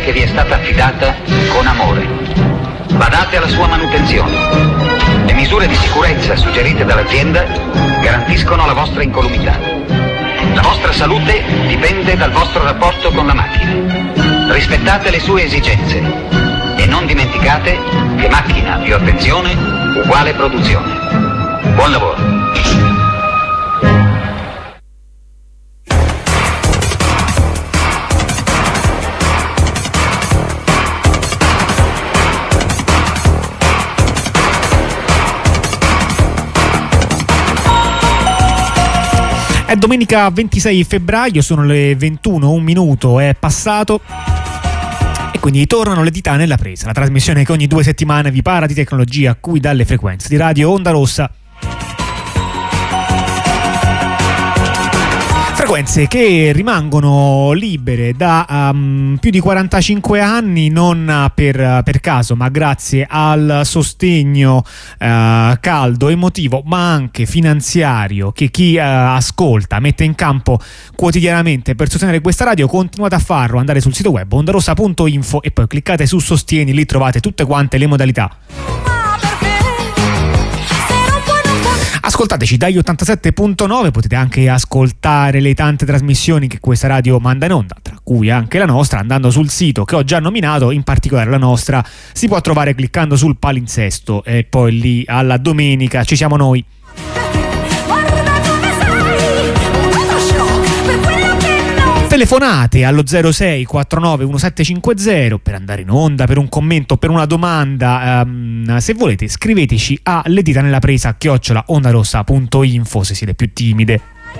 che vi è stata affidata con amore. Badate alla sua manutenzione. Le misure di sicurezza suggerite dall'azienda garantiscono la vostra incolumità. La vostra salute dipende dal vostro rapporto con la macchina. Rispettate le sue esigenze e non dimenticate che macchina più attenzione uguale produzione. Buon lavoro. È domenica 26 febbraio, sono le 21, un minuto è passato e quindi tornano le dita nella presa, la trasmissione che ogni 2 settimane vi parla di tecnologia a cui dalle frequenze di Radio Onda Rossa. Frequenze che rimangono libere da più di 45 anni, non per caso, ma grazie al sostegno caldo, emotivo, ma anche finanziario che chi ascolta mette in campo quotidianamente per sostenere questa radio. Continuate a farlo, andate sul sito web ondarossa.info e poi cliccate su Sostieni, lì trovate tutte quante le modalità. Ascoltateci dagli 87.9, potete anche ascoltare le tante trasmissioni che questa radio manda in onda, tra cui anche la nostra, andando sul sito che ho già nominato, in particolare la nostra si può trovare cliccando sul palinsesto e poi lì alla domenica ci siamo noi. Telefonate allo 06 49 1750 per andare in onda, per un commento, per una domanda. Se volete scriveteci a le dita nella presa @ondarossa.info se siete più timide.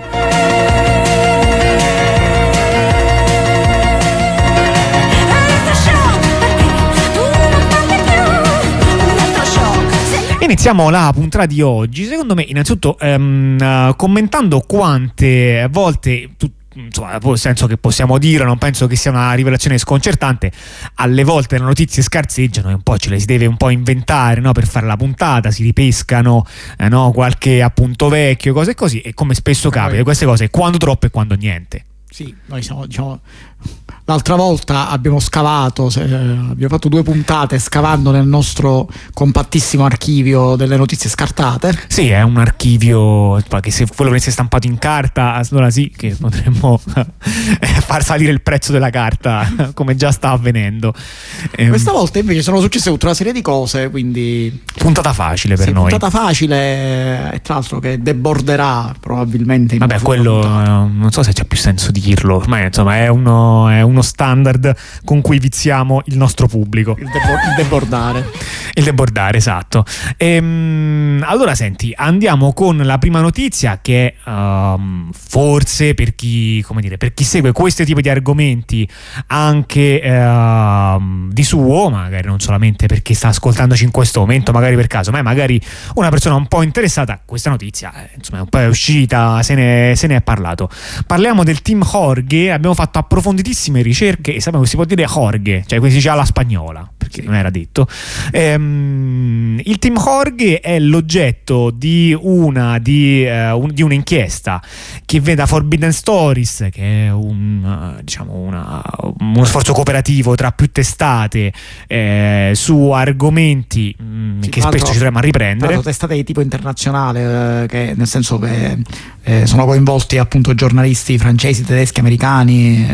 Iniziamo la puntata di oggi, secondo me, innanzitutto commentando quante volte insomma, nel senso che possiamo dire, non penso che sia una rivelazione sconcertante, alle volte le notizie scarseggiano e un po' ce le si deve un po' inventare, no? Per fare la puntata si ripescano no? Qualche appunto vecchio, cose così, e come spesso capita queste cose, quando troppo e quando niente. Sì, noi siamo, diciamo, l'altra volta abbiamo scavato, abbiamo fatto 2 puntate scavando nel nostro compattissimo archivio delle notizie scartate. Sì, è un archivio che se quello venisse stampato in carta, allora sì che potremmo far salire il prezzo della carta, come già sta avvenendo. Questa volta invece sono successe tutta una serie di cose, quindi puntata facile per noi. Puntata facile, e tra l'altro che deborderà probabilmente. Vabbè, quello non so se c'è più senso dirlo, ma insomma è uno standard con cui viziamo il nostro pubblico. Il debordare. Il debordare, esatto. Allora senti, andiamo con la prima notizia che forse per chi segue questo tipo di argomenti anche di suo, magari non solamente perché sta ascoltandoci in questo momento, magari per caso, ma magari una persona un po' interessata, questa notizia insomma un po' è uscita, se ne è parlato. Parliamo del team Jorge, abbiamo fatto approfonditissime ricerche e sappiamo che si può dire Jorge, cioè si dice alla spagnola, perché non era detto. Il team Jorge è l'oggetto di un'inchiesta che vede da Forbidden Stories, che è uno sforzo cooperativo tra più testate su argomenti che spesso ci troviamo a riprendere. Testate di tipo internazionale, che nel senso che sono coinvolti appunto giornalisti francesi, tedeschi, americani,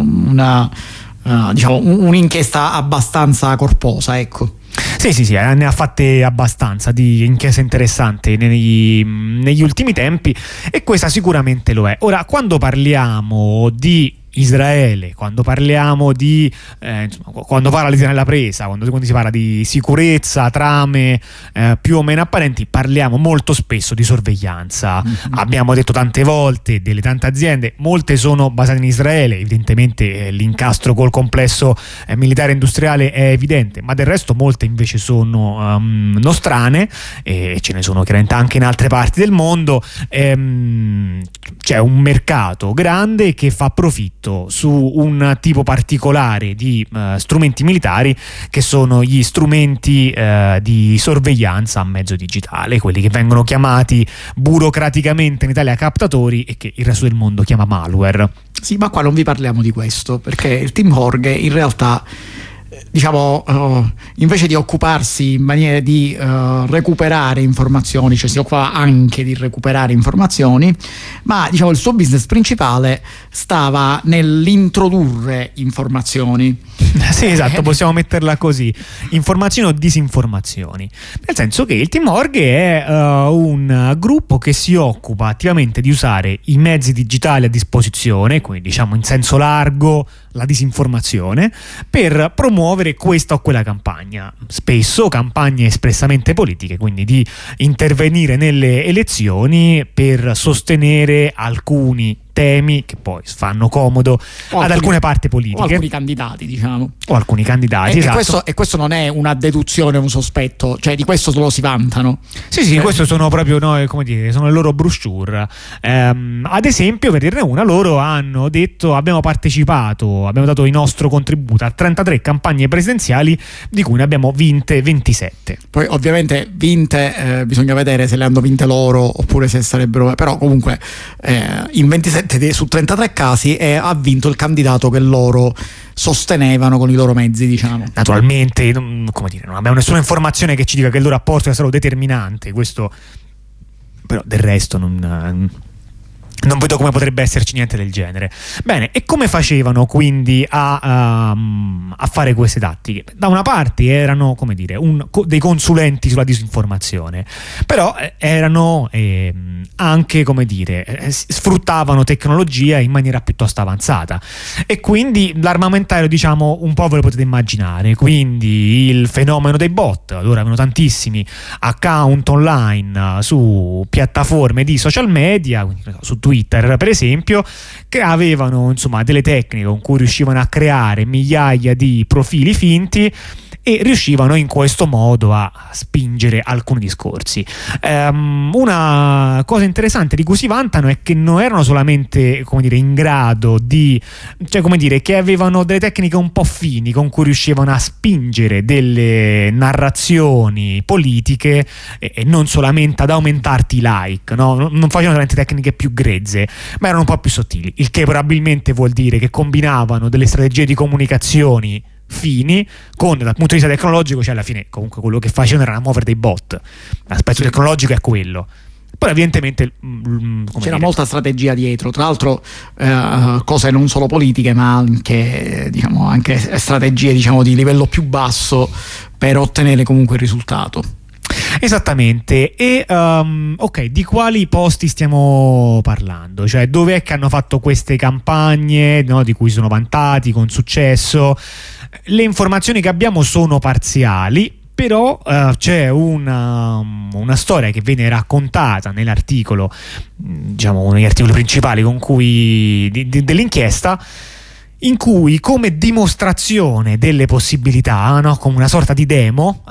un'inchiesta abbastanza corposa, ecco. Sì, ne ha fatte abbastanza di inchieste interessanti negli ultimi tempi, e questa sicuramente lo è. Ora, quando parliamo di Israele, quando parliamo quando parla di nella presa, quando si parla di sicurezza, trame più o meno apparenti, parliamo molto spesso di sorveglianza. Abbiamo detto tante volte delle tante aziende, molte sono basate in Israele, evidentemente l'incastro col complesso militare industriale è evidente, ma del resto molte invece sono nostrane, e ce ne sono chiaramente anche in altre parti del mondo. C'è un mercato grande che fa profitto prodotto su un tipo particolare di strumenti militari, che sono gli strumenti di sorveglianza a mezzo digitale, quelli che vengono chiamati burocraticamente in Italia captatori e che il resto del mondo chiama malware. Sì, ma qua non vi parliamo di questo, perché il team Horg in realtà, diciamo, invece di occuparsi in maniera di recuperare informazioni, cioè si occupa anche di recuperare informazioni, ma diciamo il suo business principale stava nell'introdurre informazioni. Sì, esatto, possiamo metterla così: informazioni o disinformazioni, nel senso che il Team Org è un gruppo che si occupa attivamente di usare i mezzi digitali a disposizione, quindi diciamo in senso largo la disinformazione, per promuovere questa o quella campagna, spesso campagne espressamente politiche, quindi di intervenire nelle elezioni per sostenere alcuni temi che poi fanno comodo ad alcune parti politiche o alcuni candidati, diciamo, o alcuni candidati, esatto. E questo non è una deduzione o un sospetto, cioè di questo solo si vantano. Sì, questo sono proprio, come dire, sono le loro brochure. Ad esempio, per dirne una, loro hanno detto: abbiamo partecipato, abbiamo dato il nostro contributo a 33 campagne presidenziali, di cui ne abbiamo vinte 27. Poi ovviamente vinte, bisogna vedere se le hanno vinte loro oppure se sarebbero, però comunque in 27 su 33 casi ha vinto il candidato che loro sostenevano con i loro mezzi, diciamo. Naturalmente, come dire, non abbiamo nessuna informazione che ci dica che il loro apporto è stato determinante, questo, però del resto non vedo come potrebbe esserci niente del genere. Bene, e come facevano quindi a fare queste tattiche? Da una parte erano, come dire, dei consulenti sulla disinformazione, però erano anche, come dire, sfruttavano tecnologia in maniera piuttosto avanzata, e quindi l'armamentario, diciamo, un po' ve lo potete immaginare. Quindi il fenomeno dei bot, loro avevano tantissimi account online su piattaforme di social media, quindi su Twitter per esempio, che avevano insomma delle tecniche con cui riuscivano a creare migliaia di profili finti e riuscivano in questo modo a spingere alcuni discorsi. Una cosa interessante di cui si vantano è che non erano solamente, come dire, in grado di, cioè, come dire, che avevano delle tecniche un po' fini con cui riuscivano a spingere delle narrazioni politiche e non solamente ad aumentarti i like, no? Non facevano solamente tecniche più grezze, ma erano un po' più sottili, il che probabilmente vuol dire che combinavano delle strategie di comunicazioni fini con, dal punto di vista tecnologico, cioè alla fine comunque quello che facevano era muovere dei bot, l'aspetto tecnologico è quello. Poi evidentemente c'era molta strategia dietro, tra l'altro cose non solo politiche ma anche, diciamo, anche strategie, diciamo, di livello più basso per ottenere comunque il risultato. Esattamente. E ok, di quali posti stiamo parlando? Cioè, dove è che hanno fatto queste campagne, no, di cui sono vantati con successo? Le informazioni che abbiamo sono parziali, però c'è una storia che viene raccontata nell'articolo, diciamo uno degli articoli principali con cui dell'inchiesta, in cui, come dimostrazione delle possibilità, no, come una sorta di demo,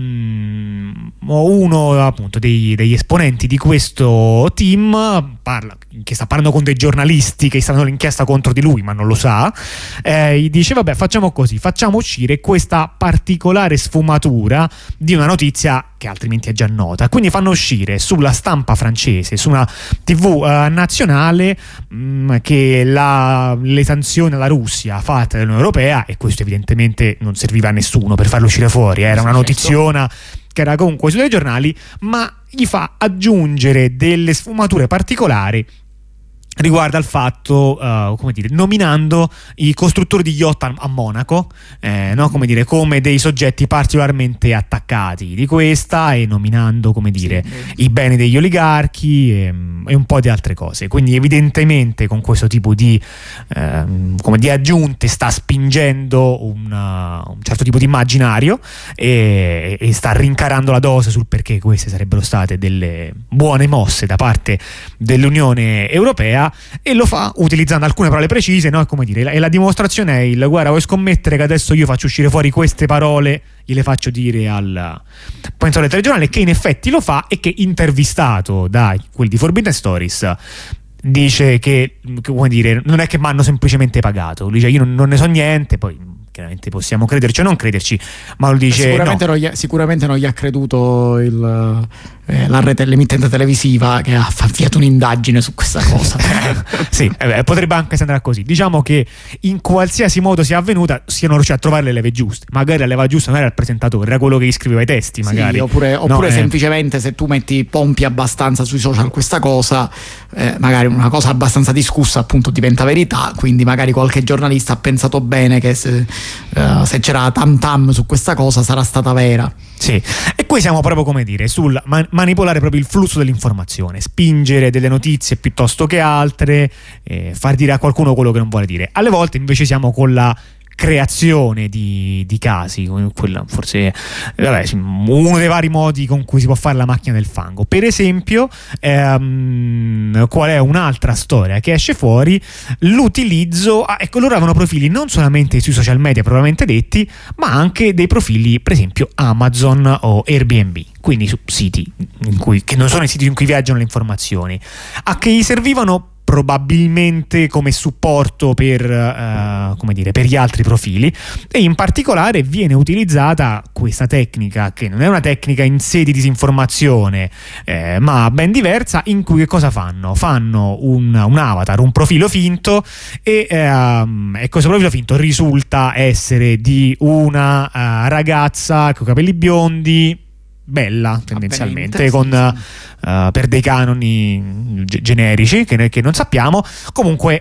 uno appunto degli esponenti di questo team che sta parlando con dei giornalisti che stanno all'inchiesta contro di lui ma non lo sa, gli dice: vabbè, facciamo così, facciamo uscire questa particolare sfumatura di una notizia che altrimenti è già nota. Quindi fanno uscire sulla stampa francese, su una TV nazionale, che le sanzioni alla Russia fatte dall'Unione Europea, e questo evidentemente non serviva a nessuno per farlo uscire fuori, era una notiziona che era comunque sui giornali, ma gli fa aggiungere delle sfumature particolari riguardo al fatto, come dire, nominando i costruttori di yacht a Monaco, no, come dire, come dei soggetti particolarmente attaccati di questa, e nominando, come dire, i beni degli oligarchi e un po' di altre cose. Quindi evidentemente con questo tipo di come di aggiunte sta spingendo un certo tipo di immaginario e sta rincarando la dose sul perché queste sarebbero state delle buone mosse da parte dell'Unione Europea, e lo fa utilizzando alcune parole precise, no? Come dire, e la dimostrazione è il: guarda, vuoi scommettere che adesso io faccio uscire fuori queste parole, gliele faccio dire al telegiornale, che in effetti lo fa, e che, intervistato da quelli di Forbidden Stories, dice che come dire, non è che mi hanno semplicemente pagato, lui dice io non ne so niente, poi chiaramente possiamo crederci o non crederci, ma lo dice sicuramente non gli ha creduto la rete, l'emittente televisiva che ha avviato un'indagine su questa cosa. Sì, potrebbe anche andare così. Diciamo che in qualsiasi modo sia avvenuta siano riusciti a trovare le leve giuste, magari la leva giusta non era il presentatore, era quello che scriveva i testi magari. Sì, oppure semplicemente se tu pompi abbastanza sui social questa cosa, magari una cosa abbastanza discussa appunto diventa verità, quindi magari qualche giornalista ha pensato bene che se c'era tam tam su questa cosa sarà stata vera. Sì, e qui siamo proprio, come dire, sul manipolare proprio il flusso dell'informazione, spingere delle notizie piuttosto che altre, far dire a qualcuno quello che non vuole dire. Alle volte invece siamo con la creazione di casi, quella forse uno dei vari modi con cui si può fare la macchina del fango. Per esempio, qual è un'altra storia che esce fuori? L'utilizzo, ecco, loro avevano profili non solamente sui social media propriamente detti, ma anche dei profili, per esempio Amazon o Airbnb, quindi su siti che non sono i siti in cui viaggiano le informazioni, a che gli servivano probabilmente come supporto per gli altri profili, e in particolare viene utilizzata questa tecnica, che non è una tecnica in sé di disinformazione, ma ben diversa, in cui che cosa fanno? Fanno un avatar, un profilo finto, e questo profilo finto risulta essere di una ragazza con capelli biondi, bella tendenzialmente, per dei canoni generici che non sappiamo. Comunque,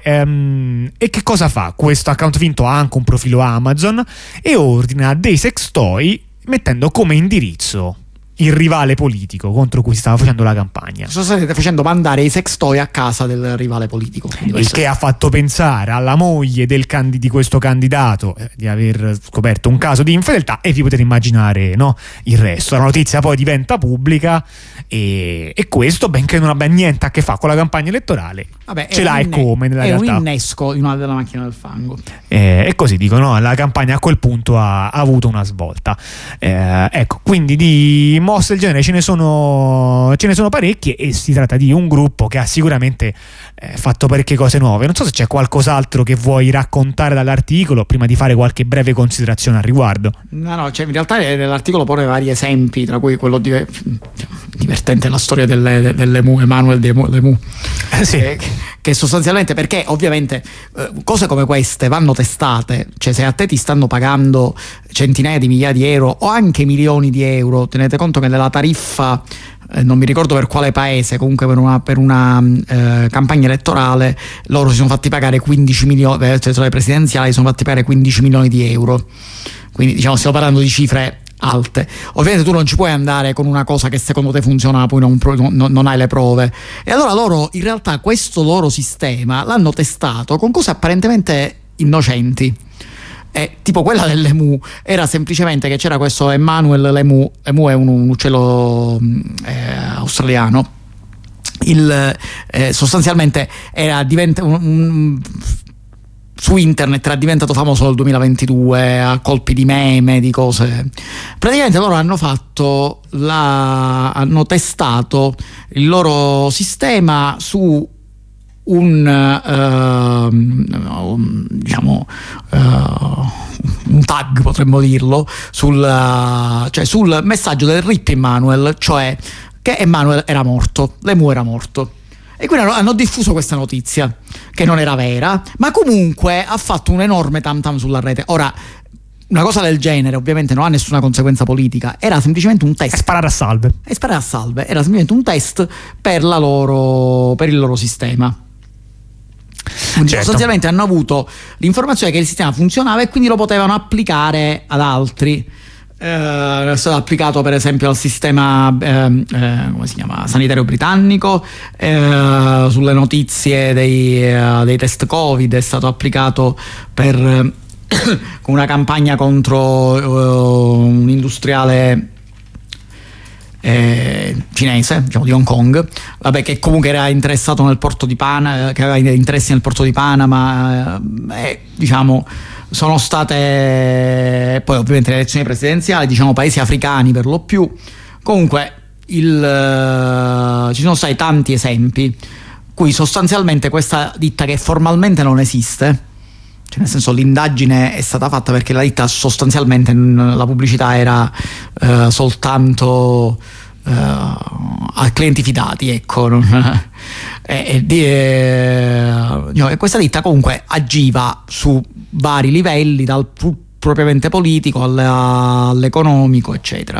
e che cosa fa? Questo account finto ha anche un profilo Amazon e ordina dei sextoy mettendo come indirizzo il rivale politico contro cui si stava facendo la campagna. State facendo mandare i sextoy a casa del rivale politico. Il che ha fatto pensare alla moglie di questo candidato di aver scoperto un caso di infedeltà, e vi potete immaginare, no, il resto. La notizia poi diventa pubblica, e questo, benché non abbia niente a che fare con la campagna elettorale, ce l'ha e come nella realtà. È un innesco della macchina del fango. E così dicono, la campagna a quel punto ha avuto una svolta. Ecco, quindi di mosse del genere ce ne sono parecchie, e si tratta di un gruppo che ha sicuramente fatto parecchie cose nuove. Non so se c'è qualcos'altro che vuoi raccontare dall'articolo prima di fare qualche breve considerazione al riguardo. No, in realtà nell'articolo pone vari esempi, tra cui quello divertente, la storia dell'Emu, Emmanuel di Emu. Sì. Che sostanzialmente, perché ovviamente cose come queste vanno testate, cioè se a te ti stanno pagando centinaia di migliaia di euro o anche milioni di euro, tenete conto che nella tariffa, non mi ricordo per quale paese, comunque per una campagna elettorale, loro si sono fatti pagare 15 milioni, cioè le presidenziali si sono fatti pagare 15 milioni di euro, quindi diciamo stiamo parlando di cifre alte. Ovviamente tu non ci puoi andare con una cosa che secondo te funziona, poi non hai le prove, e allora loro in realtà questo loro sistema l'hanno testato con cose apparentemente innocenti, tipo quella dell'Emu era semplicemente che c'era questo Emmanuel, l'Emu è un uccello australiano, sostanzialmente era su internet era diventato famoso nel 2022 a colpi di meme, di cose. Praticamente loro hanno testato il loro sistema su un tag, potremmo dirlo, sul messaggio del RIP Emmanuel, cioè che Emmanuel era morto, l'Emu era morto. E quindi hanno diffuso questa notizia, che non era vera, ma comunque ha fatto un enorme tam tam sulla rete. Ora, una cosa del genere ovviamente non ha nessuna conseguenza politica, era semplicemente un test. E sparare a salve, era semplicemente un test per il loro sistema. Quindi sostanzialmente hanno avuto l'informazione che il sistema funzionava e quindi lo potevano applicare ad altri. È stato applicato per esempio al sistema come si chiama, sanitario britannico, sulle notizie dei test Covid, è stato applicato con una campagna contro un industriale cinese, diciamo di Hong Kong, che comunque era interessato nel porto di Panama, che aveva interessi nel porto di Panama, diciamo sono state poi ovviamente le elezioni presidenziali, diciamo paesi africani per lo più. Comunque ci sono stati tanti esempi, cui sostanzialmente questa ditta, che formalmente non esiste, cioè nel senso l'indagine è stata fatta perché la ditta sostanzialmente, la pubblicità era soltanto a clienti fidati, ecco. E questa ditta comunque agiva su vari livelli, dal propriamente politico all'economico, eccetera.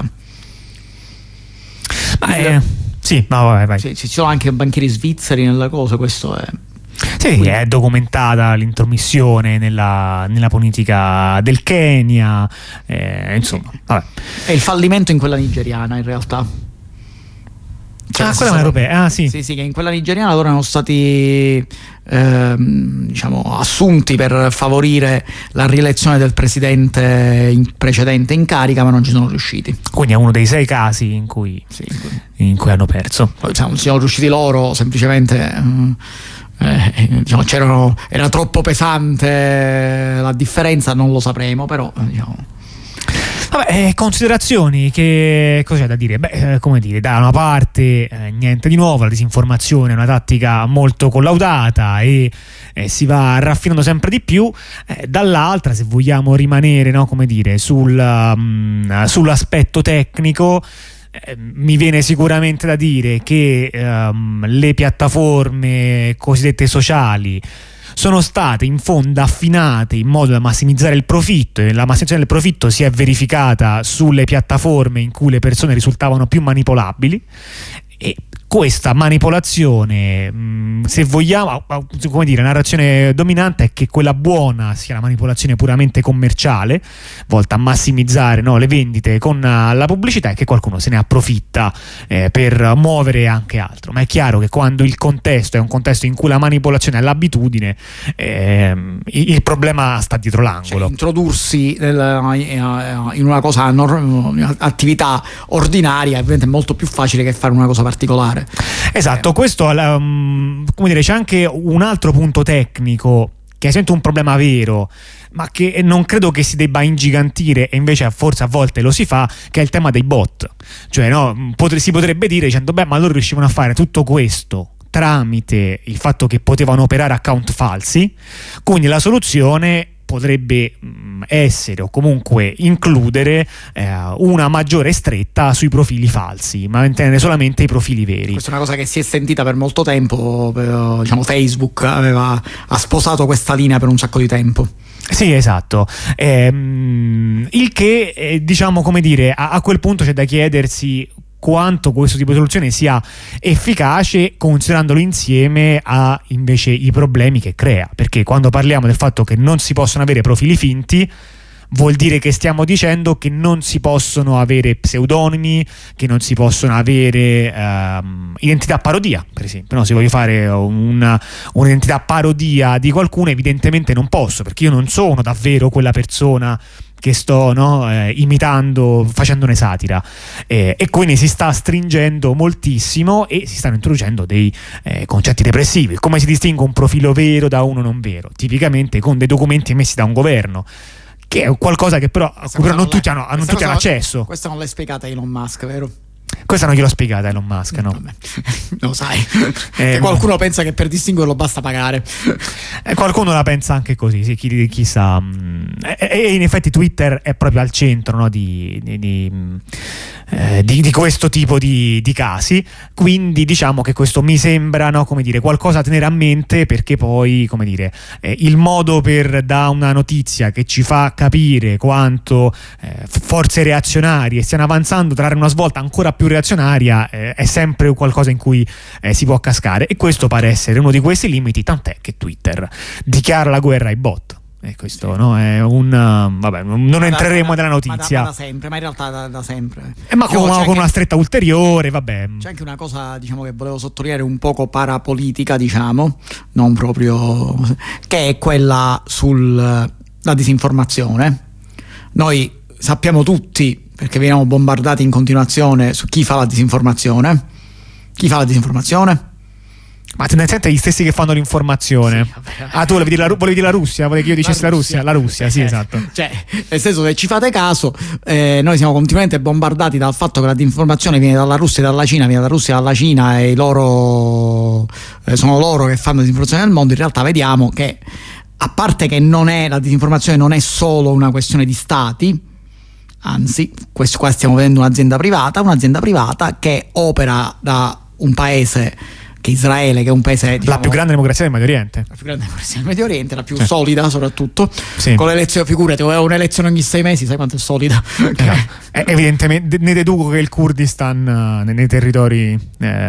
Sì, no, vai. Ci sono anche banchieri svizzeri nella cosa, questo è. Sì, è documentata l'intromissione nella politica del Kenya, insomma, vabbè. È il fallimento in quella nigeriana, in realtà. Quella è europea, sì. Sì, che in quella nigeriana loro erano stati assunti per favorire la rielezione del presidente precedente in carica, ma non ci sono riusciti. Quindi è uno dei 6 casi in cui hanno perso. Poi, non sono riusciti loro, semplicemente era troppo pesante la differenza, non lo sapremo, però Vabbè, considerazioni, che cosa c'è da dire? Come dire, da una parte niente di nuovo, la disinformazione è una tattica molto collaudata e si va raffinando sempre di più, dall'altra, se vogliamo rimanere, no, come dire, sull'aspetto tecnico, mi viene sicuramente da dire che le piattaforme cosiddette sociali sono state in fondo affinate in modo da massimizzare il profitto, e la massimizzazione del profitto si è verificata sulle piattaforme in cui le persone risultavano più manipolabili, e questa manipolazione, se vogliamo, come dire, la narrazione dominante è che quella buona sia la manipolazione puramente commerciale, volta a massimizzare, no, le vendite con la pubblicità, e che qualcuno se ne approfitta per muovere anche altro. Ma è chiaro che quando il contesto è un contesto in cui la manipolazione è l'abitudine, il problema sta dietro l'angolo. Cioè, introdursi in una cosa, attività ordinaria, ovviamente è molto più facile che fare una cosa particolare. Esatto, questo, come dire, c'è anche un altro punto tecnico che è sempre un problema vero, ma che non credo che si debba ingigantire, e invece forse a volte lo si fa, che è il tema dei bot. Cioè, no, si potrebbe dire, dicendo, ma loro riuscivano a fare tutto questo tramite il fatto che potevano operare account falsi, quindi la soluzione potrebbe essere, o comunque includere, una maggiore stretta sui profili falsi, ma mantenere solamente i profili veri. Questa è una cosa che si è sentita per molto tempo, Facebook ha sposato questa linea per un sacco di tempo. Sì, esatto. Il che, diciamo, come dire, a quel punto c'è da chiedersi quanto questo tipo di soluzione sia efficace, considerandolo insieme a invece i problemi che crea, perché quando parliamo del fatto che non si possono avere profili finti, vuol dire che stiamo dicendo che non si possono avere pseudonimi, che non si possono avere identità parodia, per esempio, no? Se voglio fare un'identità parodia di qualcuno, evidentemente non posso, perché io non sono davvero quella persona che sto, no, imitando, facendone satira, e quindi si sta stringendo moltissimo e si stanno introducendo dei concetti repressivi. Come si distingue un profilo vero da uno non vero? Tipicamente con dei documenti emessi da un governo, che è qualcosa che però non tutti hanno accesso. Questa non l'hai spiegata Elon Musk, vero? Questa non gliel'ho spiegata Elon Musk, no? Vabbè. Lo sai, che qualcuno pensa che per distinguerlo basta pagare. Qualcuno la pensa anche così, sì, chi sa. E in effetti Twitter è proprio al centro, no, di questo tipo di casi, quindi diciamo che questo mi sembra, no, come dire, qualcosa a tenere a mente, perché poi, come dire, il modo per da una notizia che ci fa capire quanto forze reazionarie stiano avanzando, trarre una svolta ancora più reazionaria, è sempre qualcosa in cui si può cascare, e questo pare essere uno di questi limiti, tant'è che Twitter dichiara la guerra ai bot. E questo, no, è vabbè, non entreremo nella notizia. Da sempre, ma in realtà da sempre. Ma con una stretta ulteriore, vabbè. C'è anche una cosa, diciamo, che volevo sottolineare, un poco parapolitica, diciamo, non proprio, che è quella sulla disinformazione. Noi sappiamo tutti, perché veniamo bombardati in continuazione, su chi fa la disinformazione. Chi fa la disinformazione? Ma tendenzialmente gli stessi che fanno l'informazione. Sì, tu volevi dire la Russia? Volevi che io dicessi la Russia? La Russia, sì, esatto. Cioè, nel senso, se ci fate caso, noi siamo continuamente bombardati dal fatto che la disinformazione viene dalla Russia e dalla Cina, viene dalla Russia e dalla Cina, e sono loro che fanno disinformazione nel mondo. In realtà vediamo che, a parte che la disinformazione non è solo una questione di stati, anzi, qua stiamo vedendo un'azienda privata che opera da un paese, che Israele, che è un paese, diciamo, la più grande democrazia del Medio Oriente. La più grande democrazia del Medio Oriente, la più solida soprattutto. Sì. Con l'elezione, figurati, un'elezione ogni 6 mesi, sai quanto è solida? Evidentemente ne deduco che il Kurdistan, nei territori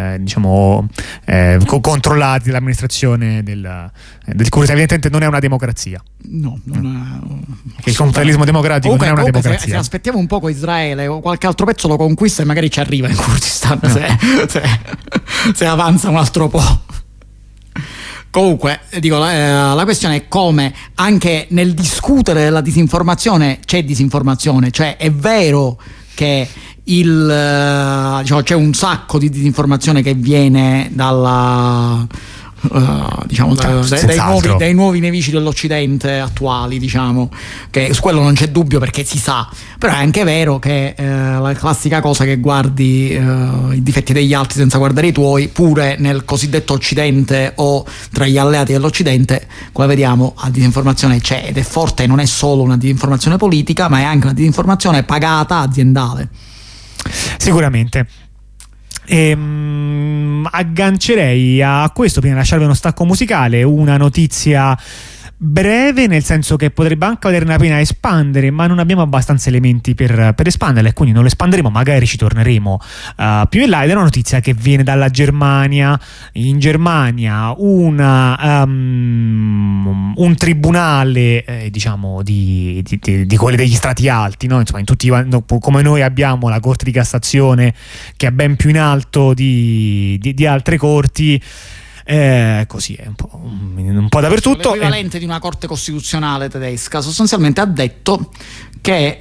controllati dall'amministrazione del Kurdistan, evidentemente non è una democrazia. No, non è. Che il confederalismo democratico non è una democrazia. Se aspettiamo un po' con Israele, o qualche altro pezzo lo conquista e magari ci arriva in Kurdistan, se avanza un altro po'. Comunque, dico, la questione è come anche nel discutere della disinformazione c'è disinformazione. Cioè, è vero che c'è un sacco di disinformazione che viene dalla dai nuovi nemici dell'Occidente attuali, diciamo, che su quello non c'è dubbio, perché si sa. Però è anche vero che la classica cosa che guardi i difetti degli altri senza guardare i tuoi, pure nel cosiddetto Occidente o tra gli alleati dell'Occidente, come vediamo, la disinformazione c'è, ed è forte, e non è solo una disinformazione politica, ma è anche una disinformazione pagata aziendale. Sicuramente. Aggancerei a questo, prima di lasciarvi uno stacco musicale, una notizia breve, nel senso che potrebbe anche valerne la pena espandere, ma non abbiamo abbastanza elementi per espanderla, e quindi non lo espanderemo, magari ci torneremo più in là. Ed è una notizia che viene dalla Germania. In Germania un tribunale diciamo di quelli degli strati alti, no? Insomma, come noi abbiamo la Corte di Cassazione, che è ben più in alto di altre corti. Così è un po' dappertutto. L'equivalente di una corte costituzionale tedesca sostanzialmente ha detto che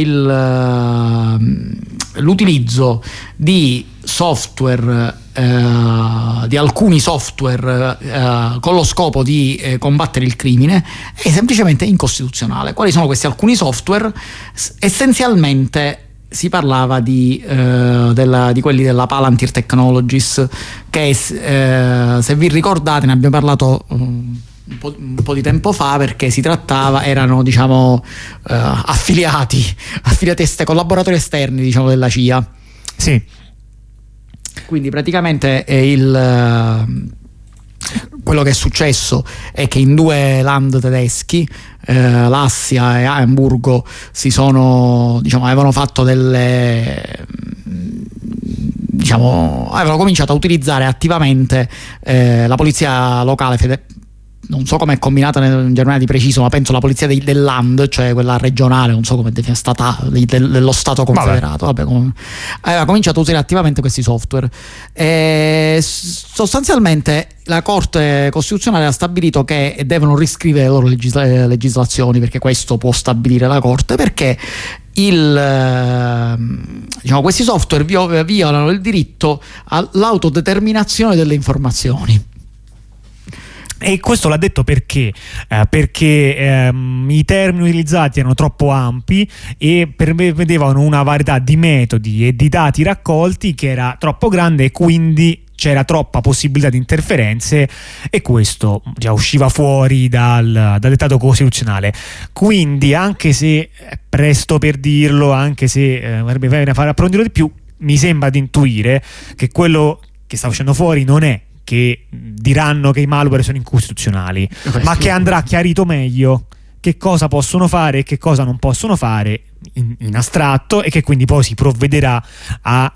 l'utilizzo di software, di alcuni software con lo scopo di combattere il crimine, è semplicemente incostituzionale. Quali sono questi alcuni software? Essenzialmente si parlava di quelli della Palantir Technologies, che se vi ricordate ne abbiamo parlato un po' di tempo fa, perché erano diciamo affiliati collaboratori esterni, diciamo, della CIA. Sì. Quindi praticamente quello che è successo è che in 2 land tedeschi, l'Assia e Amburgo, avevano fatto avevano cominciato a utilizzare attivamente la polizia locale, non so come è combinata in Germania di preciso, ma penso la polizia del land, cioè quella regionale, non so come è stata, dello Stato confederato. Aveva cominciato a usare attivamente questi software. Sostanzialmente la Corte Costituzionale ha stabilito che devono riscrivere le loro legislazioni, perché questo può stabilire la Corte, perché questi software violano il diritto all'autodeterminazione delle informazioni. E questo l'ha detto perché i termini utilizzati erano troppo ampi e prevedevano una varietà di metodi e di dati raccolti che era troppo grande, e quindi c'era troppa possibilità di interferenze, e questo già usciva fuori dal dettato costituzionale. Quindi, anche se è presto per dirlo, anche se vorrebbe fare approfondirlo di più, mi sembra di intuire che quello che sta uscendo fuori non è che diranno che i malware sono incostituzionali, ma che andrà chiarito meglio che cosa possono fare e che cosa non possono fare in astratto, e che quindi poi si provvederà a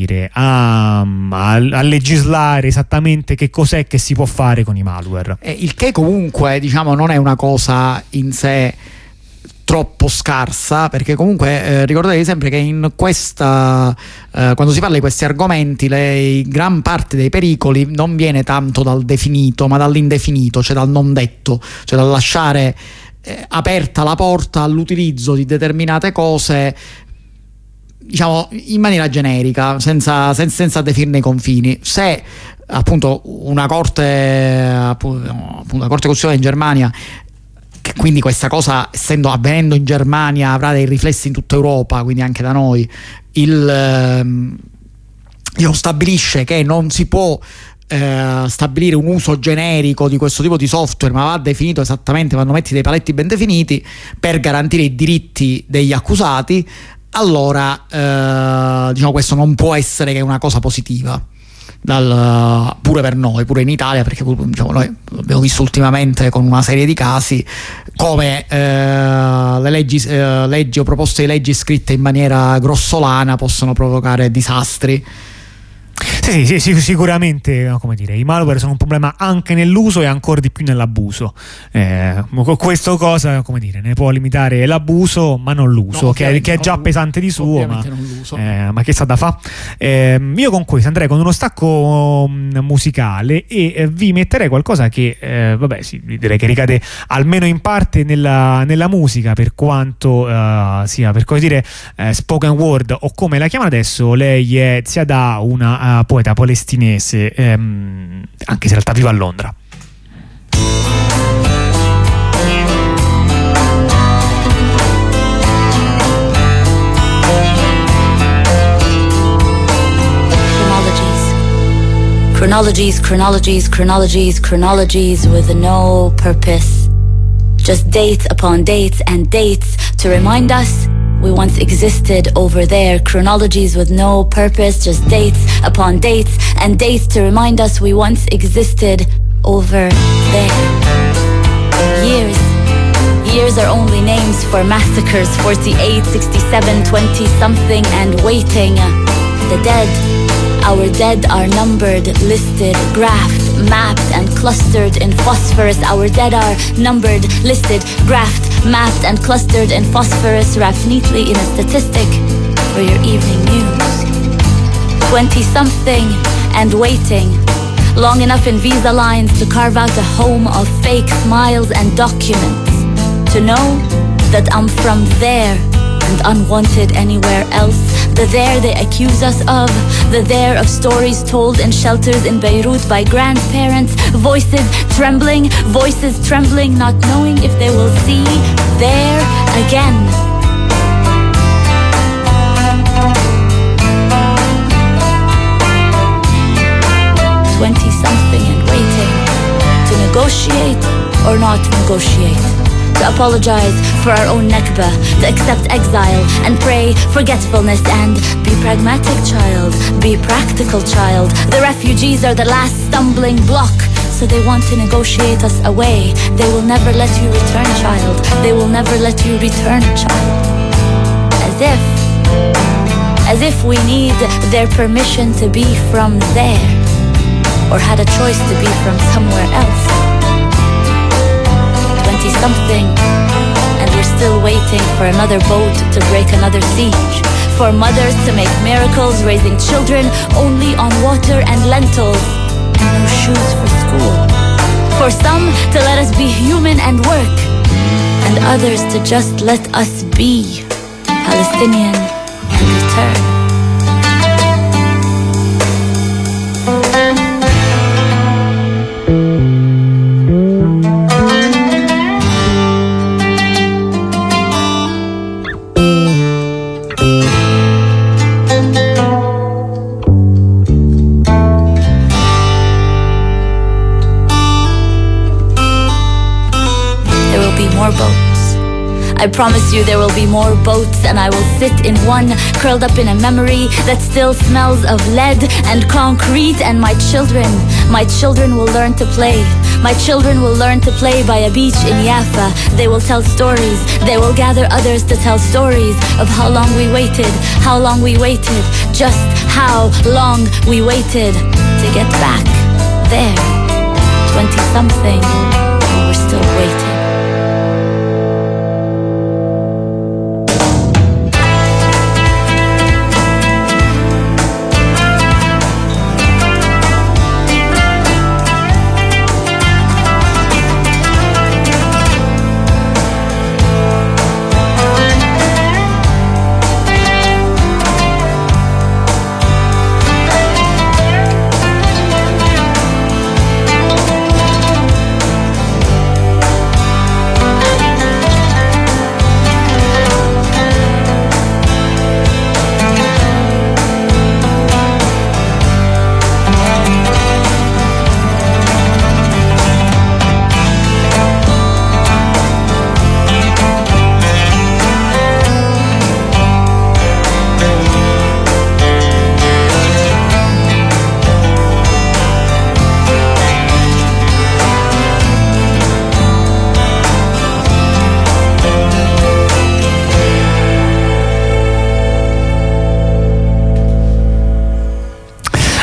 legislare esattamente che cos'è che si può fare con i malware. Il che comunque, diciamo, non è una cosa in sé troppo scarsa, perché comunque ricordatevi sempre che in questa quando si parla di questi argomenti, gran parte dei pericoli non viene tanto dal definito, ma dall'indefinito, cioè dal non detto, cioè dal lasciare aperta la porta all'utilizzo di determinate cose diciamo in maniera generica, senza definirne i confini. Se appunto una corte costituzionale in Germania, quindi questa cosa avvenendo in Germania avrà dei riflessi in tutta Europa, quindi anche da noi, stabilisce che non si può stabilire un uso generico di questo tipo di software, ma va definito esattamente, vanno metti dei paletti ben definiti per garantire i diritti degli accusati, allora diciamo questo non può essere che una cosa positiva. Pure per noi, pure in Italia, perché diciamo, noi abbiamo visto ultimamente con una serie di casi come le leggi o proposte di leggi scritte in maniera grossolana possono provocare disastri. Sì, sicuramente, come dire, i malware sono un problema anche nell'uso e ancora di più nell'abuso. Questa cosa, come dire, ne può limitare l'abuso, ma non l'uso, che è già pesante di suo, ma che sa da fa. Io con questo andrei con uno stacco musicale e vi metterei qualcosa che, direi che ricade almeno in parte nella musica, per quanto sia, per così dire, spoken word, o come la chiamano adesso. Lei è Ziada, una poeta palestinese, anche se in realtà vive a Londra. Chronologies with no purpose. Just dates upon dates and dates to remind us we once existed over there. Chronologies with no purpose, just dates upon dates and dates to remind us we once existed over there. Years are only names for massacres. 48, 67, 20 something and waiting. The dead, our dead are numbered, listed, graphed, mapped and clustered in phosphorus. Our dead are numbered, listed, graphed, mapped and clustered in phosphorus, wrapped neatly in a statistic for your evening news. 20 something and waiting, long enough in visa lines to carve out a home of fake smiles and documents, to know that I'm from there and unwanted anywhere else. The there they accuse us of, the there of stories told in shelters in Beirut by grandparents, voices trembling, not knowing if they will see there again. Something and waiting to negotiate or not negotiate, to apologize for our own nakba, to accept exile and pray forgetfulness, and be pragmatic child, be practical child. The refugees are the last stumbling block, so they want to negotiate us away. They will never let you return, child. They will never let you return, child. As if we need their permission to be from there, or had a choice to be from somewhere else. 20 something, and we're still waiting for another boat to break another siege, for mothers to make miracles raising children only on water and lentils, and no shoes for school, for some to let us be human and work, and others to just let us be Palestinian and return. I promise you there will be more boats, and I will sit in one, curled up in a memory that still smells of lead and concrete, and my children will learn to play. My children will learn to play by a beach in Jaffa. They will tell stories, they will gather others to tell stories of how long we waited, just how long we waited to get back there. 20 something, and we're still waiting.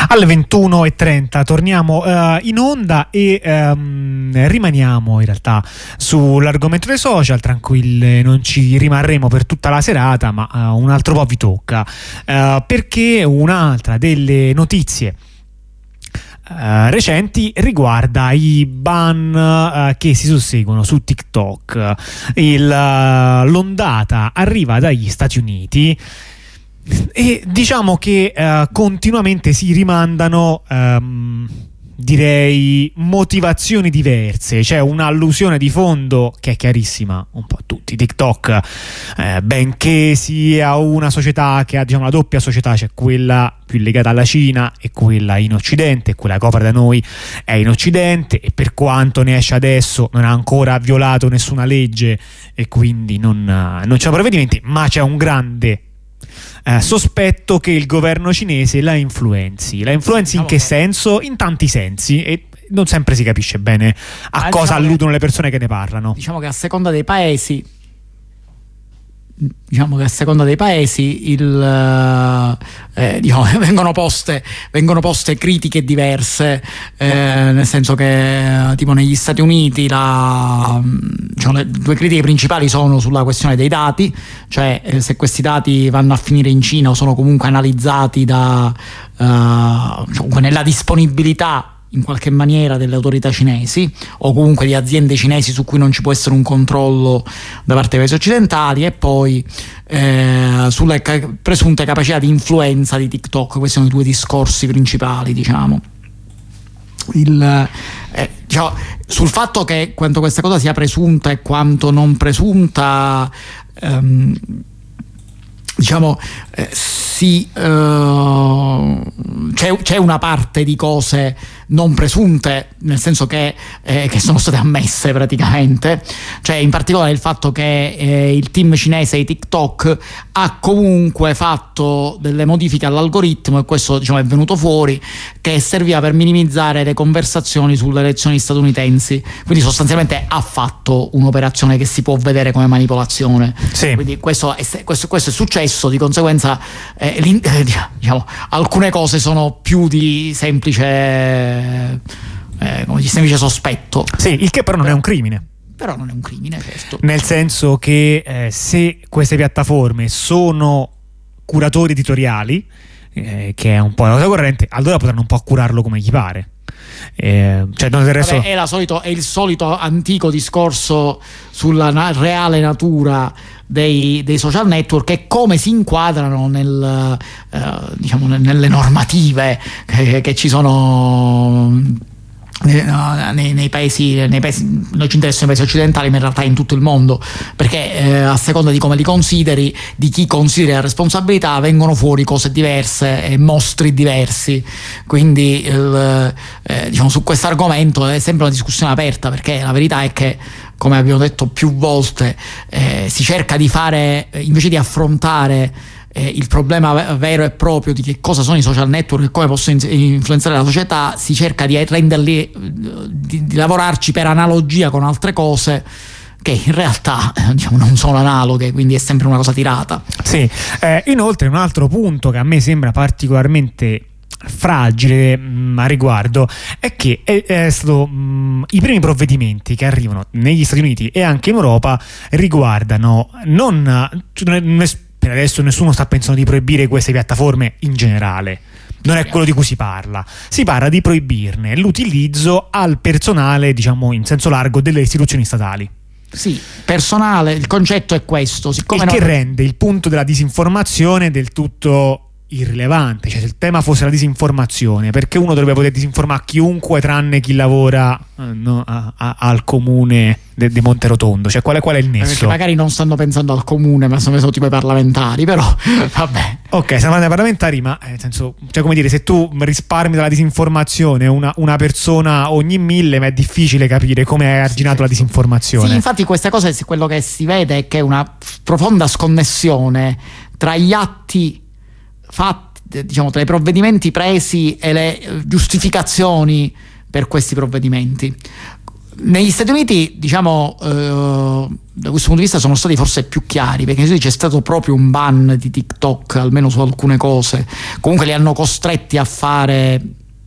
Alle 21:30 torniamo in onda e rimaniamo in realtà sull'argomento dei social, tranquilli, non ci rimarremo per tutta la serata, ma un altro po' vi tocca, perché un'altra delle notizie recenti riguarda i ban che si susseguono su TikTok. L'ondata arriva dagli Stati Uniti e diciamo che continuamente si rimandano direi motivazioni diverse. C'è un'allusione di fondo che è chiarissima un po' a tutti. TikTok, benché sia una società che ha, diciamo, la doppia società, c'è quella più legata alla Cina e quella in Occidente, e quella che opera da noi è in Occidente, e per quanto ne esce adesso non ha ancora violato nessuna legge e quindi non c'è provvedimenti, ma c'è un grande sospetto che il governo cinese la influenzi. In che senso? In tanti sensi, e non sempre si capisce bene a cosa alludono le persone che ne parlano. Diciamo che a seconda dei paesi vengono poste critiche diverse, nel senso che tipo negli Stati Uniti le due critiche principali sono sulla questione dei dati, cioè se questi dati vanno a finire in Cina o sono comunque analizzati nella disponibilità in qualche maniera delle autorità cinesi o comunque di aziende cinesi su cui non ci può essere un controllo da parte dei paesi occidentali, e poi sulle presunte capacità di influenza di TikTok. Questi sono i due discorsi principali, diciamo. Sul fatto che quanto questa cosa sia presunta e quanto non presunta, c'è una parte di cose non presunte, nel senso che sono state ammesse praticamente, cioè in particolare il fatto che il team cinese di TikTok ha comunque fatto delle modifiche all'algoritmo, e questo, diciamo, è venuto fuori, che serviva per minimizzare le conversazioni sulle elezioni statunitensi, quindi sostanzialmente ha fatto un'operazione che si può vedere come manipolazione. Sì. Quindi questo è successo, di conseguenza alcune cose sono più di semplice sospetto. Sì, il che però non è un crimine. Però non è un crimine, certo. Nel senso che se queste piattaforme sono curatori editoriali, che è un po' la cosa corrente, allora potranno un po' curarlo come gli pare. È il solito antico discorso sulla reale natura dei social network e come si inquadrano nelle normative che ci sono nei paesi, noi ci interessano i paesi occidentali, ma in realtà in tutto il mondo, perché a seconda di come li consideri, di chi consideri la responsabilità, vengono fuori cose diverse e mostri diversi. Quindi su questo argomento è sempre una discussione aperta, perché la verità è che, come abbiamo detto più volte, si cerca di fare, invece di affrontare il problema vero e proprio di che cosa sono i social network e come possono influenzare la società, si cerca di renderli, di lavorarci per analogia con altre cose che in realtà non sono analoghe, quindi è sempre una cosa tirata. Sì, inoltre un altro punto che a me sembra particolarmente fragile a riguardo è che è stato i primi provvedimenti che arrivano negli Stati Uniti e anche in Europa riguardano per adesso nessuno sta pensando di proibire queste piattaforme in generale, non è quello di cui si parla di proibirne l'utilizzo al personale, diciamo in senso largo, delle istituzioni statali. Sì, personale, il concetto è questo, che rende il punto della disinformazione del tutto irrilevante. Cioè, se il tema fosse la disinformazione, perché uno dovrebbe poter disinformare chiunque tranne chi lavora al comune di Monterotondo? Cioè, qual è il nesso? Perché magari non stanno pensando al comune, ma stanno pensando tipo ai parlamentari, però vabbè. Ok, stiamo parlando ai parlamentari, ma nel senso, cioè, come dire, se tu risparmi dalla disinformazione una persona ogni 1000, ma è difficile capire come hai arginato la disinformazione. Sì, infatti queste cose, quello che si vede è che è una profonda sconnessione tra gli atti fatti, tra i provvedimenti presi e le giustificazioni per questi provvedimenti. Negli Stati Uniti, diciamo, da questo punto di vista sono stati forse più chiari, perché c'è stato proprio un ban di TikTok, almeno su alcune cose. Comunque li hanno costretti a fare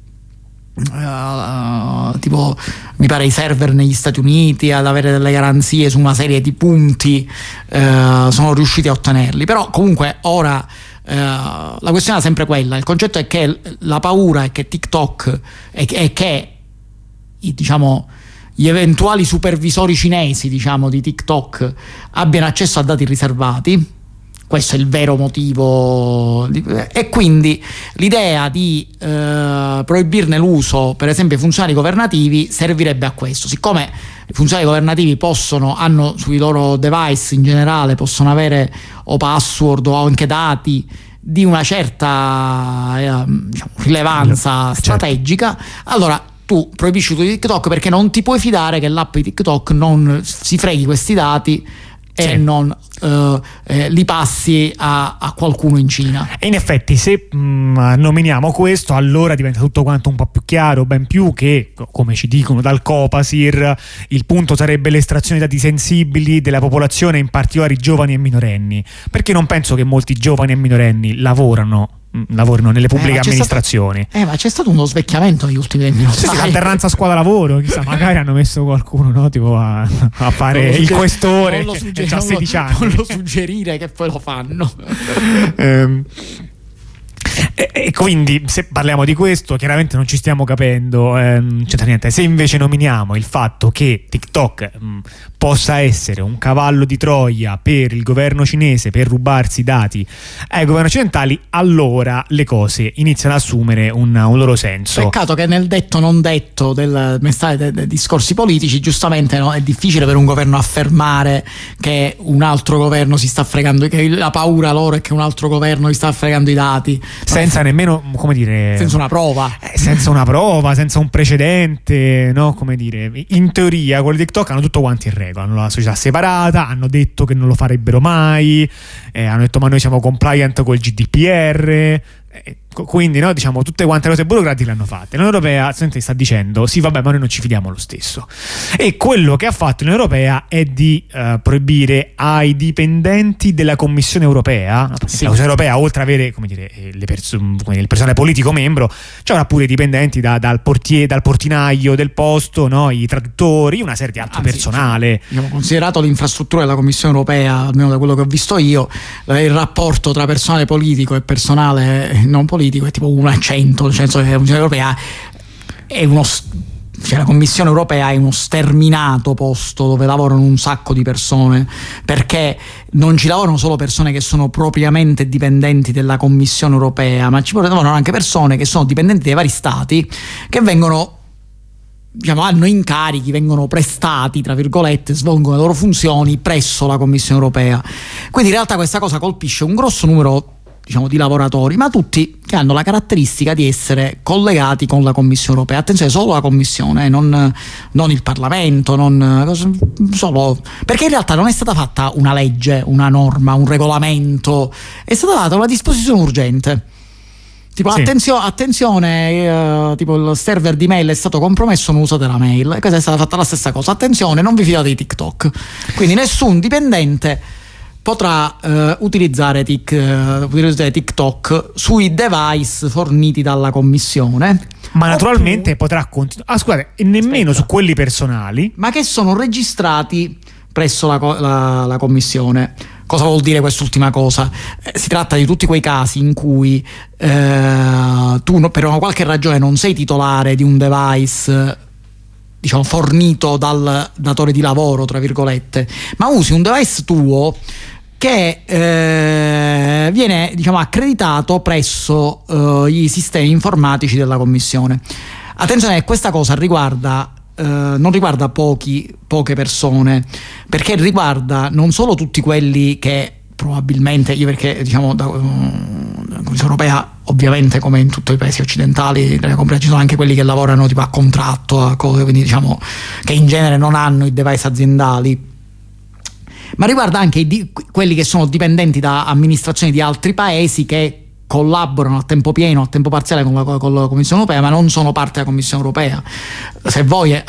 tipo, mi pare, i server negli Stati Uniti, ad avere delle garanzie su una serie di punti, sono riusciti a ottenerli. Però comunque ora la questione è sempre quella, il concetto è che la paura è che TikTok è che diciamo gli eventuali supervisori cinesi, diciamo, di TikTok abbiano accesso a dati riservati. Questo è il vero motivo, e quindi l'idea di proibirne l'uso, per esempio ai funzionari governativi, servirebbe a questo. Siccome i funzionari governativi hanno sui loro device in generale, possono avere o password o anche dati di una certa diciamo, rilevanza strategica, allora tu proibisci l'uso di TikTok, perché non ti puoi fidare che l'app di TikTok non si freghi questi dati e non li passi a qualcuno in Cina. E in effetti, se nominiamo questo, allora diventa tutto quanto un po' più chiaro, ben più che, come ci dicono dal Copasir, il punto sarebbe l'estrazione di dati sensibili della popolazione, in particolare i giovani e minorenni, perché non penso che molti giovani e minorenni lavorino nelle pubbliche amministrazioni. Ma c'è stato uno svecchiamento negli ultimi tempi. Sì, l'alternanza scuola-lavoro, chissà, magari hanno messo qualcuno, no, tipo a fare il questore, che ha 16 anni. Non lo suggerire, che poi lo fanno. E quindi, se parliamo di questo, chiaramente non ci stiamo capendo, non c'entra niente. Se invece nominiamo il fatto che TikTok possa essere un cavallo di Troia per il governo cinese per rubarsi i dati ai governi occidentali, allora le cose iniziano ad assumere un loro senso. Peccato che nel detto non detto del messaggio dei discorsi politici, giustamente, no, è difficile per un governo affermare che un altro governo si sta fregando, che la paura loro è che un altro governo gli sta fregando i dati, senza nemmeno, come dire, senza una prova, senza un precedente, no? Come dire, in teoria quelli di TikTok hanno tutto quanto in regola, hanno la società separata, hanno detto che non lo farebbero mai, hanno detto ma noi siamo compliant col GDPR, quindi, no, diciamo, tutte quante le cose burocratiche le hanno fatte. L'Unione Europea sta dicendo sì, vabbè, ma noi non ci fidiamo lo stesso, e quello che ha fatto l'Unione Europea è di proibire ai dipendenti della Commissione Europea, la Commissione Europea, oltre ad avere, come dire, il personale politico membro, c'è ora pure i dipendenti dal portinaio del posto, no, i traduttori, una serie di altro personale. Diciamo, considerato l'infrastruttura della Commissione Europea, almeno da quello che ho visto io, il rapporto tra personale politico e personale non politico è tipo 1 a 100, nel senso che la Commissione Europea è la Commissione Europea è uno sterminato posto dove lavorano un sacco di persone, perché non ci lavorano solo persone che sono propriamente dipendenti della Commissione Europea, ma ci lavorano anche persone che sono dipendenti dei vari stati, che vengono, diciamo, hanno incarichi, vengono prestati, tra virgolette, svolgono le loro funzioni presso la Commissione Europea. Quindi in realtà questa cosa colpisce un grosso numero, diciamo, di lavoratori, ma tutti che hanno la caratteristica di essere collegati con la Commissione Europea. Attenzione, solo la Commissione, non il Parlamento, solo, perché in realtà non è stata fatta una legge, una norma, un regolamento, è stata data una disposizione urgente. Tipo, sì, attenzione, tipo il server di mail è stato compromesso, non usate la mail, e questa è stata fatta la stessa cosa. Attenzione, non vi fidate di TikTok. Quindi nessun dipendente potrà utilizzare TikTok sui device forniti dalla Commissione, ma naturalmente potrà continuare. Scusate, e nemmeno su quelli personali, ma che sono registrati presso la Commissione. Cosa vuol dire quest'ultima cosa? Si tratta di tutti quei casi in cui tu per una qualche ragione non sei titolare di un device, diciamo, fornito dal datore di lavoro, tra virgolette, ma usi un device tuo che viene, diciamo, accreditato presso i sistemi informatici della Commissione. Attenzione, questa cosa non riguarda poche persone, perché riguarda non solo tutti quelli che probabilmente, perché, diciamo, la Commissione Europea, ovviamente, come in tutti i paesi occidentali, ci sono anche quelli che lavorano tipo a contratto, a cose, quindi, diciamo, che in genere non hanno i device aziendali, ma riguarda anche quelli che sono dipendenti da amministrazioni di altri paesi che collaborano a tempo pieno, a tempo parziale con la Commissione Europea, ma non sono parte della Commissione Europea. Se voi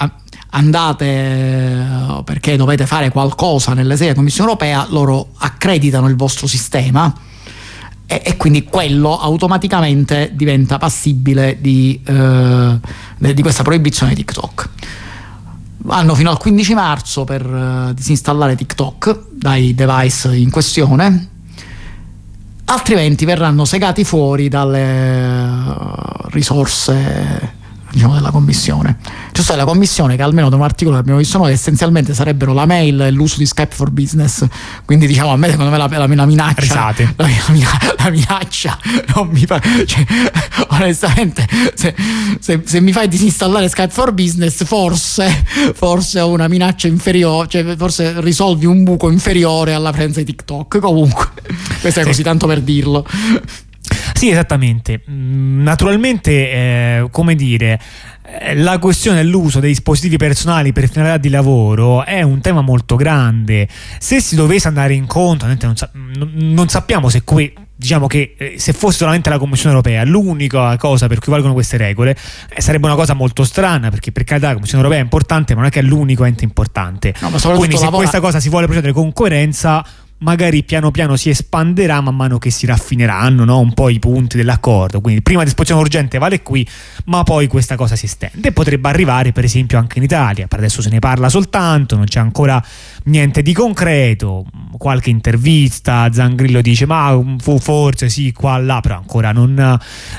andate perché dovete fare qualcosa nelle sedi della Commissione europea, loro accreditano il vostro sistema e quindi quello automaticamente diventa passibile di questa proibizione di TikTok. Hanno fino al 15 marzo per disinstallare TikTok dai device in questione, altrimenti verranno segati fuori dalle risorse, diciamo, della commissione. C'è stata la commissione che, almeno da un articolo che abbiamo visto noi, essenzialmente sarebbero la mail e l'uso di Skype for Business. Quindi, diciamo, a me secondo me la minaccia la minaccia non mi fa, cioè, onestamente, se mi fai disinstallare Skype for Business, forse ho una minaccia inferiore, cioè forse risolvi un buco inferiore alla presenza di TikTok. Comunque, questo è così tanto per dirlo. Sì, esattamente. Naturalmente, come dire, la questione dell'uso dei dispositivi personali per finalità di lavoro è un tema molto grande. Se si dovesse andare incontro, non sappiamo se qui, diciamo che se fosse solamente la Commissione europea l'unica cosa per cui valgono queste regole, sarebbe una cosa molto strana, perché per carità la Commissione europea è importante, ma non è che è l'unico ente importante. No, quindi se questa cosa si vuole procedere con coerenza, magari piano piano si espanderà man mano che si raffineranno, no? Un po' i punti dell'accordo. Quindi prima disposizione urgente vale qui, ma poi questa cosa si estende e potrebbe arrivare per esempio anche in Italia. Per adesso se ne parla soltanto, non c'è ancora niente di concreto, qualche intervista, Zangrillo dice ma forse sì qua là, però ancora non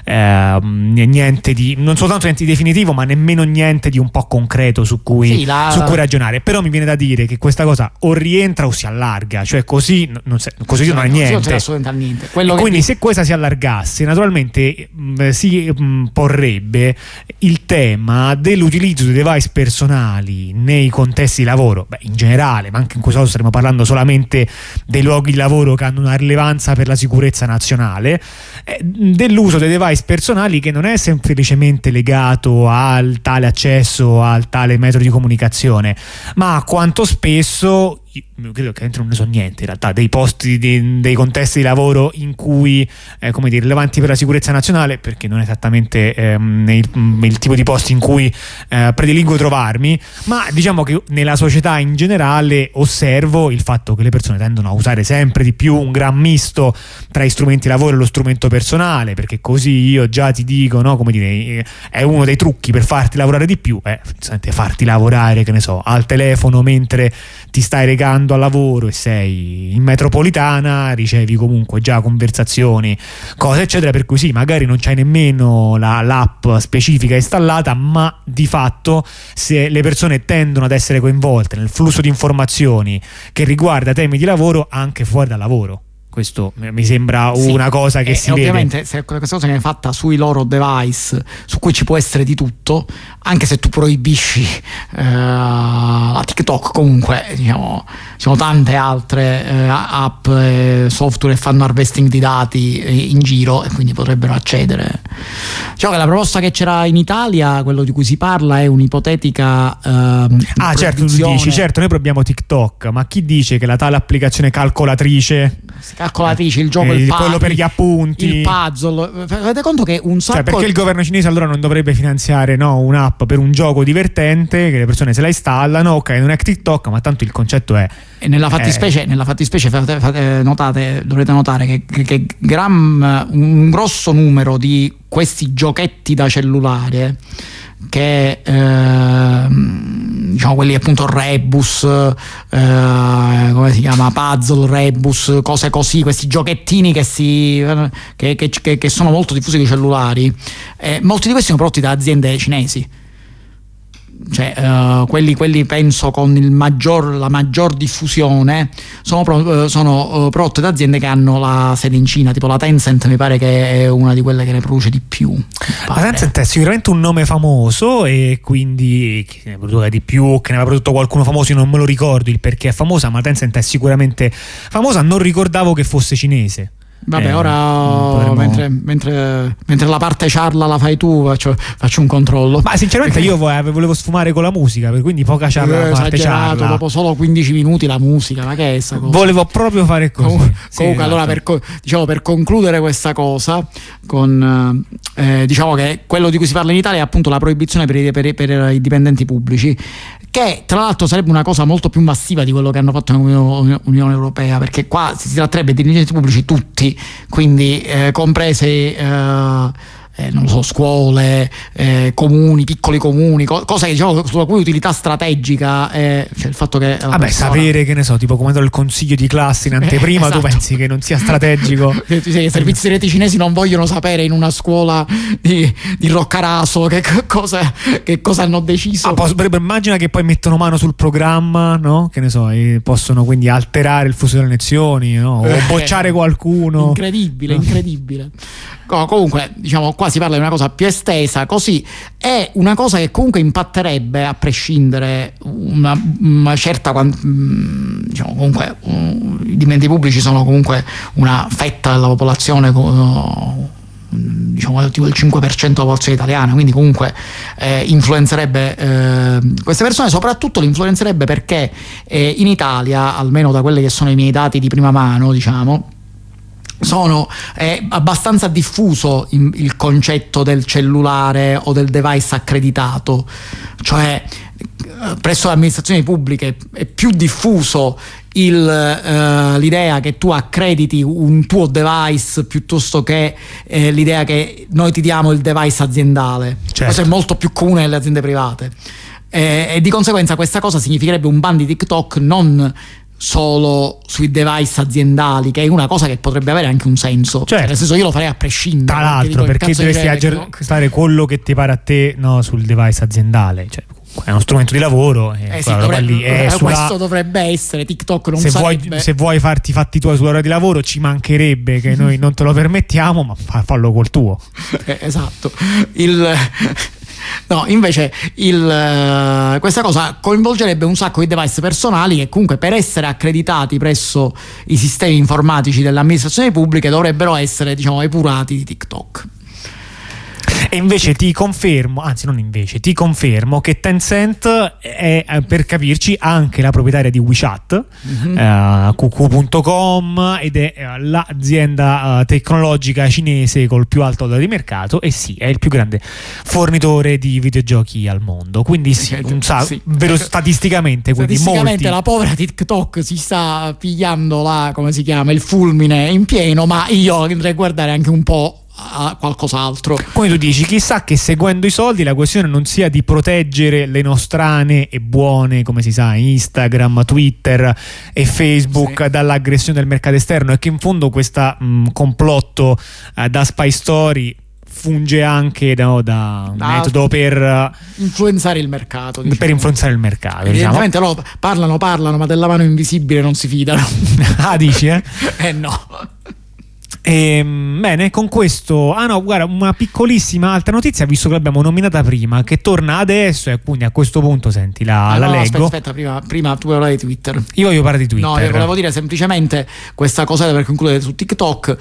niente di, non soltanto niente di definitivo, ma nemmeno niente di un po' concreto su cui ragionare. Però mi viene da dire che questa cosa o rientra o si allarga, cioè così non è niente. Assolutamente. Quindi se questa si allargasse, naturalmente si porrebbe il tema dell'utilizzo dei device personali nei contesti di lavoro, in generale, ma anche in questo caso staremo parlando solamente dei luoghi di lavoro che hanno una rilevanza per la sicurezza nazionale, dell'uso dei device personali che non è semplicemente legato al tale accesso, al tale metodo di comunicazione, ma a quanto spesso, io credo che non ne so niente in realtà, dei posti, dei contesti di lavoro in cui come dire, rilevanti per la sicurezza nazionale, perché non è esattamente il tipo di posti in cui prediligo trovarmi, ma diciamo che nella società in generale osservo il fatto che le persone tendono a usare sempre di più un gran misto tra gli strumenti di lavoro e lo strumento personale, perché così io già ti dico, no, come dire, è uno dei trucchi per farti lavorare di più, farti lavorare, che ne so, al telefono mentre ti stai recando al lavoro e sei in metropolitana, ricevi comunque già conversazioni, cose eccetera, per cui sì, magari non c'hai nemmeno l'app specifica installata, ma di fatto se le persone tendono ad essere coinvolte nel flusso di informazioni che riguarda temi di lavoro anche fuori dal lavoro. Questo mi sembra una cosa che si ovviamente vede. Se questa cosa viene fatta sui loro device, su cui ci può essere di tutto, anche se tu proibisci la TikTok, comunque diciamo ci sono tante altre app e software che fanno harvesting di dati in giro e quindi potrebbero accedere. Diciamo che la proposta che c'era in Italia, quello di cui si parla, è un'ipotetica certo, tu dici, certo, noi proviamo TikTok, ma chi dice che la tale applicazione calcolatrice, il gioco, quello per gli appunti, il puzzle, avete conto che un sacco, cioè, perché il governo cinese allora non dovrebbe finanziare un'app per un gioco divertente che le persone se la installano, ok, non è TikTok, ma tanto il concetto è, e nella fattispecie dovrete notare che un grosso numero di questi giochetti da cellulare, che diciamo quelli appunto rebus, come si chiama, puzzle, rebus, cose così, questi giochettini che sono molto diffusi con i cellulari, molti di questi sono prodotti da aziende cinesi. Cioè quelli penso con la maggior diffusione sono prodotte da aziende che hanno la sede in Cina, tipo la Tencent mi pare che è una di quelle che ne produce di più. La Tencent è sicuramente un nome famoso, e quindi che ne produce di più, che ne aveva prodotto qualcuno famoso, io non me lo ricordo il perché è famosa, ma la Tencent è sicuramente famosa. Non ricordavo che fosse cinese. Vabbè, ora mentre la parte ciarla la fai tu, faccio un controllo. Ma sinceramente io volevo sfumare con la musica, quindi poca ciarla, la parte ciarla. Dopo solo 15 minuti la musica, ma che è sta cosa? Volevo proprio fare così. Comunque allora per concludere questa cosa diciamo che quello di cui si parla in Italia è appunto la proibizione per i dipendenti pubblici, che tra l'altro sarebbe una cosa molto più massiva di quello che hanno fatto nell'Unione Europea, perché qua si tratterebbe di dirigenti pubblici tutti, quindi comprese non lo so, scuole, comuni, piccoli comuni, cose che diciamo sulla cui utilità strategica cioè il fatto che sapere, che ne so, tipo come il consiglio di classe in anteprima, esatto. Tu pensi che non sia strategico? I servizi segreti cinesi non vogliono sapere in una scuola di Roccaraso che cosa hanno deciso. Immagina che poi mettono mano sul programma, no? Che ne so, e possono quindi alterare il flusso delle elezioni, no? O bocciare qualcuno. Incredibile. Comunque, diciamo, qua si parla di una cosa più estesa, così è una cosa che comunque impatterebbe, a prescindere, una certa, diciamo, comunque i dipendenti pubblici sono comunque una fetta della popolazione, diciamo tipo il 5% della popolazione italiana, quindi comunque influenzerebbe queste persone. Soprattutto li influenzerebbe perché in Italia, almeno da quelli che sono i miei dati di prima mano, diciamo, è abbastanza diffuso il concetto del cellulare o del device accreditato, cioè presso le amministrazioni pubbliche è più diffuso l'idea che tu accrediti un tuo device piuttosto che l'idea che noi ti diamo il device aziendale. Certo. Questo è molto più comune nelle aziende private, e di conseguenza questa cosa significherebbe un ban di TikTok non solo sui device aziendali, che è una cosa che potrebbe avere anche un senso. Certo. Nel senso, io lo farei a prescindere. Tra l'altro, perché dovresti aggiustare quello che ti pare a te, no, sul device aziendale. Cioè, è uno strumento di lavoro. Questo dovrebbe essere. TikTok non sarebbe. Se vuoi farti i fatti tuoi sull'ora di lavoro, ci mancherebbe che noi non te lo permettiamo, ma fallo col tuo. Esatto. No, invece questa cosa coinvolgerebbe un sacco di device personali che comunque, per essere accreditati presso i sistemi informatici delle amministrazioni pubbliche, dovrebbero essere, diciamo, epurati di TikTok. E invece ti confermo che Tencent è, per capirci, anche la proprietaria di WeChat, QQ.com, ed è l'azienda tecnologica cinese col più alto valore di mercato, e sì, è il più grande fornitore di videogiochi al mondo. Quindi statisticamente molti. La povera TikTok si sta pigliando come si chiama, il fulmine in pieno, ma io andrei a guardare anche un po' a qualcos'altro. Come tu dici, chissà che seguendo i soldi la questione non sia di proteggere le nostrane e buone, come si sa, Instagram, Twitter e Facebook, sì, dall'aggressione del mercato esterno, e che in fondo questo complotto da spy story funge anche da un metodo per influenzare il mercato, diciamo. Per influenzare il mercato, evidentemente, diciamo. Loro parlano, ma della mano invisibile non si fidano. Ah, dici? No. Bene, con questo guarda, una piccolissima altra notizia, visto che l'abbiamo nominata prima, che torna adesso, e quindi a questo punto senti la leggo. Aspetta, prima tu parlare di Twitter. Io voglio parlare di Twitter. No, io volevo dire semplicemente questa cosa per concludere su TikTok.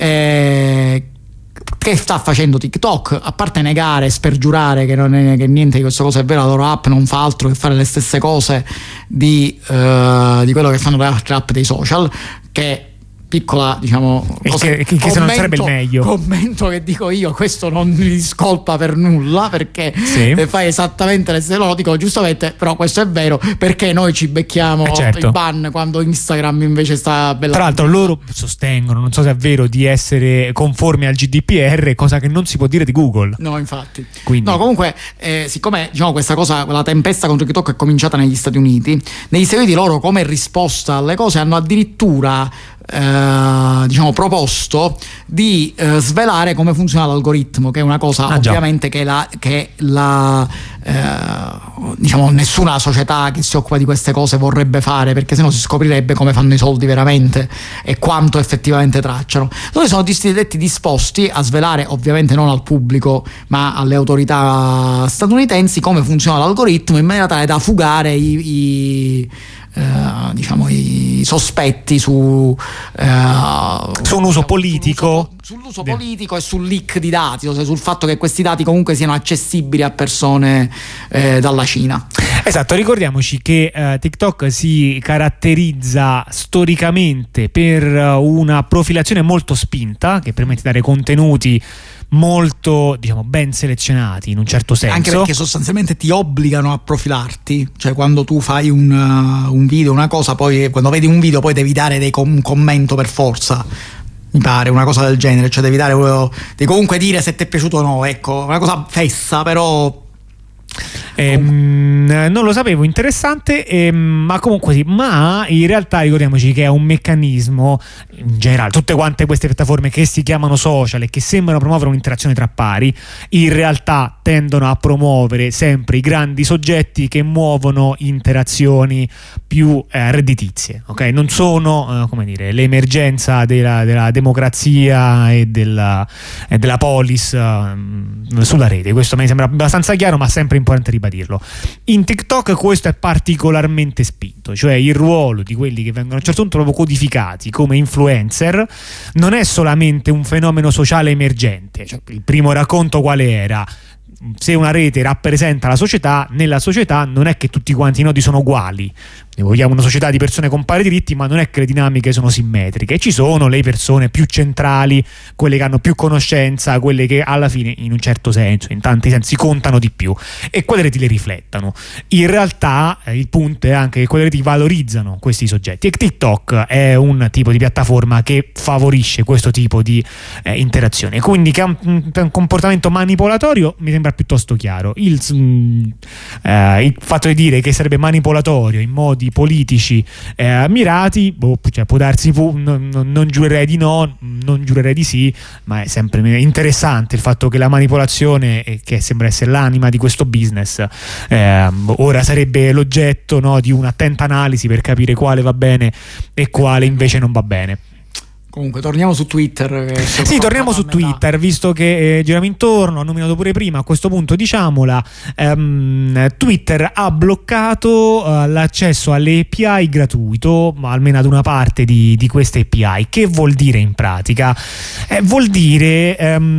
Che sta facendo TikTok, a parte negare e spergiurare che niente di questa cosa è vera, la loro app non fa altro che fare le stesse cose di quello che fanno le altre app dei social, che piccola, diciamo, cosa, che se non sarebbe il meglio. Commento che dico io, questo non mi discolpa per nulla, perché fai esattamente le stesse, lo dico giustamente, però questo è vero, perché noi ci becchiamo i ban quando Instagram invece sta bella. Tra l'altro loro sostengono, non so se è vero, di essere conformi al GDPR, cosa che non si può dire di Google. No, infatti. Quindi. No, comunque, siccome, diciamo, questa cosa, la tempesta contro TikTok è cominciata negli Stati Uniti loro, come risposta alle cose, hanno addirittura diciamo proposto di svelare come funziona l'algoritmo, che è una cosa ovviamente diciamo nessuna società che si occupa di queste cose vorrebbe fare, perché sennò si scoprirebbe come fanno i soldi veramente e quanto effettivamente tracciano. Loro sono detti disposti a svelare, ovviamente non al pubblico ma alle autorità statunitensi, come funziona l'algoritmo, in maniera tale da fugare diciamo i sospetti su un uso politico, sull'uso politico e sul leak di dati, cioè sul fatto che questi dati comunque siano accessibili a persone dalla Cina. Esatto, ricordiamoci che TikTok si caratterizza storicamente per una profilazione molto spinta, che permette di dare contenuti molto, diciamo, ben selezionati in un certo senso. Anche perché sostanzialmente ti obbligano a profilarti, cioè quando tu fai un video, una cosa, poi quando vedi un video poi devi dare un commento per forza, mi pare, una cosa del genere, cioè devi comunque dire se ti è piaciuto o no, ecco, una cosa fessa, però non lo sapevo, interessante, ma comunque sì, ma in realtà ricordiamoci che è un meccanismo in generale, tutte quante queste piattaforme che si chiamano social e che sembrano promuovere un'interazione tra pari, in realtà tendono a promuovere sempre i grandi soggetti che muovono interazioni più redditizie, ok? Non sono come dire, l'emergenza della democrazia e della polis sulla rete. Questo mi sembra abbastanza chiaro, ma sempre importante ribadirlo. In TikTok questo è particolarmente spinto, cioè il ruolo di quelli che vengono a un certo punto proprio codificati come influencer non è solamente un fenomeno sociale emergente. Cioè, il primo racconto quale era? Se una rete rappresenta la società, nella società non è che tutti quanti i nodi sono uguali. Noi vogliamo una società di persone con pari diritti, ma non è che le dinamiche sono simmetriche. Ci sono le persone più centrali, quelle che hanno più conoscenza, quelle che alla fine, in un certo senso, in tanti sensi, contano di più, e quelle reti le riflettono. In realtà il punto è anche che quelle reti valorizzano questi soggetti, e TikTok è un tipo di piattaforma che favorisce questo tipo di interazione. Quindi che ha un comportamento manipolatorio mi sembra piuttosto chiaro. Il fatto di dire che sarebbe manipolatorio in modi politici mirati, cioè può darsi, non giurerei di no, non giurerei di sì, ma è sempre interessante il fatto che la manipolazione, che sembra essere l'anima di questo business, ora sarebbe l'oggetto, no, di un'attenta analisi per capire quale va bene e quale invece non va bene. Comunque torniamo su Twitter. Sì, torniamo su Twitter, visto che giriamo intorno, ho nominato pure prima, a questo punto diciamola. Twitter ha bloccato l'accesso alle API gratuito, ma almeno ad una parte di queste API. Che vuol dire in pratica? Vuol dire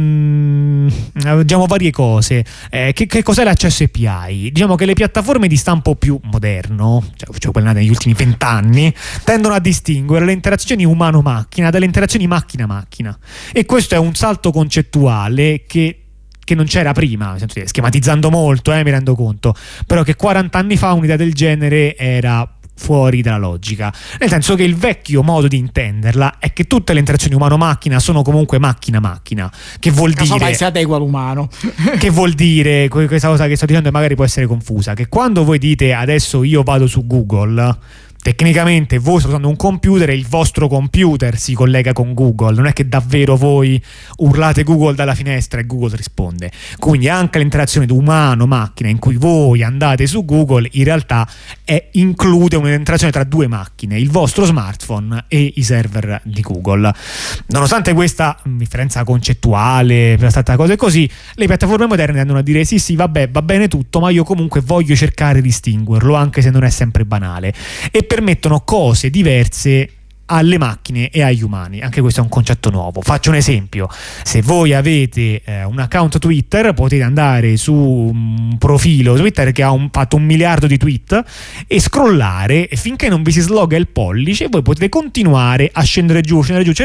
diciamo varie cose. Che cos'è l'accesso API? Diciamo che le piattaforme di stampo più moderno, cioè quelle nate negli ultimi 20 anni, tendono a distinguere le interazioni umano-macchina dalle interazioni macchina-macchina, e questo è un salto concettuale che non c'era prima, schematizzando molto, mi rendo conto, però che 40 anni fa un'idea del genere era fuori dalla logica, nel senso che il vecchio modo di intenderla è che tutte le interazioni umano-macchina sono comunque macchina-macchina, che vuol dire si adegua all'umano. Che vuol dire, questa cosa che sto dicendo magari può essere confusa, che quando voi dite adesso io vado su Google, tecnicamente voi state usando un computer e il vostro computer si collega con Google, non è che davvero voi urlate Google dalla finestra e Google risponde. Quindi anche l'interazione umano-macchina in cui voi andate su Google in realtà include un'interazione tra due macchine, il vostro smartphone e i server di Google. Nonostante questa differenza concettuale, per tante cose così, le piattaforme moderne tendono a dire sì vabbè, va bene tutto, ma io comunque voglio cercare di distinguerlo, anche se non è sempre banale, e permettono cose diverse alle macchine e agli umani. Anche questo è un concetto nuovo. Faccio un esempio: se voi avete un account Twitter, potete andare su un profilo Twitter che ha fatto 1 miliardo di tweet e scrollare, e finché non vi si sloga il pollice voi potete continuare a scendere giù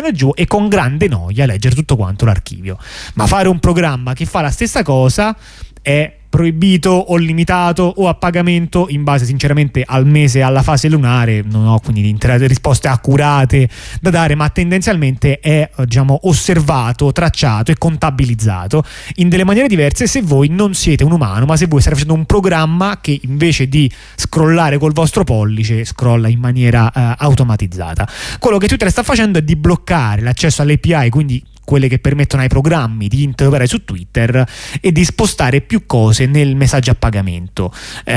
e con grande noia leggere tutto quanto l'archivio. Ma fare un programma che fa la stessa cosa è proibito o limitato o a pagamento in base sinceramente al mese e alla fase lunare. Non ho quindi risposte accurate da dare, ma tendenzialmente è osservato, tracciato e contabilizzato in delle maniere diverse se voi non siete un umano, ma se voi state facendo un programma che invece di scrollare col vostro pollice scrolla in maniera automatizzata. Quello che Twitter sta facendo è di bloccare l'accesso alle API, quindi quelle che permettono ai programmi di interoperare su Twitter, e di spostare più cose nel messaggio a pagamento,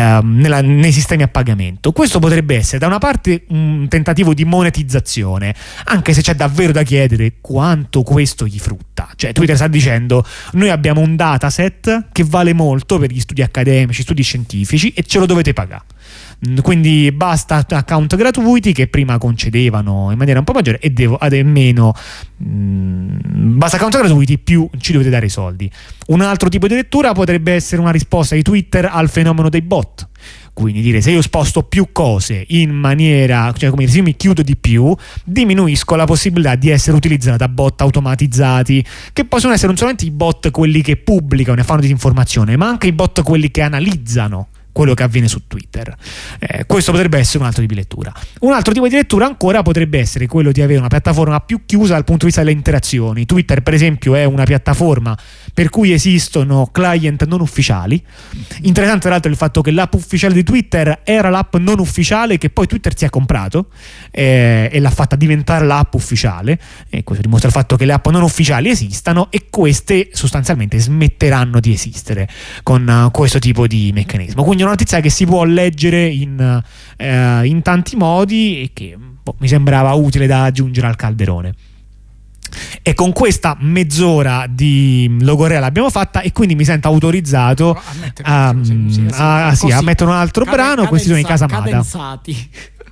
nei sistemi a pagamento. Questo potrebbe essere da una parte un tentativo di monetizzazione, anche se c'è davvero da chiedere quanto questo gli frutta. Cioè Twitter sta dicendo: noi abbiamo un dataset che vale molto per gli studi accademici, studi scientifici, e ce lo dovete pagare. quindi basta account gratuiti che prima concedevano in maniera un po' maggiore e meno, basta account gratuiti più ci dovete dare i soldi. Un altro tipo di lettura potrebbe essere una risposta di Twitter al fenomeno dei bot. Quindi dire, se io sposto più cose in maniera, cioè come dire, se io mi chiudo di più, diminuisco la possibilità di essere utilizzato da bot automatizzati, che possono essere non solamente i bot quelli che pubblicano e fanno disinformazione, ma anche i bot quelli che analizzano quello che avviene su Twitter. Questo potrebbe essere un altro tipo di lettura. Un altro tipo di lettura ancora potrebbe essere quello di avere una piattaforma più chiusa dal punto di vista delle interazioni. Twitter, per esempio, è una piattaforma per cui esistono client non ufficiali. Interessante tra l'altro il fatto che l'app ufficiale di Twitter era l'app non ufficiale che poi Twitter si è comprato e l'ha fatta diventare l'app ufficiale, e questo dimostra il fatto che le app non ufficiali esistano, e queste sostanzialmente smetteranno di esistere con questo tipo di meccanismo. Quindi è una notizia che si può leggere in tanti modi e che mi sembrava utile da aggiungere al calderone. E con questa mezz'ora di Logorrea l'abbiamo fatta, e quindi mi sento autorizzato a mettere un altro brano. Questi sono i Casamata. Cadenzati.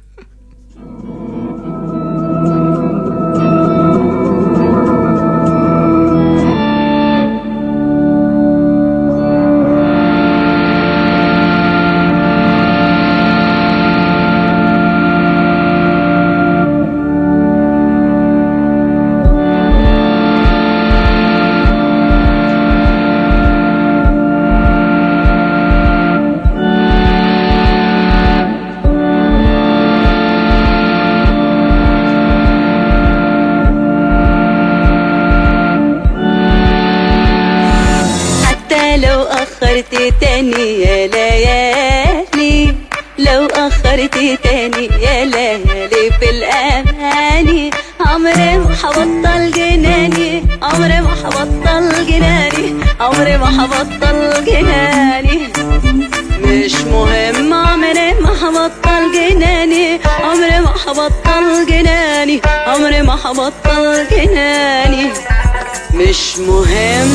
تاني يا ليالي، لو أخرتي تاني يا ليالي في الأماني، عمري ما حبطل جناني، عمري ما حبطل جناني، عمري ما حبطل جناني، مش مهم عمري ما حبطل جناني، عمري ما حبطل جناني، عمري ما حبطل جناني، مش مهم.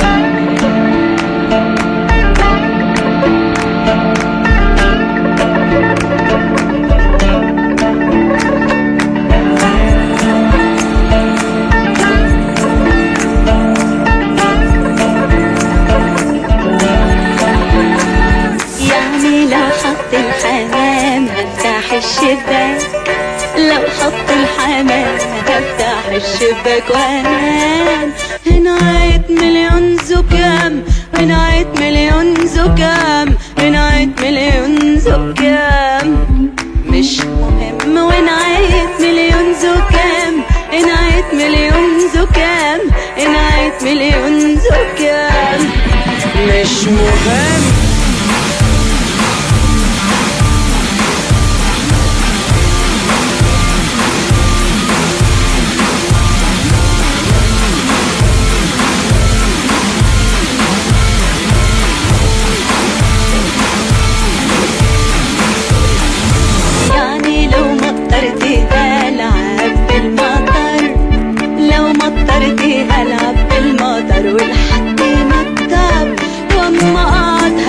الشباك لو حط الحمام هفتح الشباك وانام، هنعيد مليون زكام، هنعيد مليون زكام، هنعيد مليون زكام، مش مهم ونعيد مليون زكام، هنعيد مليون زكام، هنعيد مليون زكام، مش مهم. ألعب بالمطر والحد متعب، وأما أقعد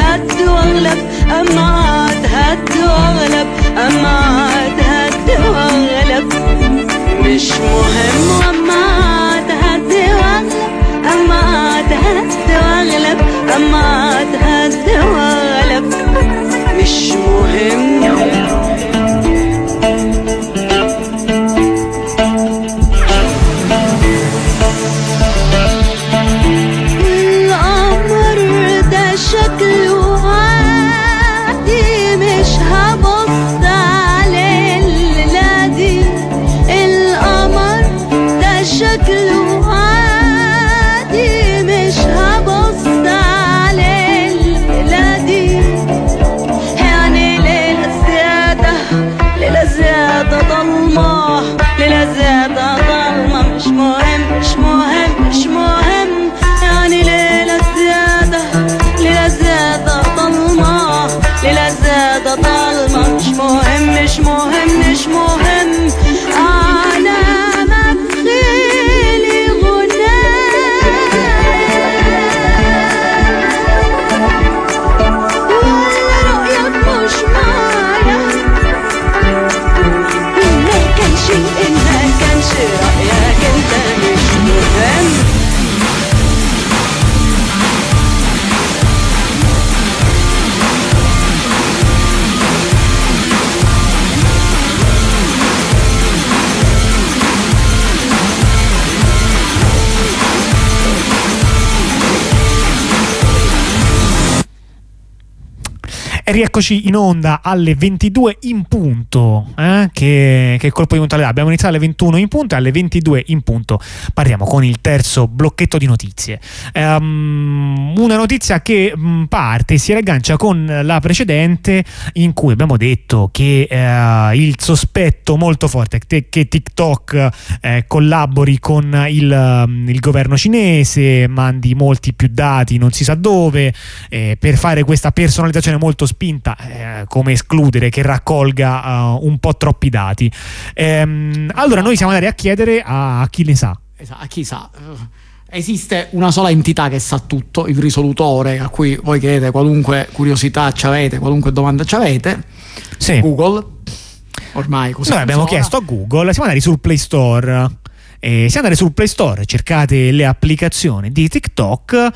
E rieccoci in onda alle 22 in punto, che colpo di puntualità. Abbiamo iniziato alle 21 in punto e alle 22 in punto parliamo con il terzo blocchetto di notizie. Una notizia che parte, si riaggancia con la precedente, in cui abbiamo detto che il sospetto molto forte che TikTok collabori con il governo cinese, mandi molti più dati non si sa dove, per fare questa personalizzazione molto spinta, come escludere che raccolga un po' troppi dati. Allora noi siamo andati a chiedere a chi ne sa. Esatto, a chi sa. Esiste una sola entità che sa tutto, il risolutore, a cui voi chiedete qualunque curiosità ci avete, qualunque domanda ci avete. Sì. Google. Ormai così. Noi abbiamo chiesto a Google, siamo andati sul Play Store. Se andate sul Play Store, cercate le applicazioni di TikTok,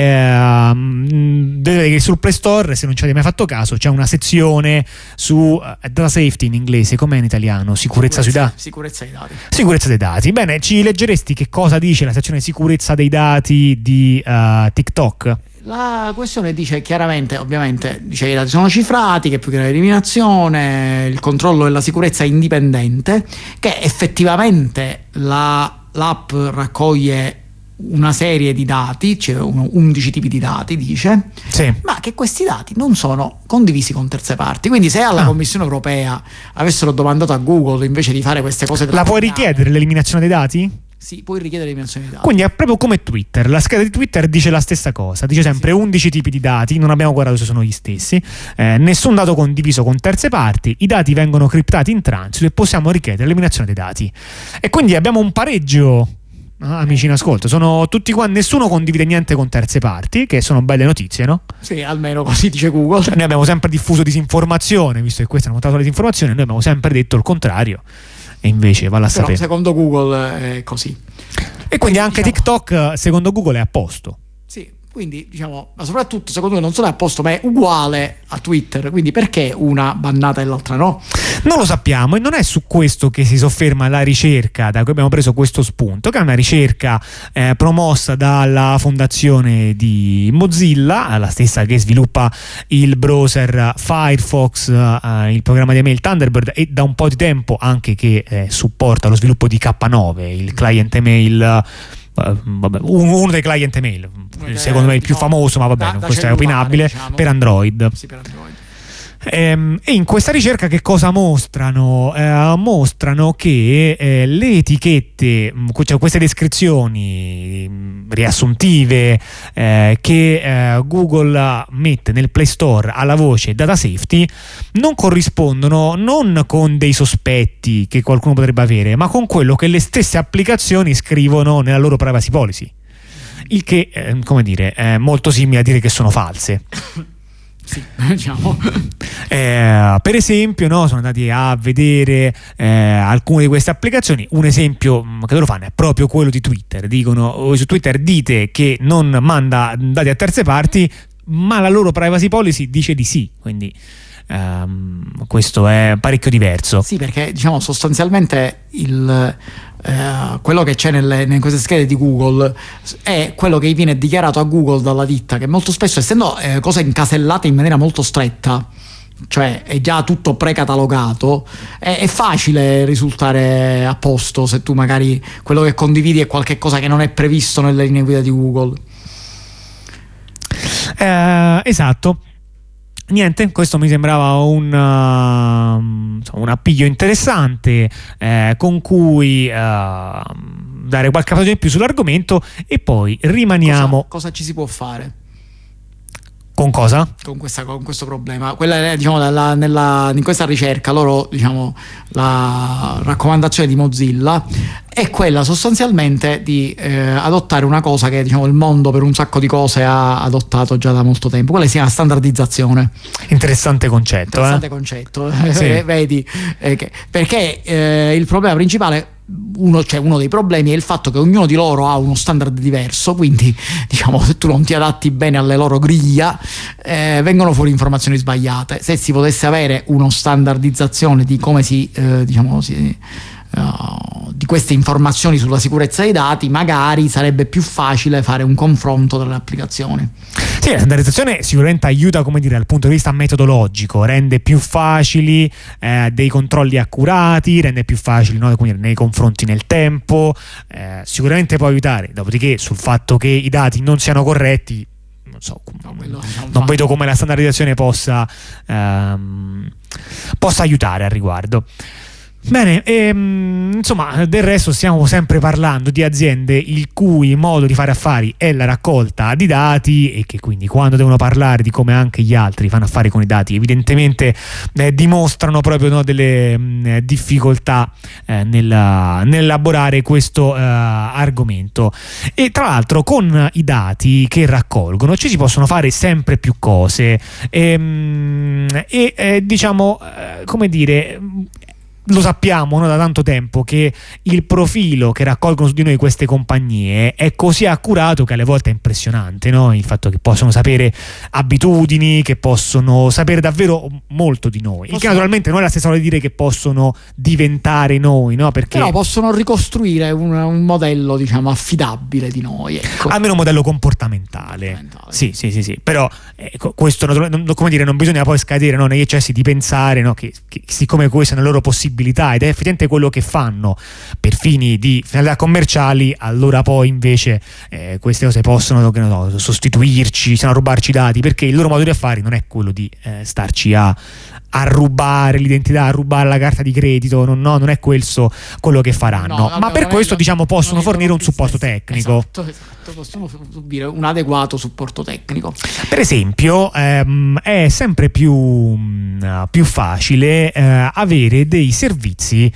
vedete che sul Play Store, se non ci avete mai fatto caso, c'è una sezione su data safety in inglese, com'è in italiano? Sicurezza dei dati. Sicurezza dei dati. Bene, ci leggeresti che cosa dice la sezione sicurezza dei dati di TikTok? La questione dice chiaramente, ovviamente, dice che i dati sono cifrati, che più che l'eliminazione, il controllo della sicurezza è indipendente, che effettivamente l'app raccoglie una serie di dati, cioè 11 tipi di dati, dice, sì, ma che questi dati non sono condivisi con terze parti. Quindi se alla Commissione europea avessero domandato a Google, invece di fare queste cose, la puoi richiedere l'eliminazione dei dati? Sì, puoi richiedere l'eliminazione dei dati. Quindi è proprio come Twitter, la scheda di Twitter dice la stessa cosa, dice sempre 11 tipi di dati, non abbiamo guardato se sono gli stessi, nessun dato condiviso con terze parti, i dati vengono criptati in transito e possiamo richiedere l'eliminazione dei dati. E quindi abbiamo un pareggio, amici in ascolto, sono tutti qua, nessuno condivide niente con terze parti, che sono belle notizie, no? Sì, almeno così dice Google. Cioè, noi abbiamo sempre diffuso disinformazione, visto che questa è una puntata di disinformazione, noi abbiamo sempre detto il contrario. E invece va a sapere. Però secondo Google è così. E quindi anche TikTok secondo Google è a posto. Sì, quindi diciamo, ma soprattutto secondo me non solo è a posto, ma è uguale a Twitter. Quindi perché una bannata e l'altra no? Non lo sappiamo, e non è su questo che si sofferma la ricerca da cui abbiamo preso questo spunto, che è una ricerca promossa dalla fondazione di Mozilla, la stessa che sviluppa il browser Firefox, il programma di email Thunderbird, e da un po' di tempo anche che supporta lo sviluppo di K9, il client email, uno dei client email, secondo me il più famoso, ma va bene, questo è opinabile, diciamo, per Android. Sì, per Android. E in questa ricerca che cosa mostrano? Mostrano che le etichette, cioè queste descrizioni riassuntive che Google mette nel Play Store alla voce data safety non corrispondono non con dei sospetti che qualcuno potrebbe avere, ma con quello che le stesse applicazioni scrivono nella loro privacy policy, il che come dire è molto simile a dire che sono false. Sì, diciamo. Per esempio, no, sono andati a vedere alcune di queste applicazioni. Un esempio che loro fanno è proprio quello di Twitter. Dicono su Twitter: dite che non manda dati a terze parti, ma la loro privacy policy dice di sì. Quindi questo è parecchio diverso. Sì, perché diciamo sostanzialmente quello che c'è in queste schede di Google è quello che viene dichiarato a Google dalla ditta, che molto spesso, essendo cose incasellate in maniera molto stretta, cioè è già tutto precatalogato, è facile risultare a posto se tu magari quello che condividi è qualche cosa che non è previsto nelle linee guida di Google. Esatto. Niente, questo mi sembrava un appiglio interessante con cui dare qualche passaggio in più sull'argomento, e poi rimaniamo. Cosa ci si può fare? Con cosa? Con questo problema. Quella, diciamo, in questa ricerca loro, diciamo, la raccomandazione di Mozilla è quella sostanzialmente di adottare una cosa che, diciamo, il mondo per un sacco di cose ha adottato già da molto tempo. Quella si chiama standardizzazione. Interessante concetto. Concetto. Sì. Vedi, perché il problema principale, uno dei problemi è il fatto che ognuno di loro ha uno standard diverso, quindi diciamo se tu non ti adatti bene alle loro griglia vengono fuori informazioni sbagliate. Se si potesse avere una standardizzazione di come si di queste informazioni sulla sicurezza dei dati, magari sarebbe più facile fare un confronto delle applicazioni. Sì, la standardizzazione sicuramente aiuta, come dire, dal punto di vista metodologico, rende più facili dei controlli accurati, rende più facili, no, come dire, nei confronti nel tempo, sicuramente può aiutare. Dopodiché sul fatto che i dati non siano corretti, non so, non vedo come la standardizzazione possa aiutare al riguardo. Bene, insomma, del resto stiamo sempre parlando di aziende il cui modo di fare affari è la raccolta di dati e che quindi quando devono parlare di come anche gli altri fanno affari con i dati evidentemente dimostrano proprio, no, delle difficoltà nell'elaborare questo argomento. E tra l'altro con i dati che raccolgono ci si possono fare sempre più cose diciamo, come dire, lo sappiamo, no, da tanto tempo che il profilo che raccolgono su di noi queste compagnie è così accurato che alle volte è impressionante, no? Il fatto che possono sapere abitudini, che possono sapere davvero molto di noi, il che naturalmente non è la stessa cosa di dire che possono diventare noi, no? Perché però possono ricostruire un modello, diciamo, affidabile di noi, ecco. Almeno un modello comportamentale. Sì. Però questo, come dire, non bisogna poi scadere, no, negli eccessi di pensare, no, che siccome queste sono le loro possibilità ed è effettivamente quello che fanno per fini di finalità commerciali, allora poi invece queste cose possono, che non so, sostituirci, a rubarci dati, perché il loro modo di affari non è quello di starci a rubare l'identità, a rubare la carta di credito, non è questo quello che faranno, ma per questo, diciamo, possono fornire un supporto tecnico. Esatto, possono subire un adeguato supporto tecnico. Per esempio, è sempre più facile avere dei servizi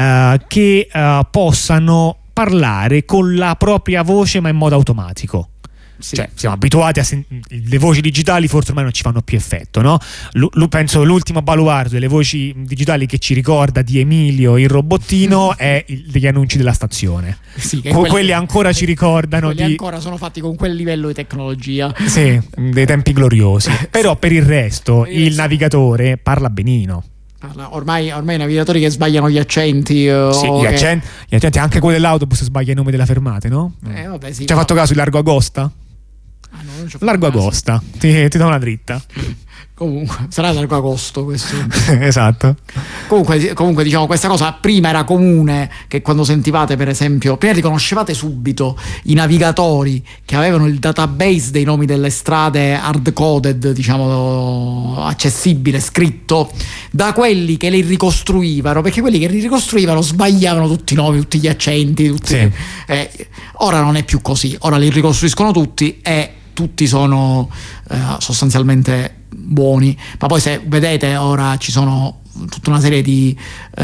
che possano parlare con la propria voce ma in modo automatico. Sì. Cioè, siamo abituati le voci digitali forse ormai non ci fanno più effetto, no? Penso l'ultimo baluardo delle voci digitali che ci ricorda di Emilio il robottino è degli annunci della stazione. Sì, quelli ancora ci ricordano ancora sono fatti con quel livello di tecnologia. Sì, dei tempi gloriosi. Però per il resto il navigatore parla benino. Ormai i navigatori che sbagliano gli accenti, gli accenti, anche quello dell'autobus sbaglia il nome della fermata, no? Vabbè, sì, ci hai fatto caso il Largo Agosta? Largo Agosta, ti do una dritta. Comunque sarà Largo Agosto questo. Esatto. Comunque diciamo, questa cosa prima era comune, che quando sentivate, per esempio, prima riconoscevate subito i navigatori che avevano il database dei nomi delle strade hard coded, diciamo, accessibile, scritto, da quelli che li ricostruivano, perché quelli che li ricostruivano sbagliavano tutti i nomi, tutti gli accenti, sì. Ora non è più così, ora li ricostruiscono tutti e tutti sono sostanzialmente buoni. Ma poi, se vedete, ora ci sono tutta una serie di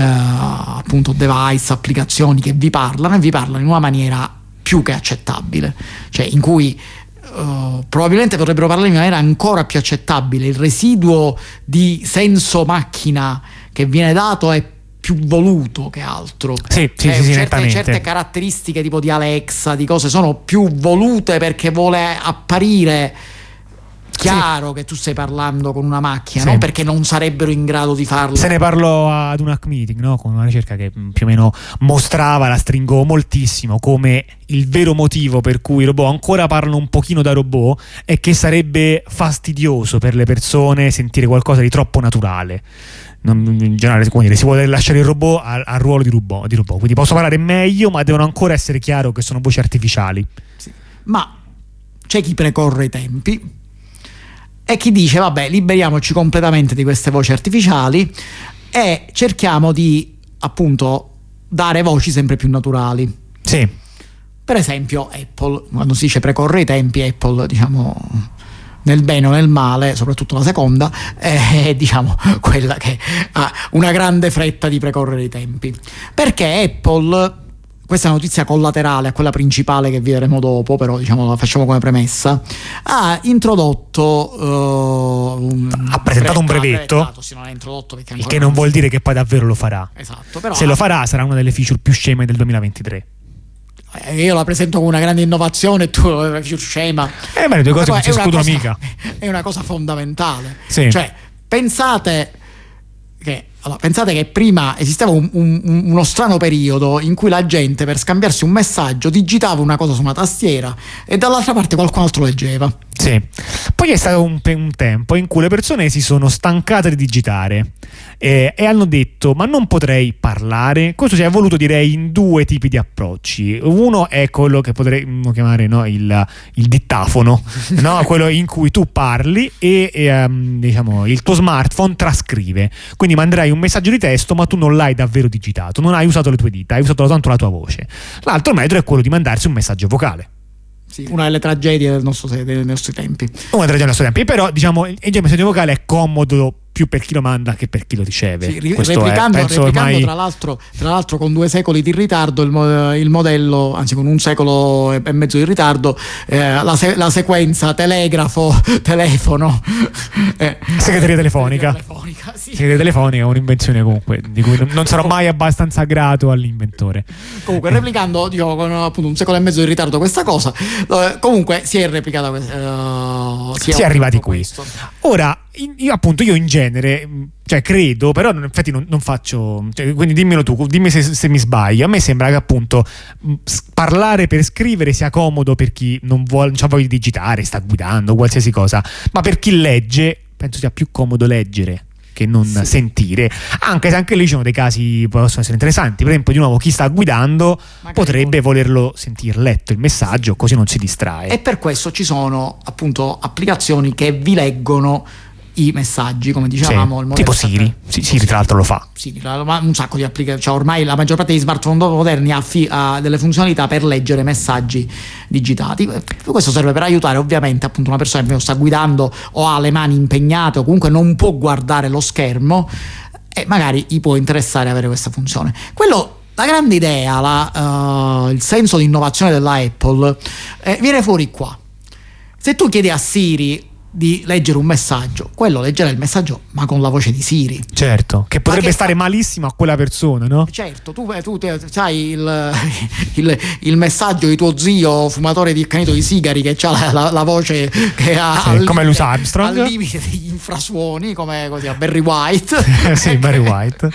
appunto device, applicazioni che vi parlano in una maniera più che accettabile, cioè in cui probabilmente potrebbero parlare in maniera ancora più accettabile. Il residuo di senso macchina che viene dato è più voluto che altro. Sì, certe caratteristiche tipo di Alexa, di cose, sono più volute perché vuole apparire chiaro che tu stai parlando con una macchina, non perché non sarebbero in grado di farlo. Se ne parlò ad un hack meeting, no? Con una ricerca che più o meno mostrava, la stringo moltissimo, come il vero motivo per cui i robot ancora parlano un pochino da robot è che sarebbe fastidioso per le persone sentire qualcosa di troppo naturale. In generale, come dire, si vuole lasciare il robot al ruolo di robot, quindi posso parlare meglio, ma devono ancora essere chiaro che sono voci artificiali. Sì. Ma c'è chi precorre i tempi e chi dice: vabbè, liberiamoci completamente di queste voci artificiali e cerchiamo di, appunto, dare voci sempre più naturali. Sì. Per esempio Apple, quando si dice precorre i tempi, Apple, diciamo, nel bene o nel male, soprattutto la seconda, è, diciamo, quella che ha una grande fretta di precorrere i tempi, perché Apple, questa è una notizia collaterale a quella principale che vedremo dopo, però diciamo la facciamo come premessa, ha introdotto ha presentato un brevetto, sì, non è introdotto perché il che non vuol dire che poi davvero lo farà. Esatto, però se lo farà sarà una delle feature più sceme del 2023. Io la presento come una grande innovazione e tu la feature scema. Ma le due cose non si escludono mica. È una cosa fondamentale. Sì. Cioè, pensate che allora, pensate che prima esisteva uno strano periodo in cui la gente, per scambiarsi un messaggio, digitava una cosa su una tastiera e dall'altra parte qualcun altro leggeva. Sì. Poi è stato un tempo in cui le persone si sono stancate di digitare e hanno detto: ma non potrei parlare? Questo si è evoluto, direi, in due tipi di approcci. Uno è quello che potremmo chiamare, no, il dittafono, no? Quello in cui tu parli e diciamo il tuo smartphone trascrive, quindi manderai un messaggio di testo ma tu non l'hai davvero digitato, non hai usato le tue dita, hai usato soltanto la tua voce. L'altro metodo è quello di mandarsi un messaggio vocale. Sì, una delle tragedie dei nostri tempi. Una tragedia dei nostri tempi, però diciamo il messaggio vocale è comodo più per chi lo manda che per chi lo riceve. Sì, replicando ormai... tra l'altro con 2 secoli di ritardo il modello, anzi con 1 secolo e mezzo di ritardo, la sequenza telegrafo-telefono, segreteria telefonica. Sì. Segreteria telefonica è un'invenzione comunque di cui non sarò mai abbastanza grato all'inventore. Comunque replicando, diciamo, con appunto 1 secolo e mezzo di ritardo questa cosa, comunque si è replicata, si è arrivati qui. Ora io in genere, cioè credo, però infatti non faccio, cioè, quindi dimmelo tu, dimmi se mi sbaglio. A me sembra che appunto parlare per scrivere sia comodo per chi non c'ha voglia di digitare, sta guidando, qualsiasi cosa, ma per chi legge penso sia più comodo leggere che non sentire, anche se anche lì ci sono dei casi possono essere interessanti. Per esempio, di nuovo, chi sta guidando potrebbe volerlo sentir letto il messaggio, così non si distrae. E per questo ci sono appunto applicazioni che vi leggono i messaggi, come dicevamo, sì, tipo Siri. Siri tra l'altro lo fa. Sì, ma un sacco di applicazioni, cioè ormai la maggior parte degli smartphone moderni ha delle funzionalità per leggere messaggi digitati. Questo serve per aiutare ovviamente appunto una persona che sta guidando o ha le mani impegnate o comunque non può guardare lo schermo, e magari gli può interessare avere questa funzione. La grande idea, il senso di innovazione della Apple viene fuori qua. Se tu chiedi a Siri di leggere un messaggio, quello leggerà il messaggio ma con la voce di Siri, certo, che potrebbe stare malissimo a quella persona, no? Certo, tu sai il messaggio di tuo zio fumatore di accanito di sigari che ha la voce che ha come Louis Armstrong, al limite degli infrasuoni, come così a Barry White. sì, Barry White.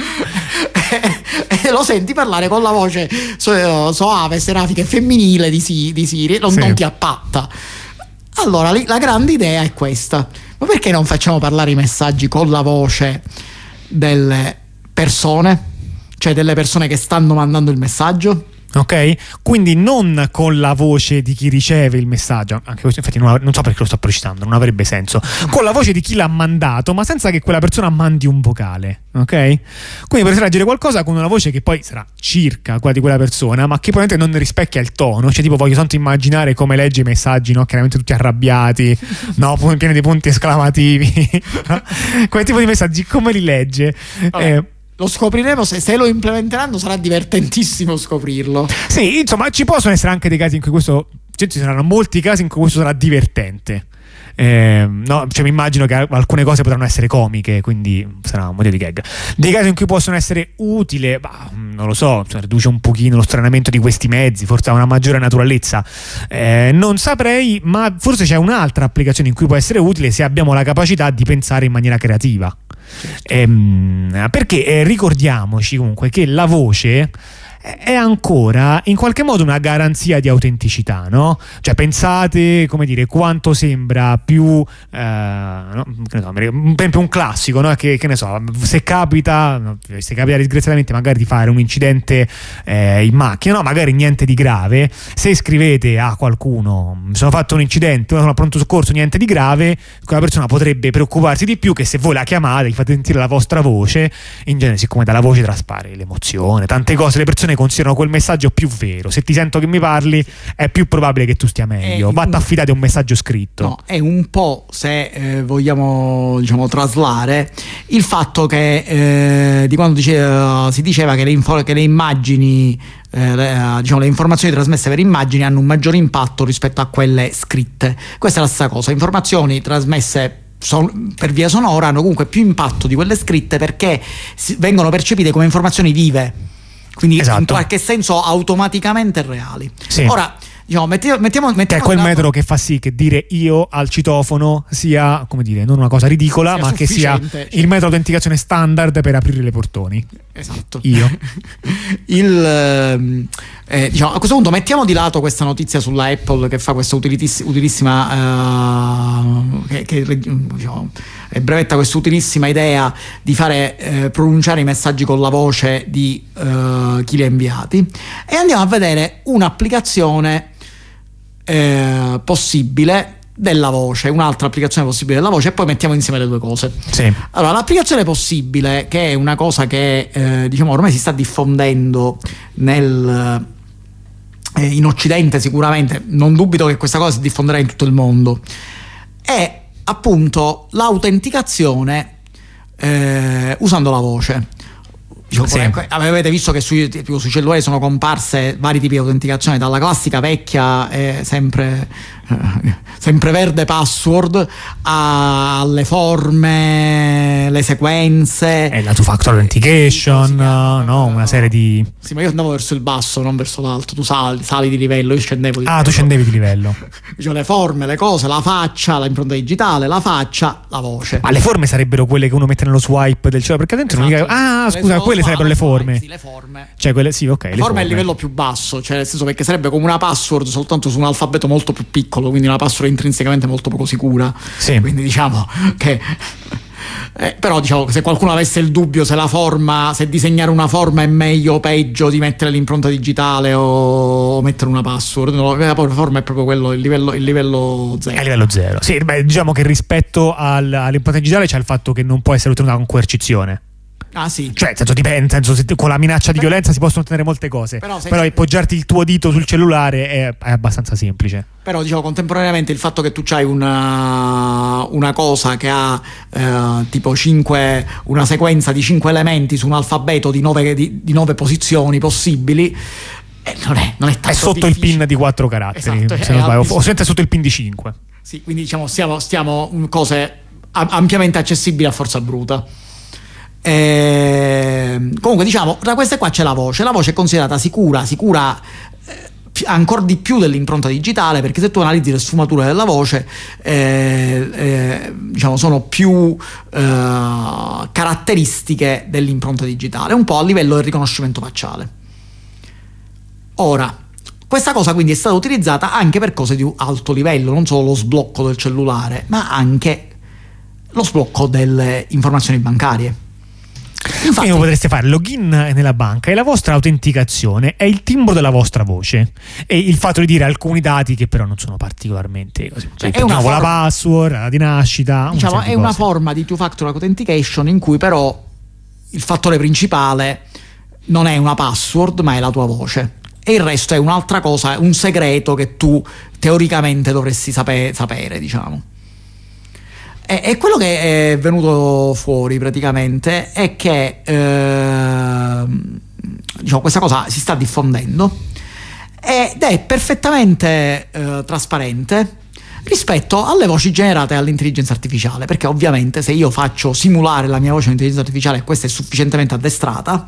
E lo senti parlare con la voce soave, serafica e femminile di Siri, non ti appatta. Allora, la grande idea è questa: ma perché non facciamo parlare i messaggi con la voce delle persone, cioè delle persone che stanno mandando il messaggio? Ok, quindi non con la voce di chi riceve il messaggio, anche questo infatti non so perché lo sto precitando, non avrebbe senso, con la voce di chi l'ha mandato, ma senza che quella persona mandi un vocale, ok? Quindi potrei leggere qualcosa con una voce che poi sarà circa quella di quella persona, ma che probabilmente non rispecchia il tono, cioè tipo voglio tanto immaginare come legge i messaggi, no? Chiaramente tutti arrabbiati, no? Pieni di punti esclamativi, no? Quel tipo di messaggi come li legge? Lo scopriremo, se lo implementeranno sarà divertentissimo scoprirlo. Sì, insomma, ci possono essere anche dei casi in cui questo, cioè, ci saranno molti casi in cui questo sarà divertente. No, cioè mi immagino che alcune cose potranno essere comiche, quindi sarà un modo di gag. Dei casi in cui possono essere utile, non lo so, cioè, riduce un pochino lo stranamento di questi mezzi, forse ha una maggiore naturalezza, non saprei, ma forse c'è un'altra applicazione in cui può essere utile se abbiamo la capacità di pensare in maniera creativa. Certo. Perché ricordiamoci comunque che la voce è ancora in qualche modo una garanzia di autenticità, no? Cioè pensate, come dire, quanto sembra più no? Per esempio un classico, no? Che ne so, se capita disgraziatamente magari di fare un incidente in macchina, no? Magari niente di grave, se scrivete a qualcuno mi sono fatto un incidente, sono a pronto soccorso, niente di grave, quella persona potrebbe preoccuparsi di più che se voi la chiamate, gli fate sentire la vostra voce. In genere, siccome dalla voce traspare l'emozione, tante cose, le persone considerano quel messaggio più vero. Se ti sento che mi parli è più probabile che tu stia meglio. Vatti affidate a un messaggio scritto. No, è un po', se vogliamo diciamo traslare, il fatto che di quando si diceva che le immagini diciamo le informazioni trasmesse per immagini hanno un maggiore impatto rispetto a quelle scritte. Questa è la stessa cosa, informazioni trasmesse per via sonora hanno comunque più impatto di quelle scritte perché vengono percepite come informazioni vive, quindi esatto, in qualche senso automaticamente reali. Sì. Ora diciamo, mettiamo che è quel metodo che fa sì che dire io al citofono sia, come dire, non una cosa ridicola, ma che sia il metodo di autenticazione standard per aprire le portoni. Esatto. Io. Diciamo, a questo punto mettiamo di lato questa notizia sulla Apple che fa questa utilissima diciamo, brevetta questa utilissima idea di fare pronunciare i messaggi con la voce di chi li ha inviati, e andiamo a vedere un'applicazione possibile della voce, un'altra applicazione possibile della voce, e poi mettiamo insieme le due cose. Sì. Allora, l'applicazione possibile, che è una cosa che diciamo ormai si sta diffondendo in Occidente sicuramente, non dubito che questa cosa si diffonderà in tutto il mondo, è appunto l'autenticazione usando la voce. Sì. Avete visto che sui cellulari sono comparse vari tipi di autenticazione, dalla classica vecchia sempre verde password alle forme, le sequenze, la two-factor authentication, no? Una serie di... Sì, ma io andavo verso il basso, non verso l'alto. Tu sali di livello, io scendevo di livello. Tu scendevi di livello. Cioè, le forme, le cose, la faccia, l'impronta digitale, la faccia, la voce. Ma le forme sarebbero quelle che uno mette nello swipe del cellulare, perché dentro scusa, quelle sarebbero le forme. Sì, le forme. Cioè quelle, sì, ok. Le forme è il livello più basso, cioè nel senso, perché sarebbe come una password soltanto su un alfabeto molto più piccolo, quindi una password intrinsecamente molto poco sicura. Sì. Quindi diciamo che però diciamo che se qualcuno avesse il dubbio se disegnare una forma è meglio o peggio di mettere l'impronta digitale o mettere una password, la forma è proprio quello, il livello zero. È il livello zero. Sì, diciamo che rispetto all'impronta digitale c'è il fatto che non può essere ottenuta con coercizione. Ah sì. Cioè, nel senso, dipende, con la minaccia di violenza si possono ottenere molte cose. Però appoggiarti il tuo dito sul cellulare è abbastanza semplice. Però diciamo contemporaneamente il fatto che tu c'hai una cosa che ha tipo una sequenza di 5 elementi su un alfabeto di 9 posizioni possibili, non è tanto è sotto difficile. Il pin di 4 caratteri, esatto, se non sbaglio, o è sotto il pin di 5. Sì, quindi diciamo stiamo cose ampiamente accessibili a forza bruta. Comunque diciamo, tra queste qua c'è la voce è considerata sicura ancora di più dell'impronta digitale, perché se tu analizzi le sfumature della voce diciamo sono più caratteristiche dell'impronta digitale, un po' a livello del riconoscimento facciale. Ora, questa cosa quindi è stata utilizzata anche per cose di alto livello, non solo lo sblocco del cellulare, ma anche lo sblocco delle informazioni bancarie. Infatti, quindi potreste fare login nella banca e la vostra autenticazione è il timbro della vostra voce e il fatto di dire alcuni dati che però non sono particolarmente così. Cioè, la password, la di nascita, diciamo, è una forma di two-factor authentication in cui però il fattore principale non è una password ma è la tua voce, e il resto è un'altra cosa, un segreto che tu teoricamente dovresti sapere, diciamo. E quello che è venuto fuori praticamente è che diciamo, questa cosa si sta diffondendo ed è perfettamente trasparente rispetto alle voci generate dall'intelligenza artificiale, perché ovviamente se io faccio simulare la mia voce all'intelligenza artificiale e questa è sufficientemente addestrata,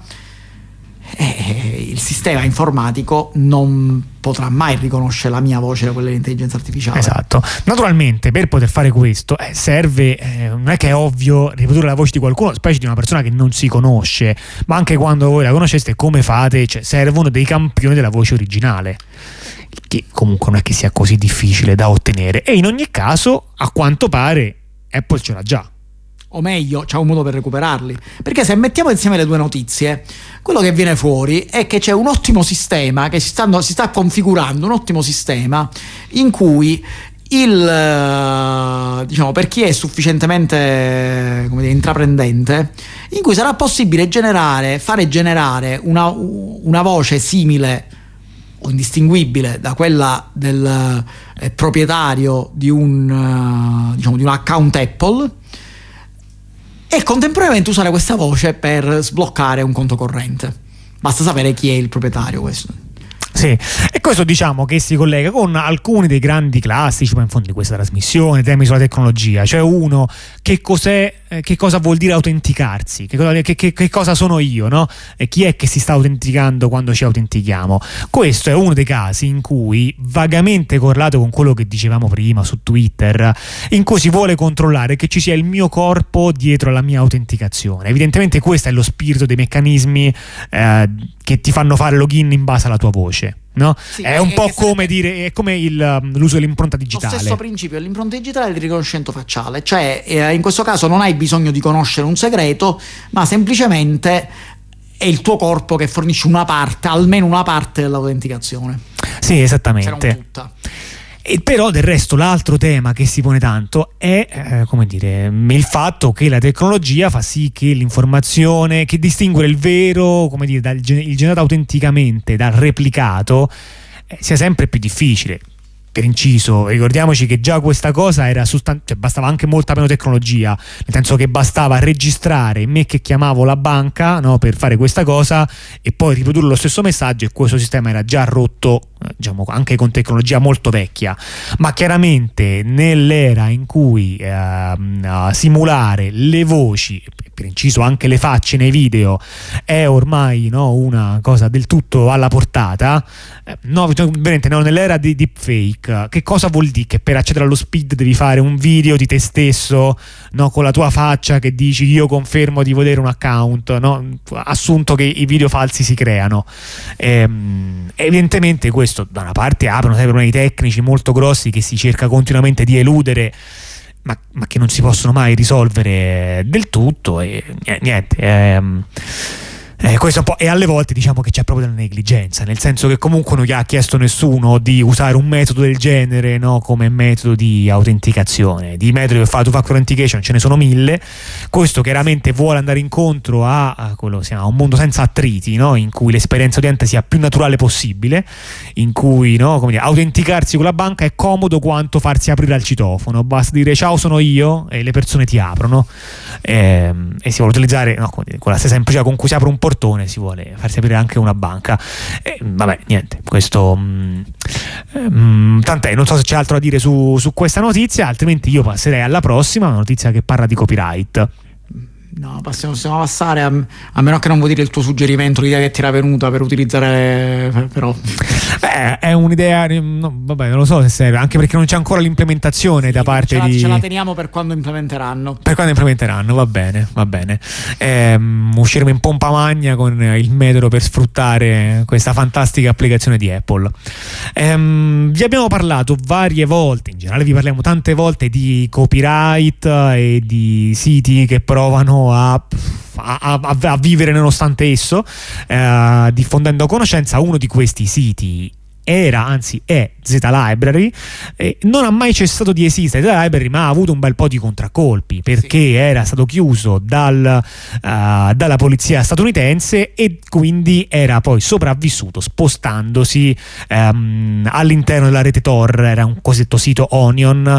il sistema informatico non potrà mai riconoscere la mia voce da quella dell'intelligenza artificiale. Esatto. Naturalmente per poter fare questo serve, non è che è ovvio riprodurre la voce di qualcuno, specie di una persona che non si conosce, ma anche quando voi la conosceste come fate? Cioè, servono dei campioni della voce originale, che comunque non è che sia così difficile da ottenere, e in ogni caso a quanto pare Apple ce l'ha già. O meglio, c'è un modo per recuperarli, perché se mettiamo insieme le due notizie, quello che viene fuori è che c'è un ottimo sistema che si sta configurando, un ottimo sistema in cui diciamo, per chi è sufficientemente, come dire, intraprendente, in cui sarà possibile fare generare una voce simile o indistinguibile da quella del proprietario di un account Apple, e contemporaneamente usare questa voce per sbloccare un conto corrente. Basta sapere chi è il proprietario, questo. Sì, e questo diciamo che si collega con alcuni dei grandi classici, ma in fondo di questa trasmissione, temi sulla tecnologia. Cioè uno, che cos'è che cosa vuol dire autenticarsi, che cosa sono io, no? E chi è che si sta autenticando quando ci autentichiamo. Questo è uno dei casi in cui, vagamente correlato con quello che dicevamo prima su Twitter, in cui si vuole controllare che ci sia il mio corpo dietro alla mia autenticazione. Evidentemente questo è lo spirito dei meccanismi che ti fanno fare login in base alla tua voce. No? Sì, è un po' come dire, è come l'uso dell'impronta digitale. Lo stesso principio dell'impronta digitale di riconoscimento facciale, cioè in questo caso non hai bisogno di conoscere un segreto, ma semplicemente è il tuo corpo che fornisce una parte, almeno una parte dell'autenticazione. Sì, esattamente. Se non tutta. E però del resto l'altro tema che si pone tanto è come dire, il fatto che la tecnologia fa sì che l'informazione, che distinguere il vero, come dire, il generato autenticamente dal replicato sia sempre più difficile. Per inciso, ricordiamoci che già questa cosa era cioè bastava anche molta meno tecnologia, nel senso che bastava registrare me che chiamavo la banca, no, per fare questa cosa e poi riprodurre lo stesso messaggio, e questo sistema era già rotto, diciamo, anche con tecnologia molto vecchia. Ma chiaramente nell'era in cui simulare le voci, per inciso anche le facce nei video, è ormai, no, una cosa del tutto alla portata, nell'era di deepfake, che cosa vuol dire? Che per accedere allo speed devi fare un video di te stesso, no, con la tua faccia che dici io confermo di vedere un account, no? Assunto che i video falsi si creano. Evidentemente questo da una parte apre sempre problemi tecnici molto grossi che si cerca continuamente di eludere, ma che non si possono mai risolvere del tutto, e niente. Questo un po', e alle volte diciamo che c'è proprio della negligenza, nel senso che comunque non gli ha chiesto nessuno di usare un metodo del genere, no, come metodo di autenticazione. Di metodi per fare two-factor authentication ce ne sono 1000. Questo chiaramente vuole andare incontro a quello che si chiama un mondo senza attriti, no, in cui l'esperienza utente sia più naturale possibile, in cui, no, come dire, autenticarsi con la banca è comodo quanto farsi aprire al citofono, basta dire ciao sono io e le persone ti aprono, e si vuole utilizzare, no, quella stessa semplicità con cui si apre un portone si vuole farsi aprire anche una banca. Vabbè, niente, questo tant'è. Non so se c'è altro da dire su questa notizia, altrimenti io passerei alla prossima, una notizia che parla di copyright. No, possiamo passare a meno che non vuoi dire il tuo suggerimento, l'idea che ti era venuta per utilizzare, però è un'idea, no, vabbè, non lo so se serve, anche perché non c'è ancora l'implementazione, sì, da parte ce la teniamo per quando implementeranno. Va bene. Usciremo in pompa magna con il metodo per sfruttare questa fantastica applicazione di Apple. Vi abbiamo parlato varie volte, in generale vi parliamo tante volte di copyright e di siti che provano a vivere nonostante esso, diffondendo conoscenza. Uno di questi siti è Z-Library, non ha mai cessato di esistere Z-Library, ma ha avuto un bel po' di contraccolpi perché era stato chiuso dalla polizia statunitense e quindi era poi sopravvissuto spostandosi all'interno della rete Tor, era un cosiddetto sito Onion.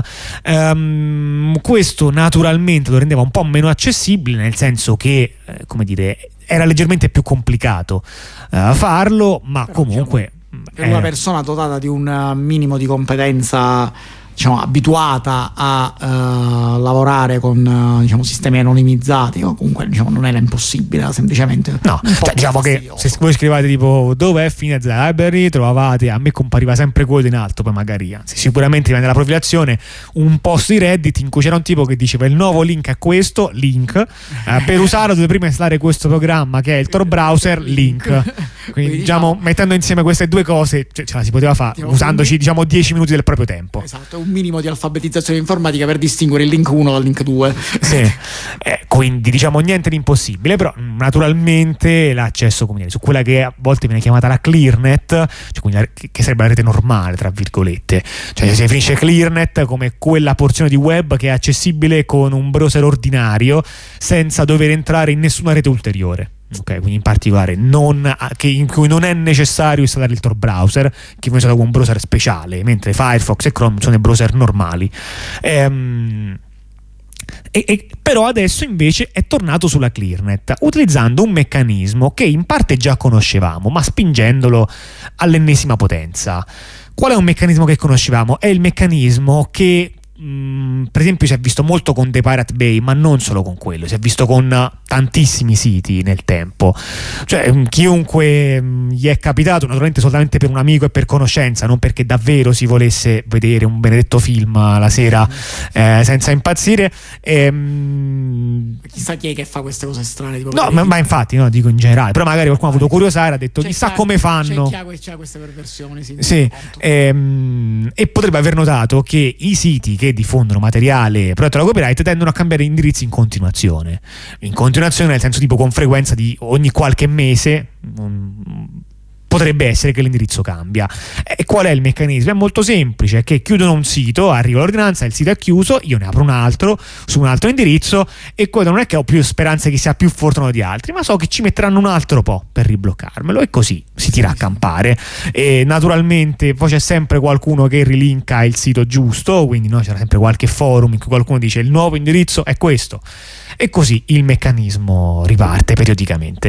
Questo naturalmente lo rendeva un po' meno accessibile, nel senso che come dire, era leggermente più complicato farlo, ma però, comunque per una persona dotata di un minimo di competenza, diciamo, abituata a lavorare con sistemi anonimizzati, o comunque non era impossibile, era semplicemente diciamo che se voi scrivete tipo dove è fine Z-Library, trovavate, a me compariva sempre quello in alto, poi magari sicuramente nella profilazione un post di Reddit in cui c'era un tipo che diceva il nuovo link è questo, link, per usarlo dovete prima installare questo programma che è il Tor browser, link. Quindi diciamo mettendo insieme queste due cose ce la si poteva fare usandoci 10 minuti del proprio tempo. Esatto, un minimo di alfabetizzazione informatica per distinguere il link 1 dal link 2. Sì. Quindi niente di impossibile, però naturalmente l'accesso, come dire, su quella che a volte viene chiamata la ClearNet, cioè quindi che sarebbe la rete normale tra virgolette, cioè si definisce ClearNet come quella porzione di web che è accessibile con un browser ordinario senza dover entrare in nessuna rete ulteriore. Ok, quindi in particolare in cui non è necessario installare il Tor browser, che viene usato con un browser speciale, mentre Firefox e Chrome sono i browser normali. Però adesso invece è tornato sulla ClearNet utilizzando un meccanismo che in parte già conoscevamo, ma spingendolo all'ennesima potenza. Qual è un meccanismo che conoscevamo? È il meccanismo che per esempio si è visto molto con The Pirate Bay, ma non solo con quello, si è visto con tantissimi siti nel tempo, cioè chiunque gli è capitato, naturalmente solamente per un amico e per conoscenza, non perché davvero si volesse vedere un benedetto film la sera senza impazzire, chissà chi è che fa queste cose strane, tipo no, ma infatti no, dico in generale, però magari qualcuno ha avuto curiosare, ha detto chissà come fanno, c'è queste perversioni, sì. E potrebbe aver notato che i siti che diffondono materiale protetto dalla copyright tendono a cambiare indirizzi in continuazione nel senso tipo con frequenza di ogni qualche mese. Potrebbe essere che l'indirizzo cambia. E qual è il meccanismo? È molto semplice, è che chiudono un sito, arriva l'ordinanza, il sito è chiuso, io ne apro un altro su un altro indirizzo e quello non è che ho più speranze che sia più fortunato di altri, ma so che ci metteranno un altro po' per ribloccarmelo e così si tira a campare. E naturalmente poi c'è sempre qualcuno che rilinka il sito giusto, quindi no, c'era sempre qualche forum in cui qualcuno dice il nuovo indirizzo è questo e così il meccanismo riparte periodicamente.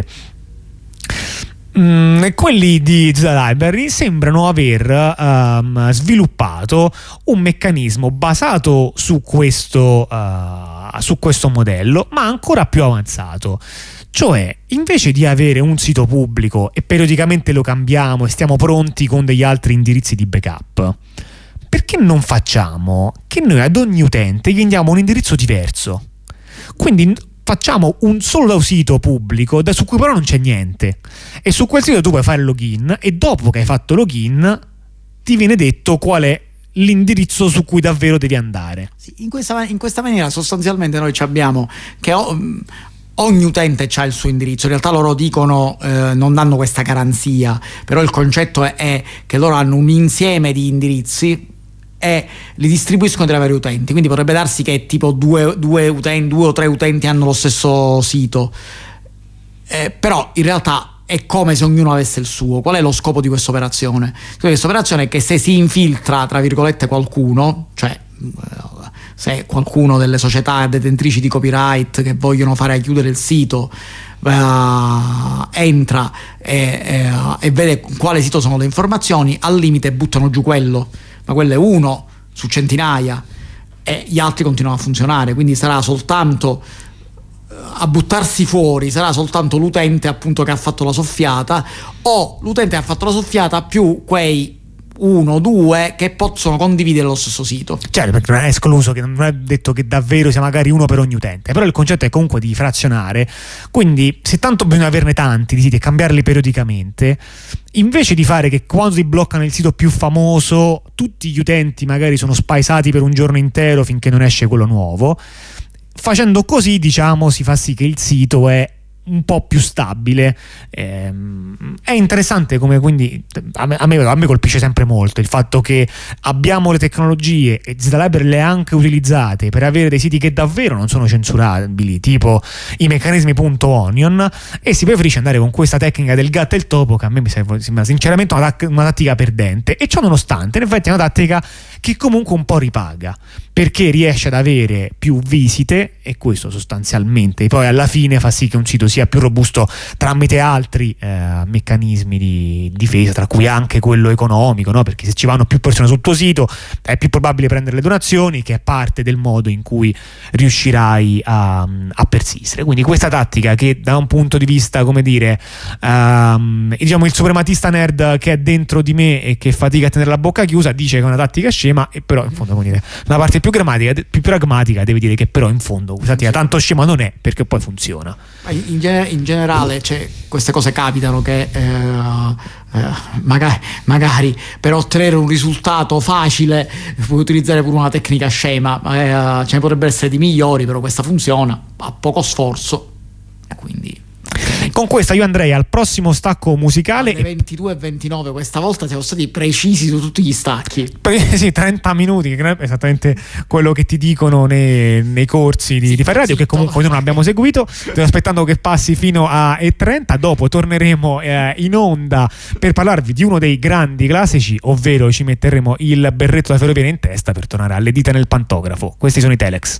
Quelli di The Library sembrano aver sviluppato un meccanismo basato su questo modello, ma ancora più avanzato. Cioè, invece di avere un sito pubblico e periodicamente lo cambiamo e stiamo pronti con degli altri indirizzi di backup, perché non facciamo che noi ad ogni utente gli diamo un indirizzo diverso? Quindi facciamo un solo sito pubblico su cui però non c'è niente, e su quel sito tu puoi fare login e dopo che hai fatto login ti viene detto qual è l'indirizzo su cui davvero devi andare. Sì, in questa maniera sostanzialmente noi abbiamo che ogni utente ha il suo indirizzo. In realtà loro dicono non danno questa garanzia, però il concetto è che loro hanno un insieme di indirizzi e li distribuiscono tra i vari utenti, quindi potrebbe darsi che tipo due o tre utenti hanno lo stesso sito, però in realtà è come se ognuno avesse il suo. Qual è lo scopo di questa operazione? Questa operazione è che se si infiltra tra virgolette qualcuno, cioè se qualcuno delle società detentrici di copyright che vogliono fare chiudere il sito entra e vede quale sito sono le informazioni, al limite buttano giù quello, ma quello è uno su centinaia e gli altri continuano a funzionare, quindi sarà soltanto a buttarsi fuori sarà soltanto l'utente appunto che ha fatto la soffiata, o l'utente che ha fatto la soffiata più quei 1 o 2 che possono condividere lo stesso sito. Certo, perché non è escluso, che non è detto che davvero sia magari uno per ogni utente, però il concetto è comunque di frazionare, quindi se tanto bisogna averne tanti di siti e cambiarli periodicamente, invece di fare che quando si bloccano il sito più famoso tutti gli utenti magari sono spaesati per un giorno intero finché non esce quello nuovo, facendo così diciamo si fa sì che il sito è un po' più stabile. È interessante come, quindi a me colpisce sempre molto il fatto che abbiamo le tecnologie e The Library le ha anche utilizzate per avere dei siti che davvero non sono censurabili, tipo i meccanismi .onion, e si preferisce andare con questa tecnica del gatto e il topo, che a me mi sembra sinceramente una tattica perdente, e ciò nonostante in effetti è una tattica che comunque un po' ripaga, perché riesce ad avere più visite e questo sostanzialmente poi alla fine fa sì che un sito sia più robusto tramite altri meccanismi di difesa, tra cui anche quello economico, no? Perché se ci vanno più persone sul tuo sito è più probabile prendere le donazioni, che è parte del modo in cui riuscirai a persistere. Quindi questa tattica, che da un punto di vista, come dire, diciamo il suprematista nerd che è dentro di me e che fatica a tenere la bocca chiusa, dice che è una tattica scema, e però in fondo, come dire, la parte più pragmatica deve dire che però in fondo questa tattica tanto scema non è, perché poi funziona. In generale, cioè, queste cose capitano che magari per ottenere un risultato facile puoi utilizzare pure una tecnica scema, ce ne potrebbero essere di migliori, però questa funziona a poco sforzo, quindi con questa io andrei al prossimo stacco musicale. Alle 22:29 questa volta siamo stati precisi su tutti gli stacchi. Sì, 30 minuti, che è esattamente quello che ti dicono nei corsi di Fare Radio, che comunque noi non abbiamo seguito. Sto aspettando che passi fino a 30. Dopo torneremo in onda per parlarvi di uno dei grandi classici, ovvero ci metteremo il berretto da ferroviere in testa per tornare alle dita nel pantografo. Questi sono i Telex.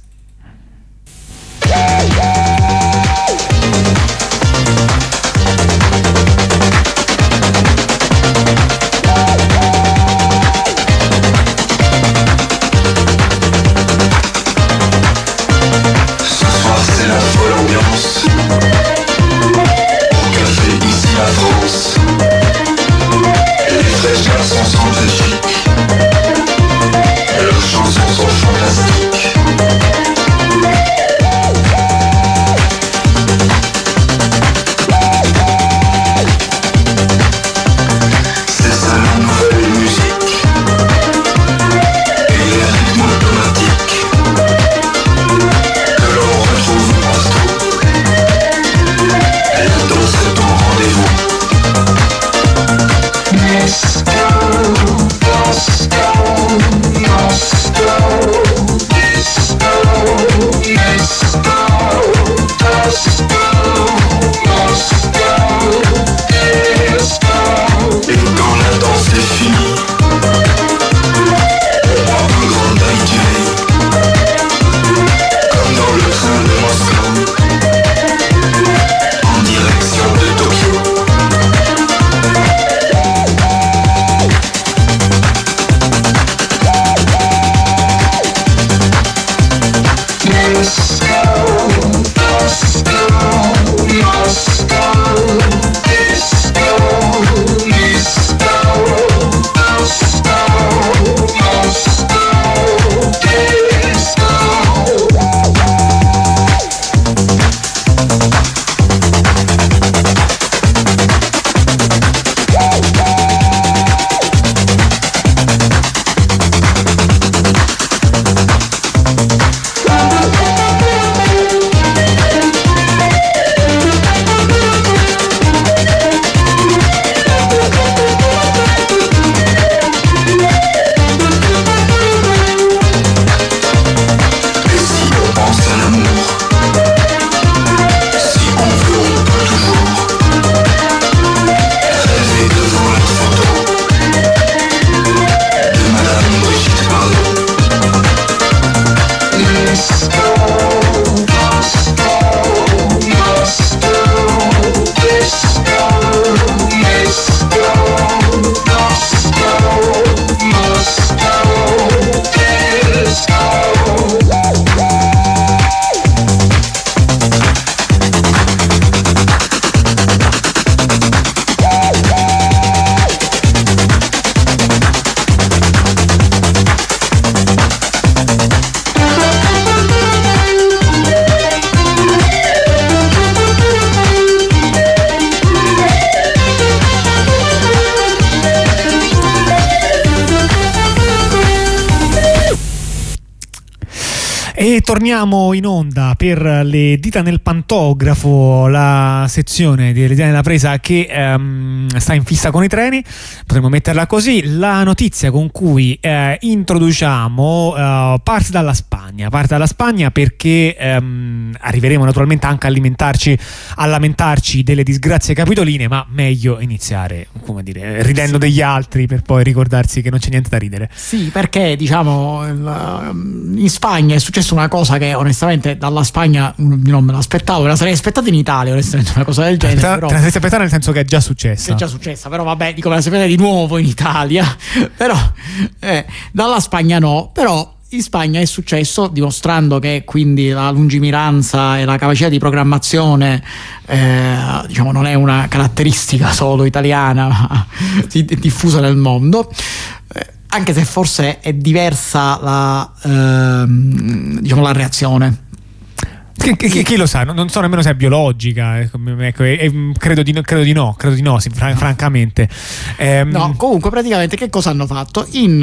E torniamo in onda per le dita nel pantografo, la sezione delle dita nella presa che sta in fissa con i treni, potremmo metterla così. La notizia con cui introduciamo parte dalla Spagna perché arriveremo naturalmente anche a lamentarci delle disgrazie capitoline, ma meglio iniziare, come dire, ridendo degli altri per poi ricordarsi che non c'è niente da ridere. Sì, perché diciamo in Spagna è successa una cosa che onestamente dalla Spagna non me l'aspettavo, me la sarei aspettata in Italia onestamente una cosa del genere, però te la sei aspettata nel senso che è già successa. Però vabbè, dico, me la sarei aspettata di nuovo in Italia però dalla Spagna no, però in Spagna è successo, dimostrando che quindi la lungimiranza e la capacità di programmazione diciamo non è una caratteristica solo italiana ma diffusa nel mondo, anche se forse è diversa diciamo la reazione. Chi lo sa, non so nemmeno se è biologica, ecco, credo di no, sì, francamente. No, comunque praticamente che cosa hanno fatto? In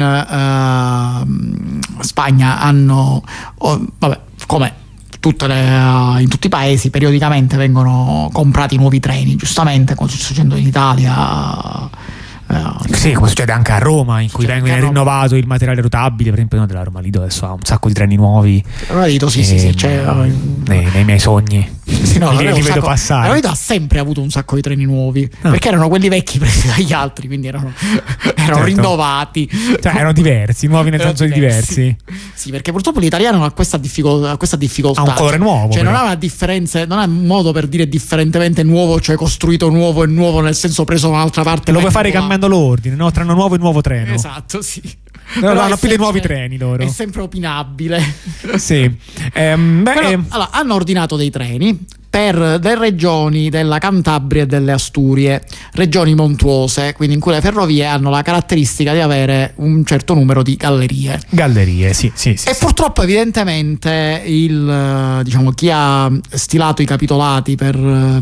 Spagna hanno, come in tutti i paesi, periodicamente vengono comprati nuovi treni, giustamente, come sta succedendo in Italia. Sì, come succede anche a Roma, in cui viene rinnovato il materiale rotabile, per esempio della Roma Lido adesso ha un sacco di treni nuovi. Roma Lido sì, nei miei sogni li vedo passare. Roma Lido ha sempre avuto un sacco di treni nuovi, perché erano quelli vecchi presi dagli altri, quindi erano certo, rinnovati, cioè erano diversi, nuovi nel senso di diversi. Sì, perché purtroppo l'italiano ha questa difficoltà, ha un colore nuovo, cioè non ha una differenza, non ha un modo per dire differentemente nuovo, cioè costruito nuovo e nuovo nel senso preso da un'altra parte. Lo puoi fare cambiando l'ordine, no? Tra nuovo e nuovo treno. Esatto, sì. Non hanno più dei nuovi treni loro. È sempre opinabile. Sì. Allora, hanno ordinato dei treni per le regioni della Cantabria e delle Asturie, regioni montuose, quindi in cui le ferrovie hanno la caratteristica di avere un certo numero di gallerie. Sì. E purtroppo evidentemente chi ha stilato i capitolati per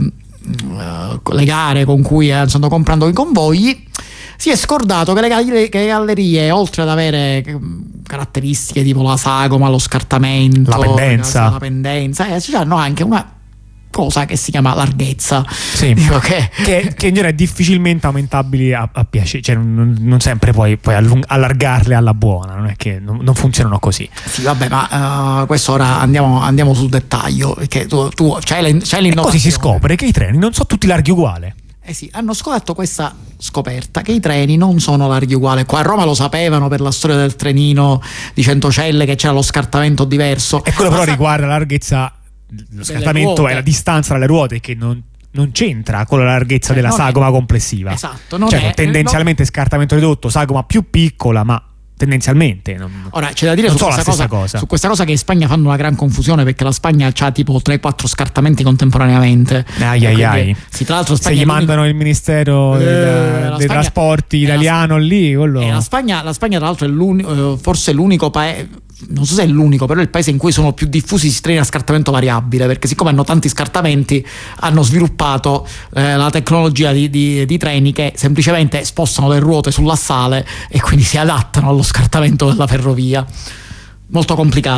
le gare con cui stanno comprando i convogli si è scordato che le gallerie, oltre ad avere caratteristiche tipo la sagoma, lo scartamento, la pendenza, hanno anche una cosa che si chiama larghezza, sì, che in genere è difficilmente aumentabili a piacere, cioè non sempre puoi allargarle alla buona, non è che non funzionano così. Sì, vabbè, ma questo ora andiamo sul dettaglio, perché tu c'hai l'innovazione. E così si scopre che i treni non sono tutti larghi uguali. Sì, hanno scoperto questa scoperta che i treni non sono larghi uguali. Qua a Roma lo sapevano per la storia del trenino di Centocelle, che c'era lo scartamento diverso. E quello però riguarda la larghezza, lo scartamento è la distanza dalle ruote, che non c'entra con la larghezza della sagoma complessiva. Esatto, tendenzialmente scartamento ridotto, sagoma più piccola, ma tendenzialmente ora c'è da dire su questa cosa che in Spagna fanno una gran confusione, perché la Spagna ha tipo 3-4 scartamenti contemporanemente. Sì, tra l'altro se gli mandano il ministero dei trasporti italiano lì, la Spagna tra l'altro è forse l'unico paese, non so se è l'unico, però è il paese in cui sono più diffusi i treni a scartamento variabile, perché siccome hanno tanti scartamenti hanno sviluppato la tecnologia di treni che semplicemente spostano le ruote sull'assale e quindi si adattano allo scartamento della ferrovia. Molto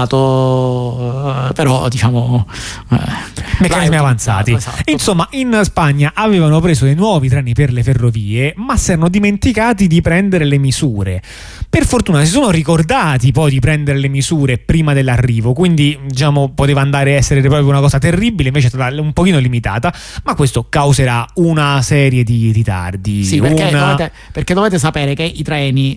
complicato, però diciamo meccanismi avanzati. Esatto. Insomma, in Spagna avevano preso dei nuovi treni per le ferrovie, ma si erano dimenticati di prendere le misure. Per fortuna si sono ricordati poi di prendere le misure prima dell'arrivo, quindi poteva essere proprio una cosa terribile, invece è stata un pochino limitata, ma questo causerà una serie di ritardi. Sì, perché dovete sapere che i treni,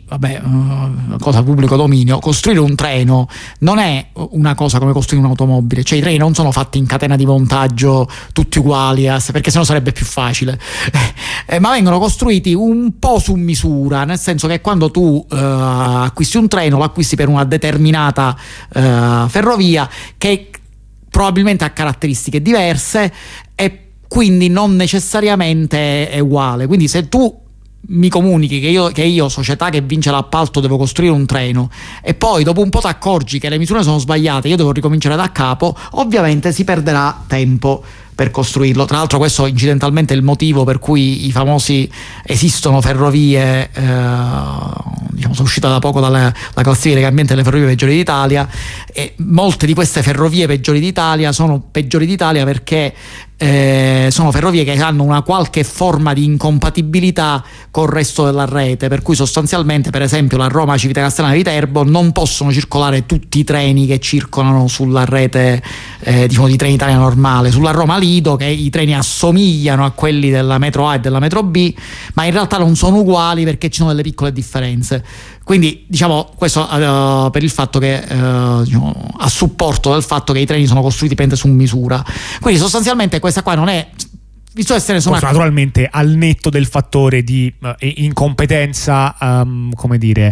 cosa pubblico dominio, costruire un treno non è una cosa come costruire un'automobile, cioè i treni non sono fatti in catena di montaggio tutti uguali, perché sennò sarebbe più facile, ma vengono costruiti un po' su misura, nel senso che quando tu acquisti un treno lo acquisti per una determinata ferrovia che probabilmente ha caratteristiche diverse e quindi non necessariamente è uguale. Quindi se tu mi comunichi che io società che vince l'appalto devo costruire un treno e poi dopo un po' ti accorgi che le misure sono sbagliate, io devo ricominciare da capo, ovviamente si perderà tempo. per costruirlo. Tra l'altro questo incidentalmente è il motivo per cui esistono ferrovie, diciamo, sono uscita da poco dalla classifica degli ambienti delle ferrovie peggiori d'Italia, e molte di queste ferrovie peggiori d'Italia sono peggiori d'Italia perché sono ferrovie che hanno una qualche forma di incompatibilità col resto della rete, per cui sostanzialmente, per esempio, la Roma Civitavecchia Viterbo non possono circolare tutti i treni che circolano sulla rete diciamo di Trenitalia normale. Sulla Roma Lido, che i treni assomigliano a quelli della metro A e della metro B, ma in realtà non sono uguali perché ci sono delle piccole differenze. Quindi, diciamo, questo per il fatto che diciamo, a supporto del fatto che i treni sono costruiti su misura. Quindi sostanzialmente questa qua non è, visto che se ne sono naturalmente al netto del fattore di incompetenza, come dire,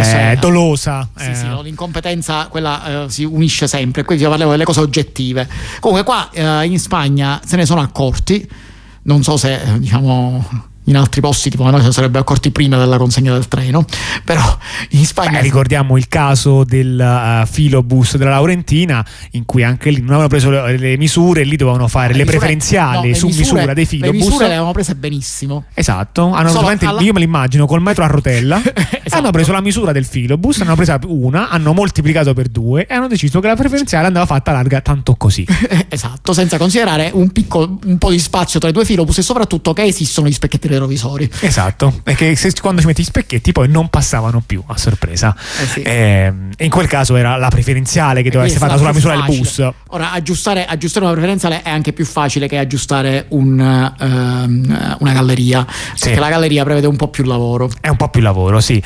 dolosa. Sì, l'incompetenza quella si unisce sempre. Qui parliamo delle cose oggettive. Comunque qua in Spagna se ne sono accorti, non so se diciamo in altri posti tipo noi se ne sarebbe accorti prima della consegna del treno, però in Spagna ricordiamo il caso del filobus della Laurentina, in cui anche lì non avevano preso le misure, lì dovevano fare le preferenziali su misura dei filobus. Le misure le avevano prese benissimo, esatto, io me l'immagino col metro a rotella. Esatto. Hanno preso la misura del filobus, hanno presa una, hanno moltiplicato per 2 e hanno deciso che la preferenziale andava fatta larga tanto così. Esatto, senza considerare un po' di spazio tra i due filobus e soprattutto che esistono gli specchietti retrovisori. Esatto, e che quando ci metti gli specchietti poi non passavano più, a sorpresa. Sì. E in quel caso era la preferenziale che doveva essere fatta sulla misura del bus. Ora aggiustare una preferenziale è anche più facile che aggiustare una galleria, perché la galleria prevede un po' più lavoro. È un po' più lavoro, sì.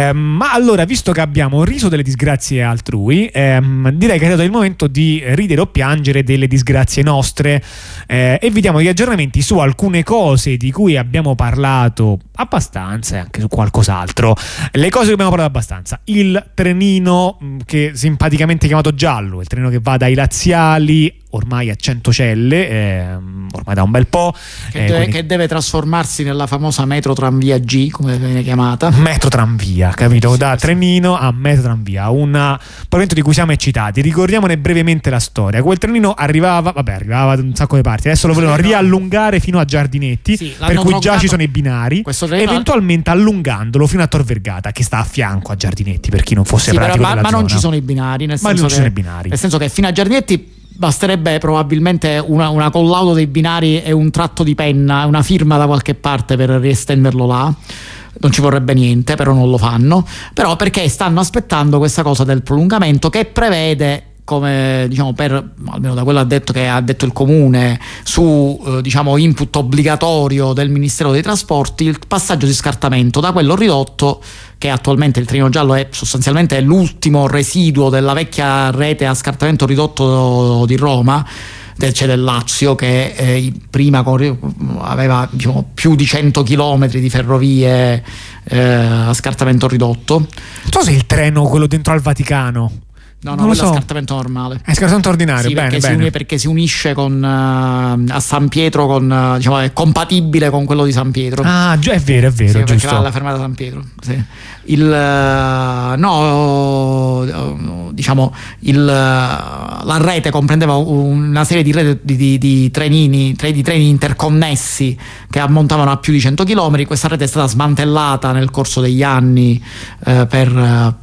Ma allora, visto che abbiamo riso delle disgrazie altrui, direi che è arrivato il momento di ridere o piangere delle disgrazie nostre, e vediamo gli aggiornamenti su alcune cose di cui abbiamo parlato abbastanza e anche su qualcos'altro. Le cose che abbiamo parlato abbastanza: il trenino che simpaticamente chiamato giallo, il trenino che va dai laziali ormai a Centocelle, ormai da un bel po', che deve trasformarsi nella famosa metro tranvia G, come viene chiamata. Metro tranvia, capito? Da trenino a metro tranvia, un provento di cui siamo eccitati. Ricordiamone brevemente la storia. Quel trenino arrivava da un sacco di parti, adesso lo volevano riallungare fino a Giardinetti, per cui già ci sono i binari, eventualmente allungandolo fino a Tor Vergata, che sta a fianco a Giardinetti, per chi non fosse pratico della zona. Ma non ci sono i binari, nel senso che fino a Giardinetti basterebbe probabilmente una collaudo dei binari e un tratto di penna, una firma da qualche parte per riestenderlo là. Non ci vorrebbe niente, però non lo fanno. Però perché stanno aspettando questa cosa del prolungamento che prevede, come diciamo, almeno da quello che ha detto il comune, su diciamo input obbligatorio del Ministero dei Trasporti, il passaggio di scartamento da quello ridotto, che attualmente il trenino giallo è sostanzialmente l'ultimo residuo della vecchia rete a scartamento ridotto di Roma, cioè del Lazio, che prima aveva diciamo più di 100 chilometri di ferrovie a scartamento ridotto. Non so se il treno, quello dentro al Vaticano. No, quello è scartamento normale. È scartamento ordinario, sì, bene. Perché si unisce a San Pietro, diciamo, è compatibile con quello di San Pietro. Ah, è vero, sì, giusto. Perché alla fermata San Pietro. Sì. La rete comprendeva una serie di treni interconnessi che ammontavano a più di 100 km. Questa rete è stata smantellata nel corso degli anni per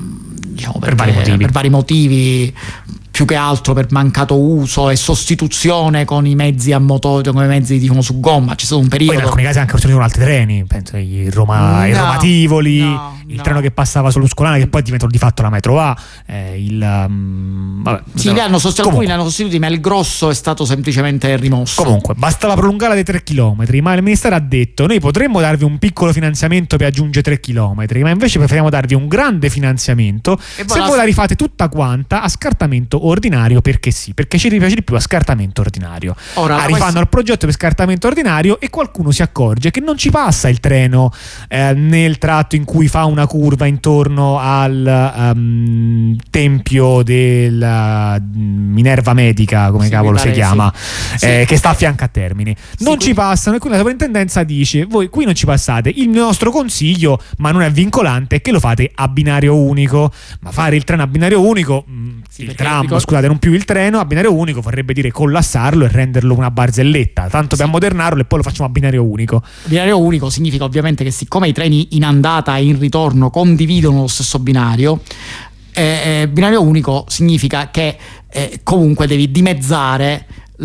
vari motivi, più che altro per mancato uso e sostituzione con i mezzi a motore, con i mezzi diciamo su gomma. C'è stato un periodo. Poi in alcuni casi anche costruito altri treni, penso i Roma Tivoli, il treno che passava sull'Uscolana, che poi diventò di fatto la metro A. Li hanno sostituiti, ma il grosso è stato semplicemente rimosso. Comunque bastava prolungarla dei 3 km, ma il ministero ha detto: noi potremmo darvi un piccolo finanziamento per aggiungere 3 km, ma invece preferiamo darvi un grande finanziamento se voi la rifate tutta quanta a scartamento ordinario, perché sì, perché ci piace di più a scartamento ordinario. Ora rifanno il progetto per scartamento ordinario e qualcuno si accorge che non ci passa il treno nel tratto in cui fa una curva intorno al tempio della Minerva Medica, come cavolo si chiama, che sta a fianco a Termini. Non ci passano, e quindi la sovrintendenza dice: voi qui non ci passate, il nostro consiglio, ma non è vincolante, è che lo fate a binario unico. Ma fare il treno a binario unico, il tram scusate, non più il treno a binario unico vorrebbe dire collassarlo e renderlo una barzelletta, tanto per ammodernarlo e poi lo facciamo a binario unico. Binario unico significa ovviamente che siccome i treni in andata e in ritorno condividono lo stesso binario, binario unico significa che comunque devi dimezzare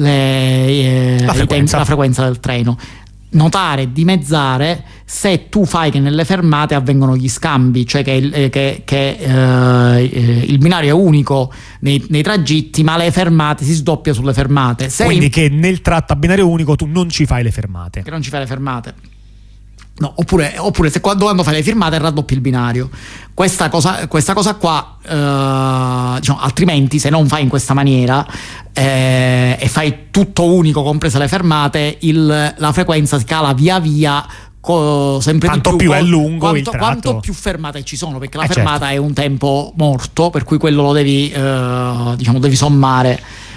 la frequenza del treno. Notare, dimezzare, se tu fai che nelle fermate avvengono gli scambi, cioè che il binario è unico nei tragitti, ma le fermate si sdoppia sulle fermate. Quindi che nel tratto a binario unico tu non ci fai le fermate. Che non ci fai le fermate. No, oppure se quando fai le fermate raddoppi il binario. Questa cosa qua, diciamo, altrimenti se non fai in questa maniera e fai tutto unico comprese le fermate, la frequenza scala via via sempre tanto di più è lungo il tratto. Quanto più fermate ci sono, perché la fermata è un tempo morto, per cui quello lo devi sommare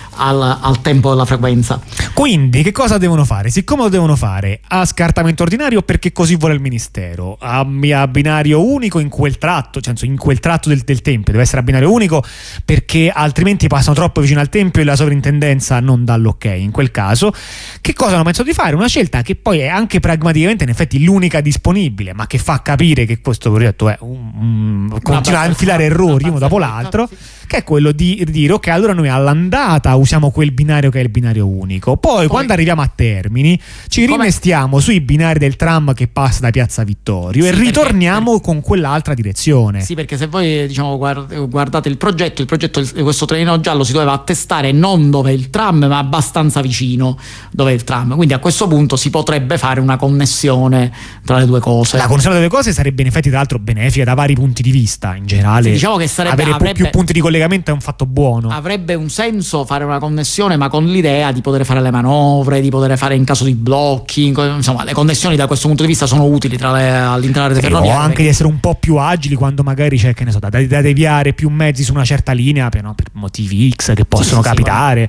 al tempo della frequenza. Quindi che cosa devono fare? Siccome lo devono fare a scartamento ordinario perché così vuole il ministero, a binario unico in quel tratto, cioè in quel tratto del tempio deve essere a binario unico perché altrimenti passano troppo vicino al tempio e la sovrintendenza non dà l'ok. In quel caso che cosa hanno pensato di fare? Una scelta che poi è anche pragmaticamente in effetti l'unica disponibile, ma che fa capire che questo progetto è continua a infilare errori uno dopo l'altro, che è quello di dire ok, allora noi all'andata usiamo quel binario che è il binario unico, poi quando arriviamo a Termini ci rimestiamo sui binari del tram che passa da Piazza Vittorio e ritorniamo con quell'altra direzione. Sì, perché se voi guardate il progetto di questo trenino giallo si doveva attestare non dove è il tram ma abbastanza vicino dove è il tram, quindi a questo punto si potrebbe fare una connessione tra le due cose. La connessione delle due cose sarebbe in effetti tra l'altro benefica da vari punti di vista in generale. Sì, diciamo che avere più punti di collegamento è un fatto buono. Avrebbe un senso fare una connessione, ma con l'idea di poter fare le manovre, di poter fare in caso di blocchi, insomma le connessioni da questo punto di vista sono utili all'interno delle ferrovie. O anche di essere un po' più agili quando magari c'è, che ne so, da deviare più mezzi su una certa linea per motivi X che possono capitare.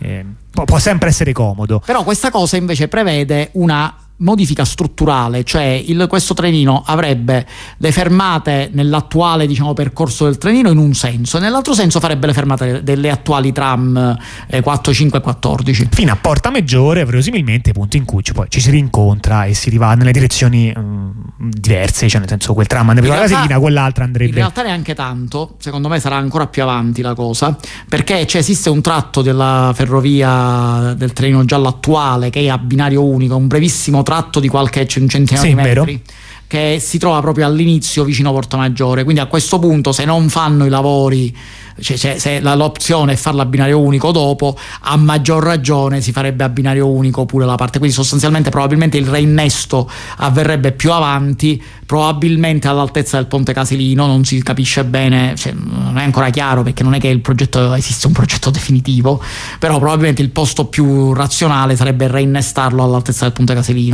Può sempre essere comodo. Però questa cosa invece prevede una modifica strutturale, cioè questo trenino avrebbe le fermate nell'attuale percorso del trenino in un senso e nell'altro senso farebbe le fermate delle attuali tram 4, 5 e 14 fino a Porta Maggiore, verosimilmente punti in cui poi ci si rincontra e si va nelle direzioni diverse, cioè nel senso quel tram andrebbe alla Casilina, quell'altra andrebbe in realtà neanche tanto, secondo me sarà ancora più avanti la cosa, perché esiste un tratto della ferrovia del trenino giallo attuale che è a binario unico, un brevissimo tratto di qualche centinaio di metri, vero, che si trova proprio all'inizio vicino a Porta Maggiore, quindi a questo punto se non fanno i lavori, se l'opzione è farla a binario unico dopo, a maggior ragione si farebbe a binario unico pure la parte, quindi sostanzialmente probabilmente il reinnesto avverrebbe più avanti, probabilmente all'altezza del Ponte Casilino, non si capisce bene, non è ancora chiaro perché non è che esiste un progetto definitivo, però probabilmente il posto più razionale sarebbe reinnestarlo all'altezza del Ponte Casilino.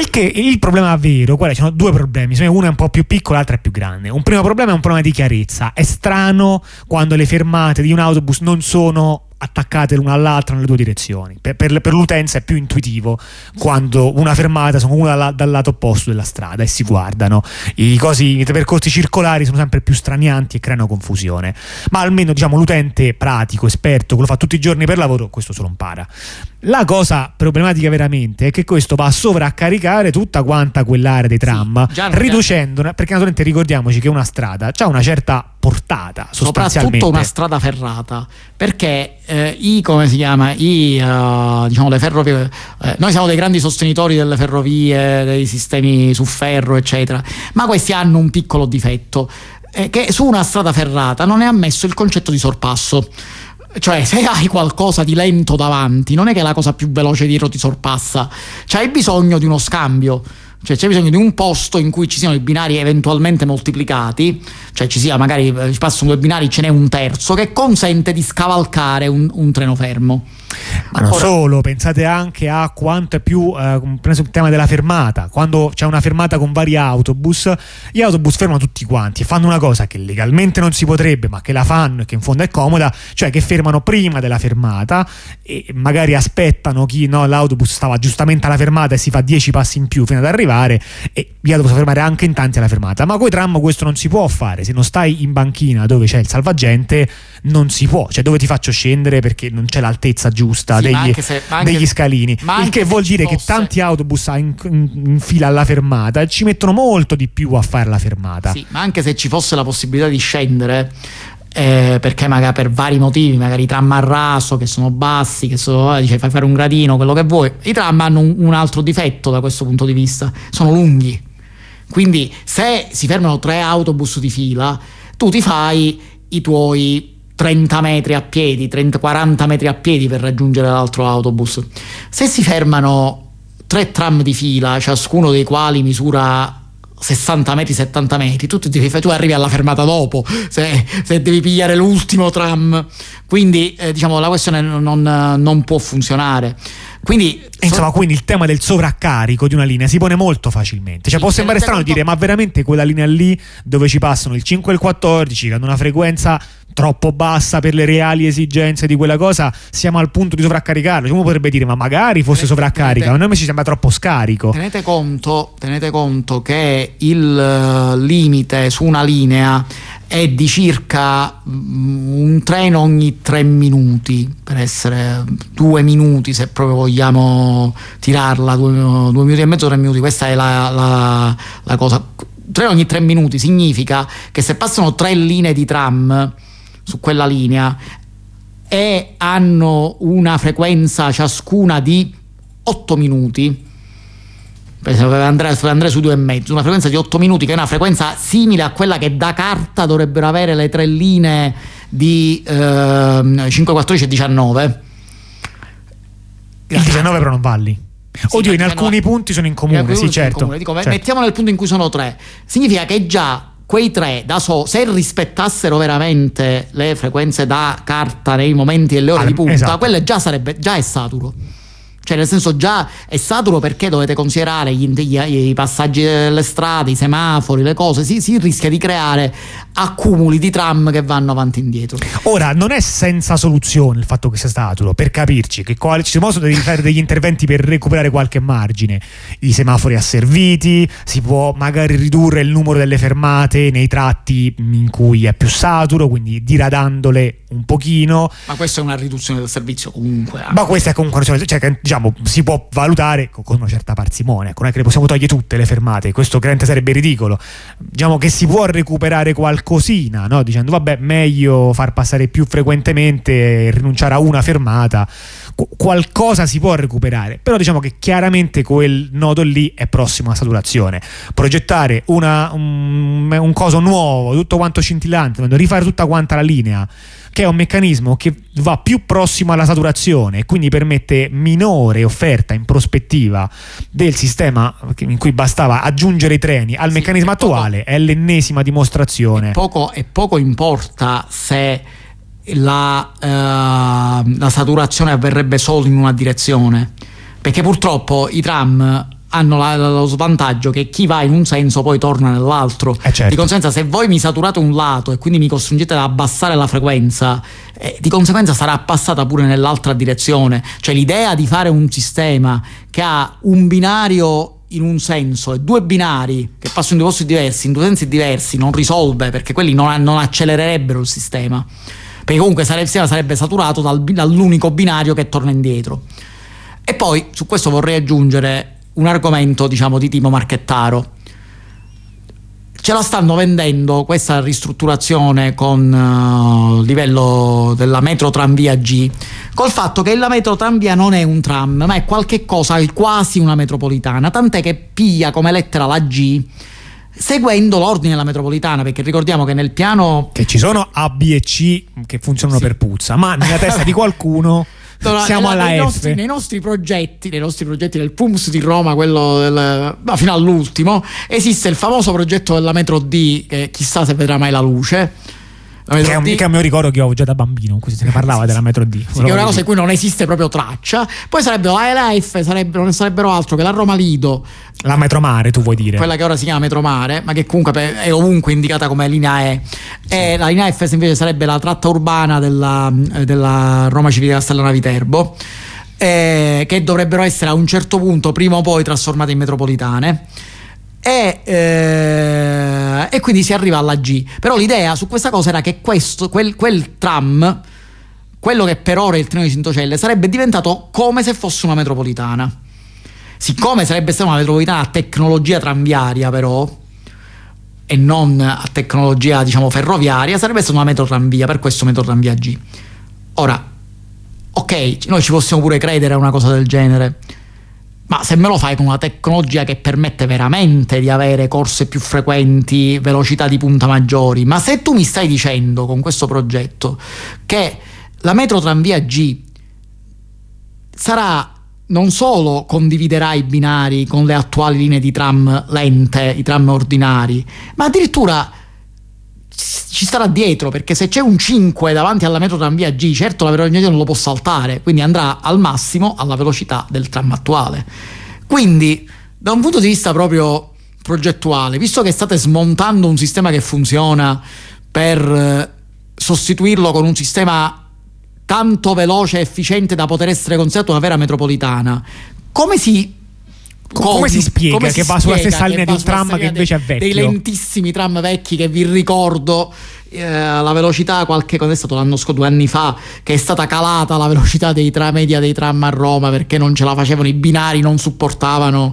Il problema vero, ci sono due problemi, uno è un po' più piccolo, l'altro è più grande. Un primo problema è un problema di chiarezza, è strano quando le fermate di un autobus non sono attaccate l'una all'altra nelle due direzioni. Per l'utenza è più intuitivo quando una fermata sono una dal lato opposto della strada e si guardano. I percorsi circolari sono sempre più stranianti e creano confusione, ma almeno l'utente pratico, esperto, che lo fa tutti i giorni per lavoro, questo se lo impara. La cosa problematica veramente è che questo va a sovraccaricare tutta quanta quell'area dei tram, riducendola, perché naturalmente ricordiamoci che una strada ha una certa portata, sostanzialmente soprattutto una strada ferrata, perché le ferrovie, noi siamo dei grandi sostenitori delle ferrovie, dei sistemi su ferro eccetera, ma questi hanno un piccolo difetto, che su una strada ferrata non è ammesso il concetto di sorpasso. Cioè, se hai qualcosa di lento davanti, non è che la cosa più veloce dietro ti sorpassa, c'hai bisogno di uno scambio, cioè c'è bisogno di un posto in cui ci siano i binari eventualmente moltiplicati, cioè ci passano due binari, ce n'è un terzo che consente di scavalcare un treno fermo. Ma non solo, pensate anche a quanto è più preso il tema della fermata. Quando c'è una fermata con vari autobus, gli autobus fermano tutti quanti e fanno una cosa che legalmente non si potrebbe, ma che la fanno e che in fondo è comoda, cioè che fermano prima della fermata e magari aspettano l'autobus stava giustamente alla fermata e si fa 10 passi in più fino ad arrivare arrivare, e io posso fermare anche in tanti alla fermata. Ma coi tram questo non si può fare, se non stai in banchina dove c'è il salvagente non si può, cioè dove ti faccio scendere perché non c'è l'altezza giusta degli scalini, il che vuol dire che tanti autobus in fila alla fermata ci mettono molto di più a fare la fermata. Sì, ma anche se ci fosse la possibilità di scendere, perché magari per vari motivi, magari i tram a raso che sono bassi, che fai fare un gradino, quello che vuoi, i tram hanno un altro difetto da questo punto di vista: sono lunghi. Quindi se si fermano 3 autobus di fila, tu ti fai i tuoi 30 metri a piedi, 40 metri a piedi per raggiungere l'altro autobus. Se si fermano 3 tram di fila, ciascuno dei quali misura 60 metri, 70 metri, tu arrivi alla fermata dopo se devi pigliare l'ultimo tram. Quindi la questione non può funzione. Quindi quindi il tema del sovraccarico di una linea si pone molto facilmente. Può sembrare strano dire, ma veramente quella linea lì dove ci passano il 5 e il 14 che hanno una frequenza troppo bassa per le reali esigenze di quella cosa, siamo al punto di sovraccaricarlo? Uno potrebbe dire, ma magari fosse sovraccarica, ma a noi ci sembra troppo scarico. Tenete conto che il limite su una linea è di circa un treno ogni 3 minuti, per essere 2 minuti se proprio vogliamo tirarla, 2 minuti e mezzo, 3 minuti, questa è la cosa. Treno ogni 3 minuti significa che se passano 3 linee di tram su quella linea e hanno una frequenza ciascuna di 8 minuti, per esempio andrei su 2,5, una frequenza di 8 minuti, che è una frequenza simile a quella che da carta dovrebbero avere le 3 linee di 5, 14 e 19. Il 19 però non va lì. Oddio, in alcuni punti sono in comune, sì, certo. Dico, mettiamo nel punto in cui sono 3. Significa che già quei 3 se rispettassero veramente le frequenze da carta nei momenti e le ore di punta, esatto, quelle già è saturo. Cioè, nel senso, già è saturo, perché dovete considerare i passaggi delle strade, i semafori, le cose. Si rischia di creare accumuli di tram che vanno avanti e indietro. Ora, non è senza soluzione il fatto che sia saturo, per capirci, che ci possono fare degli interventi per recuperare qualche margine. I semafori asserviti, si può magari ridurre il numero delle fermate nei tratti in cui è più saturo, quindi diradandole un pochino. Ma questa è una riduzione del servizio comunque. Ma questa è comunque, cioè, si può valutare con una certa parsimonia. Non è che le possiamo togliere tutte le fermate, questo chiaramente sarebbe ridicolo. Diciamo che si può recuperare qualcosina, no? Dicendo vabbè, meglio far passare più frequentemente e rinunciare a una fermata. Qualcosa si può recuperare, però diciamo che chiaramente quel nodo lì è prossimo a saturazione. Progettare un coso nuovo, tutto quanto scintillante, rifare tutta quanta la linea, che è un meccanismo che va più prossimo alla saturazione e quindi permette minore offerta in prospettiva del sistema in cui bastava aggiungere i treni al meccanismo attuale, è l'ennesima dimostrazione. E poco importa se la saturazione avverrebbe solo in una direzione, perché purtroppo i tram hanno lo svantaggio che chi va in un senso poi torna nell'altro. Certo. Di conseguenza, se voi mi saturate un lato e quindi mi costringete ad abbassare la frequenza, di conseguenza sarà abbassata pure nell'altra direzione. Cioè, l'idea di fare un sistema che ha un binario in un senso e 2 binari che passano in 2 posti diversi, in 2 sensi diversi, non risolve, perché quelli non accelererebbero il sistema, perché comunque il sistema sarebbe saturato dall'unico binario che torna indietro. E poi su questo vorrei aggiungere un argomento, diciamo, di tipo marchettaro. Ce la stanno vendendo questa ristrutturazione con il livello della metro tranvia G, col fatto che la metro tranvia non è un tram, ma è qualche cosa, quasi una metropolitana, tant'è che piglia come lettera la G seguendo l'ordine della metropolitana, perché ricordiamo che nel piano che ci sono A, B e C che funzionano per puzza, ma nella testa di qualcuno siamo alla F. Nei nostri progetti del PUMS di Roma, quello fino all'ultimo, esiste il famoso progetto della metro D, che chissà se vedrà mai la luce. Che è un mio ricordo che ho già da bambino, in cui se ne parlava della metro D. Sì, che è una cosa di cui non esiste proprio traccia. Poi sarebbero la F, non sarebbero altro che la Roma Lido, la metromare, tu vuoi dire? Quella che ora si chiama metromare, ma che comunque è ovunque indicata come linea E. E la linea F invece sarebbe la tratta urbana della Roma Civica Castellana Viterbo. che dovrebbero essere a un certo punto prima o poi trasformate in metropolitane. E quindi si arriva alla G. Però l'idea su questa cosa era che quel tram, quello che per ora è il treno di Cintocelle, sarebbe diventato come se fosse una metropolitana. Siccome sarebbe stata una metropolitana a tecnologia tranviaria, però, e non a tecnologia, diciamo, ferroviaria, sarebbe stata una metrotranvia, per questo metrotranvia G. Ora, ok, noi ci possiamo pure credere a una cosa del genere, ma se me lo fai con una tecnologia che permette veramente di avere corse più frequenti, velocità di punta maggiori, ma se tu mi stai dicendo con questo progetto che la metrotranvia G sarà, non solo condividerà i binari con le attuali linee di tram lente, i tram ordinari, ma addirittura ci starà dietro, perché se c'è un 5 davanti alla metrotranvia G, certo la velocità non lo può saltare, quindi andrà al massimo alla velocità del tram attuale. Quindi da un punto di vista proprio progettuale, visto che state smontando un sistema che funziona per sostituirlo con un sistema tanto veloce e efficiente da poter essere considerato una vera metropolitana, come si spiega che va sulla stessa linea di un tram che invece è vecchio? Dei lentissimi tram vecchi che vi ricordo, la velocità quando è stato l'anno scorso, 2 anni fa, che è stata calata la velocità media dei tram a Roma perché non ce la facevano, i binari non supportavano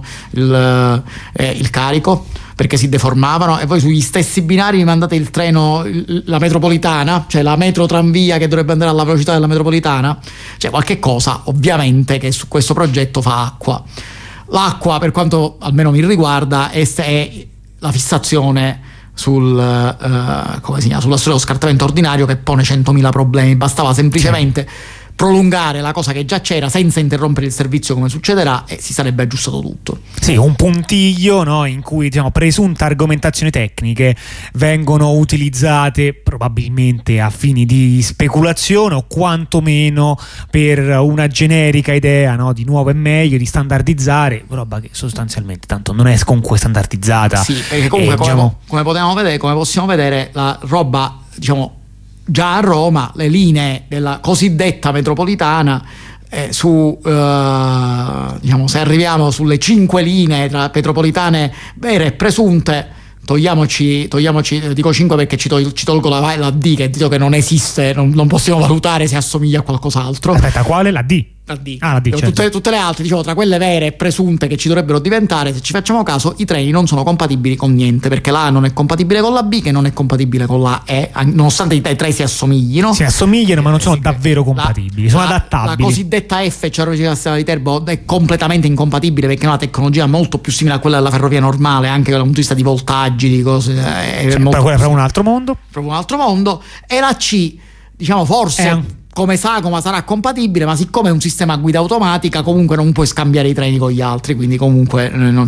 il carico perché si deformavano, e voi sugli stessi binari mi mandate il treno, la metropolitana, cioè la metrotranvia che dovrebbe andare alla velocità della metropolitana. Cioè qualche cosa ovviamente che su questo progetto fa acqua. L'acqua, per quanto almeno mi riguarda, è la fissazione sulla storia dello scartamento ordinario, che pone 100.000 problemi. Bastava semplicemente prolungare la cosa che già c'era senza interrompere il servizio, come succederà, e si sarebbe aggiustato tutto. Sì, un puntiglio, no, in cui, diciamo, presunte argomentazioni tecniche vengono utilizzate probabilmente a fini di speculazione, o quantomeno per una generica idea, no, di nuovo e meglio, di standardizzare, roba che sostanzialmente tanto non è comunque standardizzata. Sì, perché comunque come possiamo vedere, la roba, diciamo, già a Roma le linee della cosiddetta metropolitana, diciamo, se arriviamo sulle 5 linee tra metropolitane vere e presunte, togliamoci, dico 5 perché ci tolgo la D, che dico che non esiste, non possiamo valutare se assomiglia a qualcos'altro. Aspetta, quale? La D? La D. Ah, la D, certo. Tutte le altre, diciamo, tra quelle vere e presunte che ci dovrebbero diventare, se ci facciamo caso, i treni non sono compatibili con niente, perché la A non è compatibile con la B, che non è compatibile con la E, nonostante i tre si assomiglino. Si assomigliano, ma non sono davvero compatibili, sono adattabili. La cosiddetta F, cioè la sistema di Terbo, è completamente incompatibile, perché è una tecnologia molto più simile a quella della ferrovia normale, anche dal punto di vista di voltaggi, di cose. Però quella è proprio un altro mondo. Proprio un altro mondo. E la C, diciamo, forse come sarà compatibile, ma siccome è un sistema a guida automatica, comunque non puoi scambiare i treni con gli altri, quindi comunque non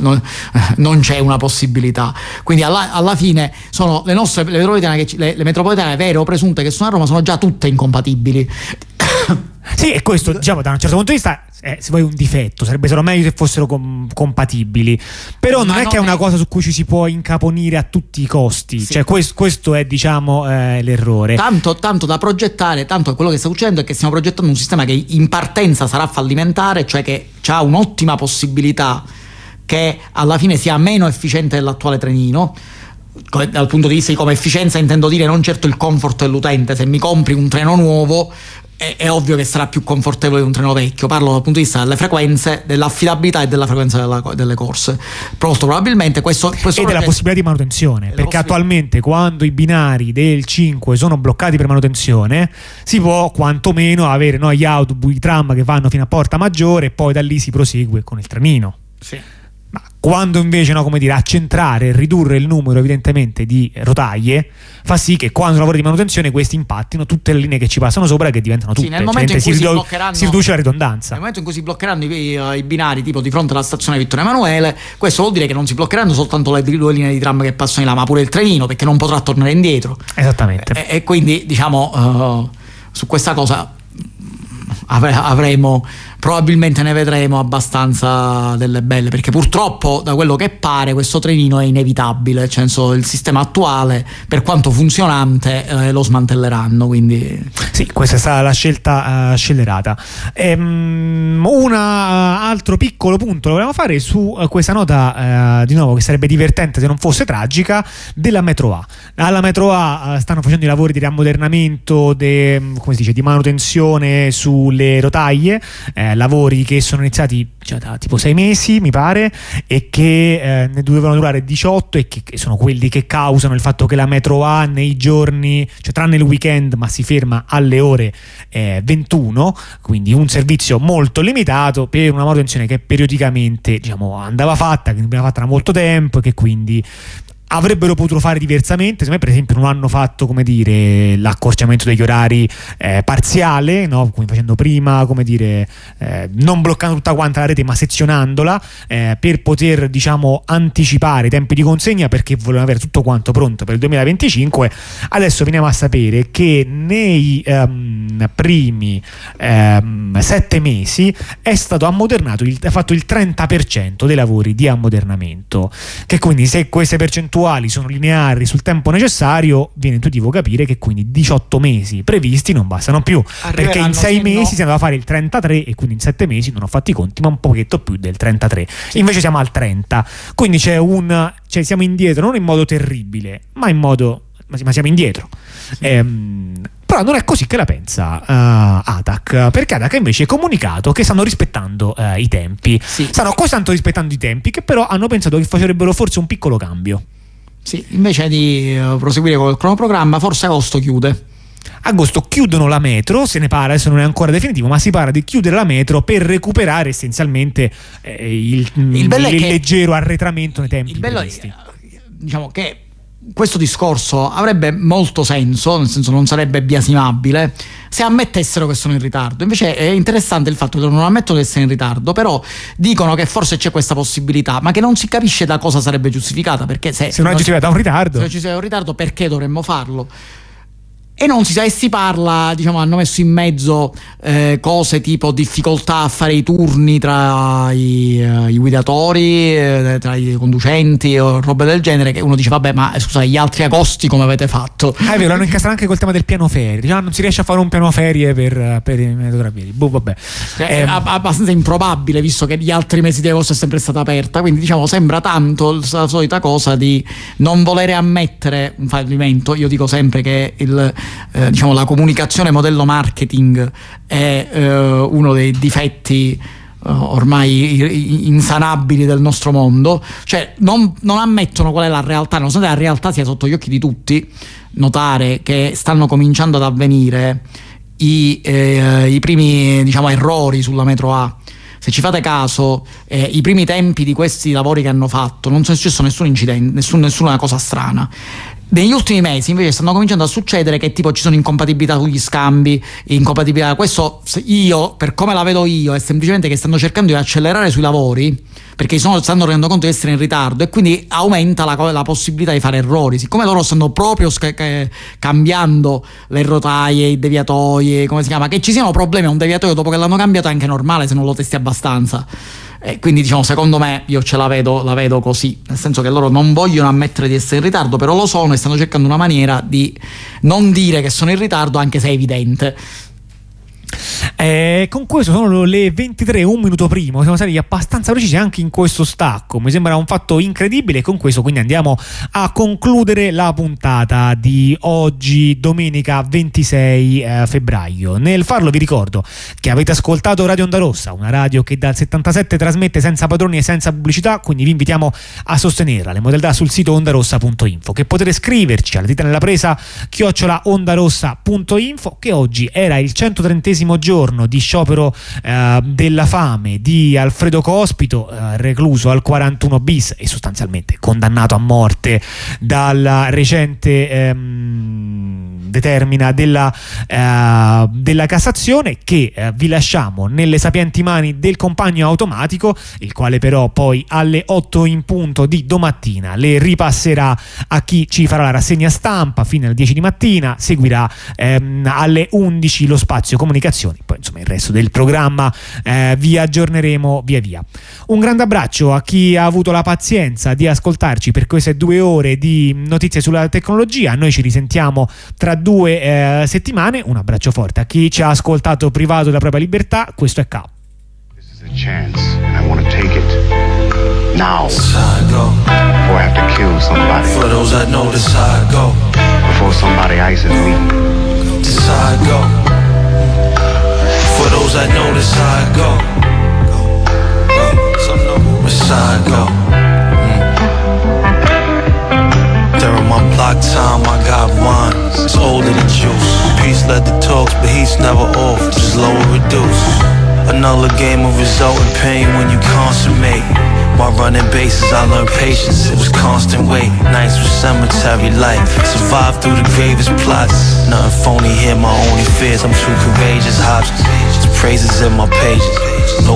c'è una possibilità. Quindi alla fine sono le metropolitane vere o presunte che sono a Roma sono già tutte incompatibili. Sì, e questo, diciamo, da un certo punto di vista, se vuoi, un difetto, sarebbe solo meglio se fossero compatibili, però non è che è una cosa su cui ci si può incaponire a tutti i costi. Sì. Cioè questo è, diciamo, l'errore. Tanto da progettare, tanto quello che sta succedendo è che stiamo progettando un sistema che in partenza sarà fallimentare, cioè che ha un'ottima possibilità che alla fine sia meno efficiente dell'attuale trenino. Dal punto di vista di come efficienza intendo dire non certo il comfort dell'utente. Se mi compri un treno nuovo è ovvio che sarà più confortevole di un treno vecchio. Parlo dal punto di vista delle frequenze, dell'affidabilità e della frequenza delle corse. Molto probabilmente questo e della possibilità di manutenzione, perché attualmente quando i binari del 5 sono bloccati per manutenzione si può quantomeno avere, no, gli autobus, i tram che vanno fino a Porta Maggiore e poi da lì si prosegue con il trenino. Sì. Ma quando invece, no, come dire, accentrare e ridurre il numero evidentemente di rotaie fa sì che quando lavori di manutenzione questi impattino tutte le linee che ci passano sopra, che diventano tutte, nel momento in cui si riduce la ridondanza. Nel momento in cui si bloccheranno i binari tipo di fronte alla stazione Vittorio Emanuele, questo vuol dire che non si bloccheranno soltanto le 2 linee di tram che passano di là, ma pure il trenino, perché non potrà tornare indietro. Esattamente. E quindi, diciamo, su questa cosa avremo probabilmente ne vedremo abbastanza delle belle, perché purtroppo da quello che pare questo trenino è inevitabile, nel senso il sistema attuale, per quanto funzionante, lo smantelleranno, quindi sì, questa è stata la scelta scellerata. Un altro piccolo punto lo volevamo fare su questa nota di nuovo che sarebbe divertente se non fosse tragica, della metro A. Alla metro A stanno facendo i lavori di riammodernamento, come si dice, di manutenzione sulle rotaie, lavori che sono iniziati già da tipo 6 mesi mi pare, e che ne dovevano durare 18, e che sono quelli che causano il fatto che la metro A nei giorni, cioè tranne il weekend, ma si ferma alle ore 21, quindi un servizio molto limitato per una manutenzione che periodicamente, diciamo, andava fatta, che veniva fatta da molto tempo, e che quindi avrebbero potuto fare diversamente. Secondo me, per esempio, non hanno fatto, come dire, l'accorciamento degli orari parziale, no? Come facendo prima, come dire, non bloccando tutta quanta la rete ma sezionandola, per poter, diciamo, anticipare i tempi di consegna, perché volevano avere tutto quanto pronto per il 2025. Adesso veniamo a sapere che nei primi 7 mesi è stato ammodernato, è fatto il 30% dei lavori di ammodernamento, che quindi, se queste percentuali sono lineari sul tempo necessario, viene intuitivo capire che quindi 18 mesi previsti non bastano più, perché in 6 mesi si andava a fare il 33, e quindi in 7 mesi, non ho fatto i conti, ma un pochetto più del 33. Invece siamo al 30, quindi cioè siamo indietro, non in modo terribile, ma siamo indietro. Però non è così che la pensa ATAC, perché ATAC invece ha comunicato che stanno rispettando i tempi. Sì. Stanno così tanto rispettando i tempi che però hanno pensato che farebbero forse un piccolo cambio. sì, invece di proseguire con il cronoprogramma, forse agosto chiude. Agosto chiudono la metro, se ne parla, adesso non è ancora definitivo, ma si parla di chiudere la metro per recuperare essenzialmente il leggero arretramento nei tempi. Il bello previsti. è, diciamo, che questo discorso avrebbe molto senso, nel senso non sarebbe biasimabile se ammettessero che sono in ritardo. Invece è interessante il fatto che non ammettono di essere in ritardo, però dicono che forse c'è questa possibilità, ma che non si capisce da cosa sarebbe giustificata, perché se non è giustificata da un ritardo, se ci sia un ritardo, perché dovremmo farlo? E non si sa, e si parla, diciamo, hanno messo in mezzo cose tipo difficoltà a fare i turni tra i guidatori, tra i conducenti o robe del genere, che uno dice vabbè, ma scusa, gli altri agosti come avete fatto? È vero, l'hanno incastrato anche col tema del piano ferie, diciamo, non si riesce a fare un piano ferie per i metrotravieri. Vabbè. È abbastanza improbabile, visto che gli altri mesi di agosto è sempre stata aperta, quindi diciamo sembra tanto la solita cosa di non volere ammettere un fallimento. Io dico sempre che diciamo, la comunicazione modello marketing è uno dei difetti ormai insanabili del nostro mondo, cioè non ammettono qual è la realtà, nonostante la realtà sia sotto gli occhi di tutti. Notare che stanno cominciando ad avvenire i primi, diciamo, errori sulla metro A. Se ci fate caso, i primi tempi di questi lavori che hanno fatto non è successo nessun incidente, nessuna cosa strana. Negli ultimi mesi invece stanno cominciando a succedere che tipo ci sono incompatibilità sugli scambi, incompatibilità. Questo, io, per come la vedo io, è semplicemente che stanno cercando di accelerare sui lavori, perché stanno rendendo conto di essere in ritardo, e quindi aumenta la possibilità di fare errori. Siccome loro stanno proprio cambiando le rotaie, i deviatoi, come si chiama, che ci siano problemi a un deviatoio dopo che l'hanno cambiato è anche normale se non lo testi abbastanza. Quindi, diciamo, secondo me, io la vedo così, nel senso che loro non vogliono ammettere di essere in ritardo, però lo sono, e stanno cercando una maniera di non dire che sono in ritardo, anche se è evidente. Con questo sono le 23, un minuto prima, siamo stati abbastanza precisi anche in questo stacco, mi sembra un fatto incredibile. E con questo quindi andiamo a concludere la puntata di oggi, domenica 26 febbraio. Nel farlo vi ricordo che avete ascoltato Radio Onda Rossa, una radio che dal 77 trasmette senza padroni e senza pubblicità, quindi vi invitiamo a sostenerla. Le modalità sul sito ondarossa.info, che potete scriverci alla dita nella presa @ondarossa.info, che oggi era il 130° giorno di sciopero della fame di Alfredo Cospito, recluso al 41 bis e sostanzialmente condannato a morte dal recente determina della Cassazione, che vi lasciamo nelle sapienti mani del compagno automatico, il quale però poi alle 8 in punto di domattina le ripasserà a chi ci farà la rassegna stampa fino alle 10 di mattina. Seguirà alle 11 lo spazio comunicazioni, poi insomma il resto del programma vi aggiorneremo via via. Un grande abbraccio a chi ha avuto la pazienza di ascoltarci per queste 2 ore di notizie sulla tecnologia. Noi ci risentiamo tra 2 settimane. Un abbraccio forte a chi ci ha ascoltato privato della propria libertà. Questo è K. This is a chance and I want to take it now. Before I have to kill somebody. For those that know this how I go. Before somebody ices me. This how I go. For those that know this how I go. This how I go. During my block time I got wine. It's older than juice. Peace led the talks but he's never off. Just lower reduce. Another game of resulting pain when you consummate. While running bases, I learned patience, it was constant wait. Nights with cemetery life, survived through the gravest plots. Nothing phony here, my only fears, I'm too courageous. Options, the praises in my pages. No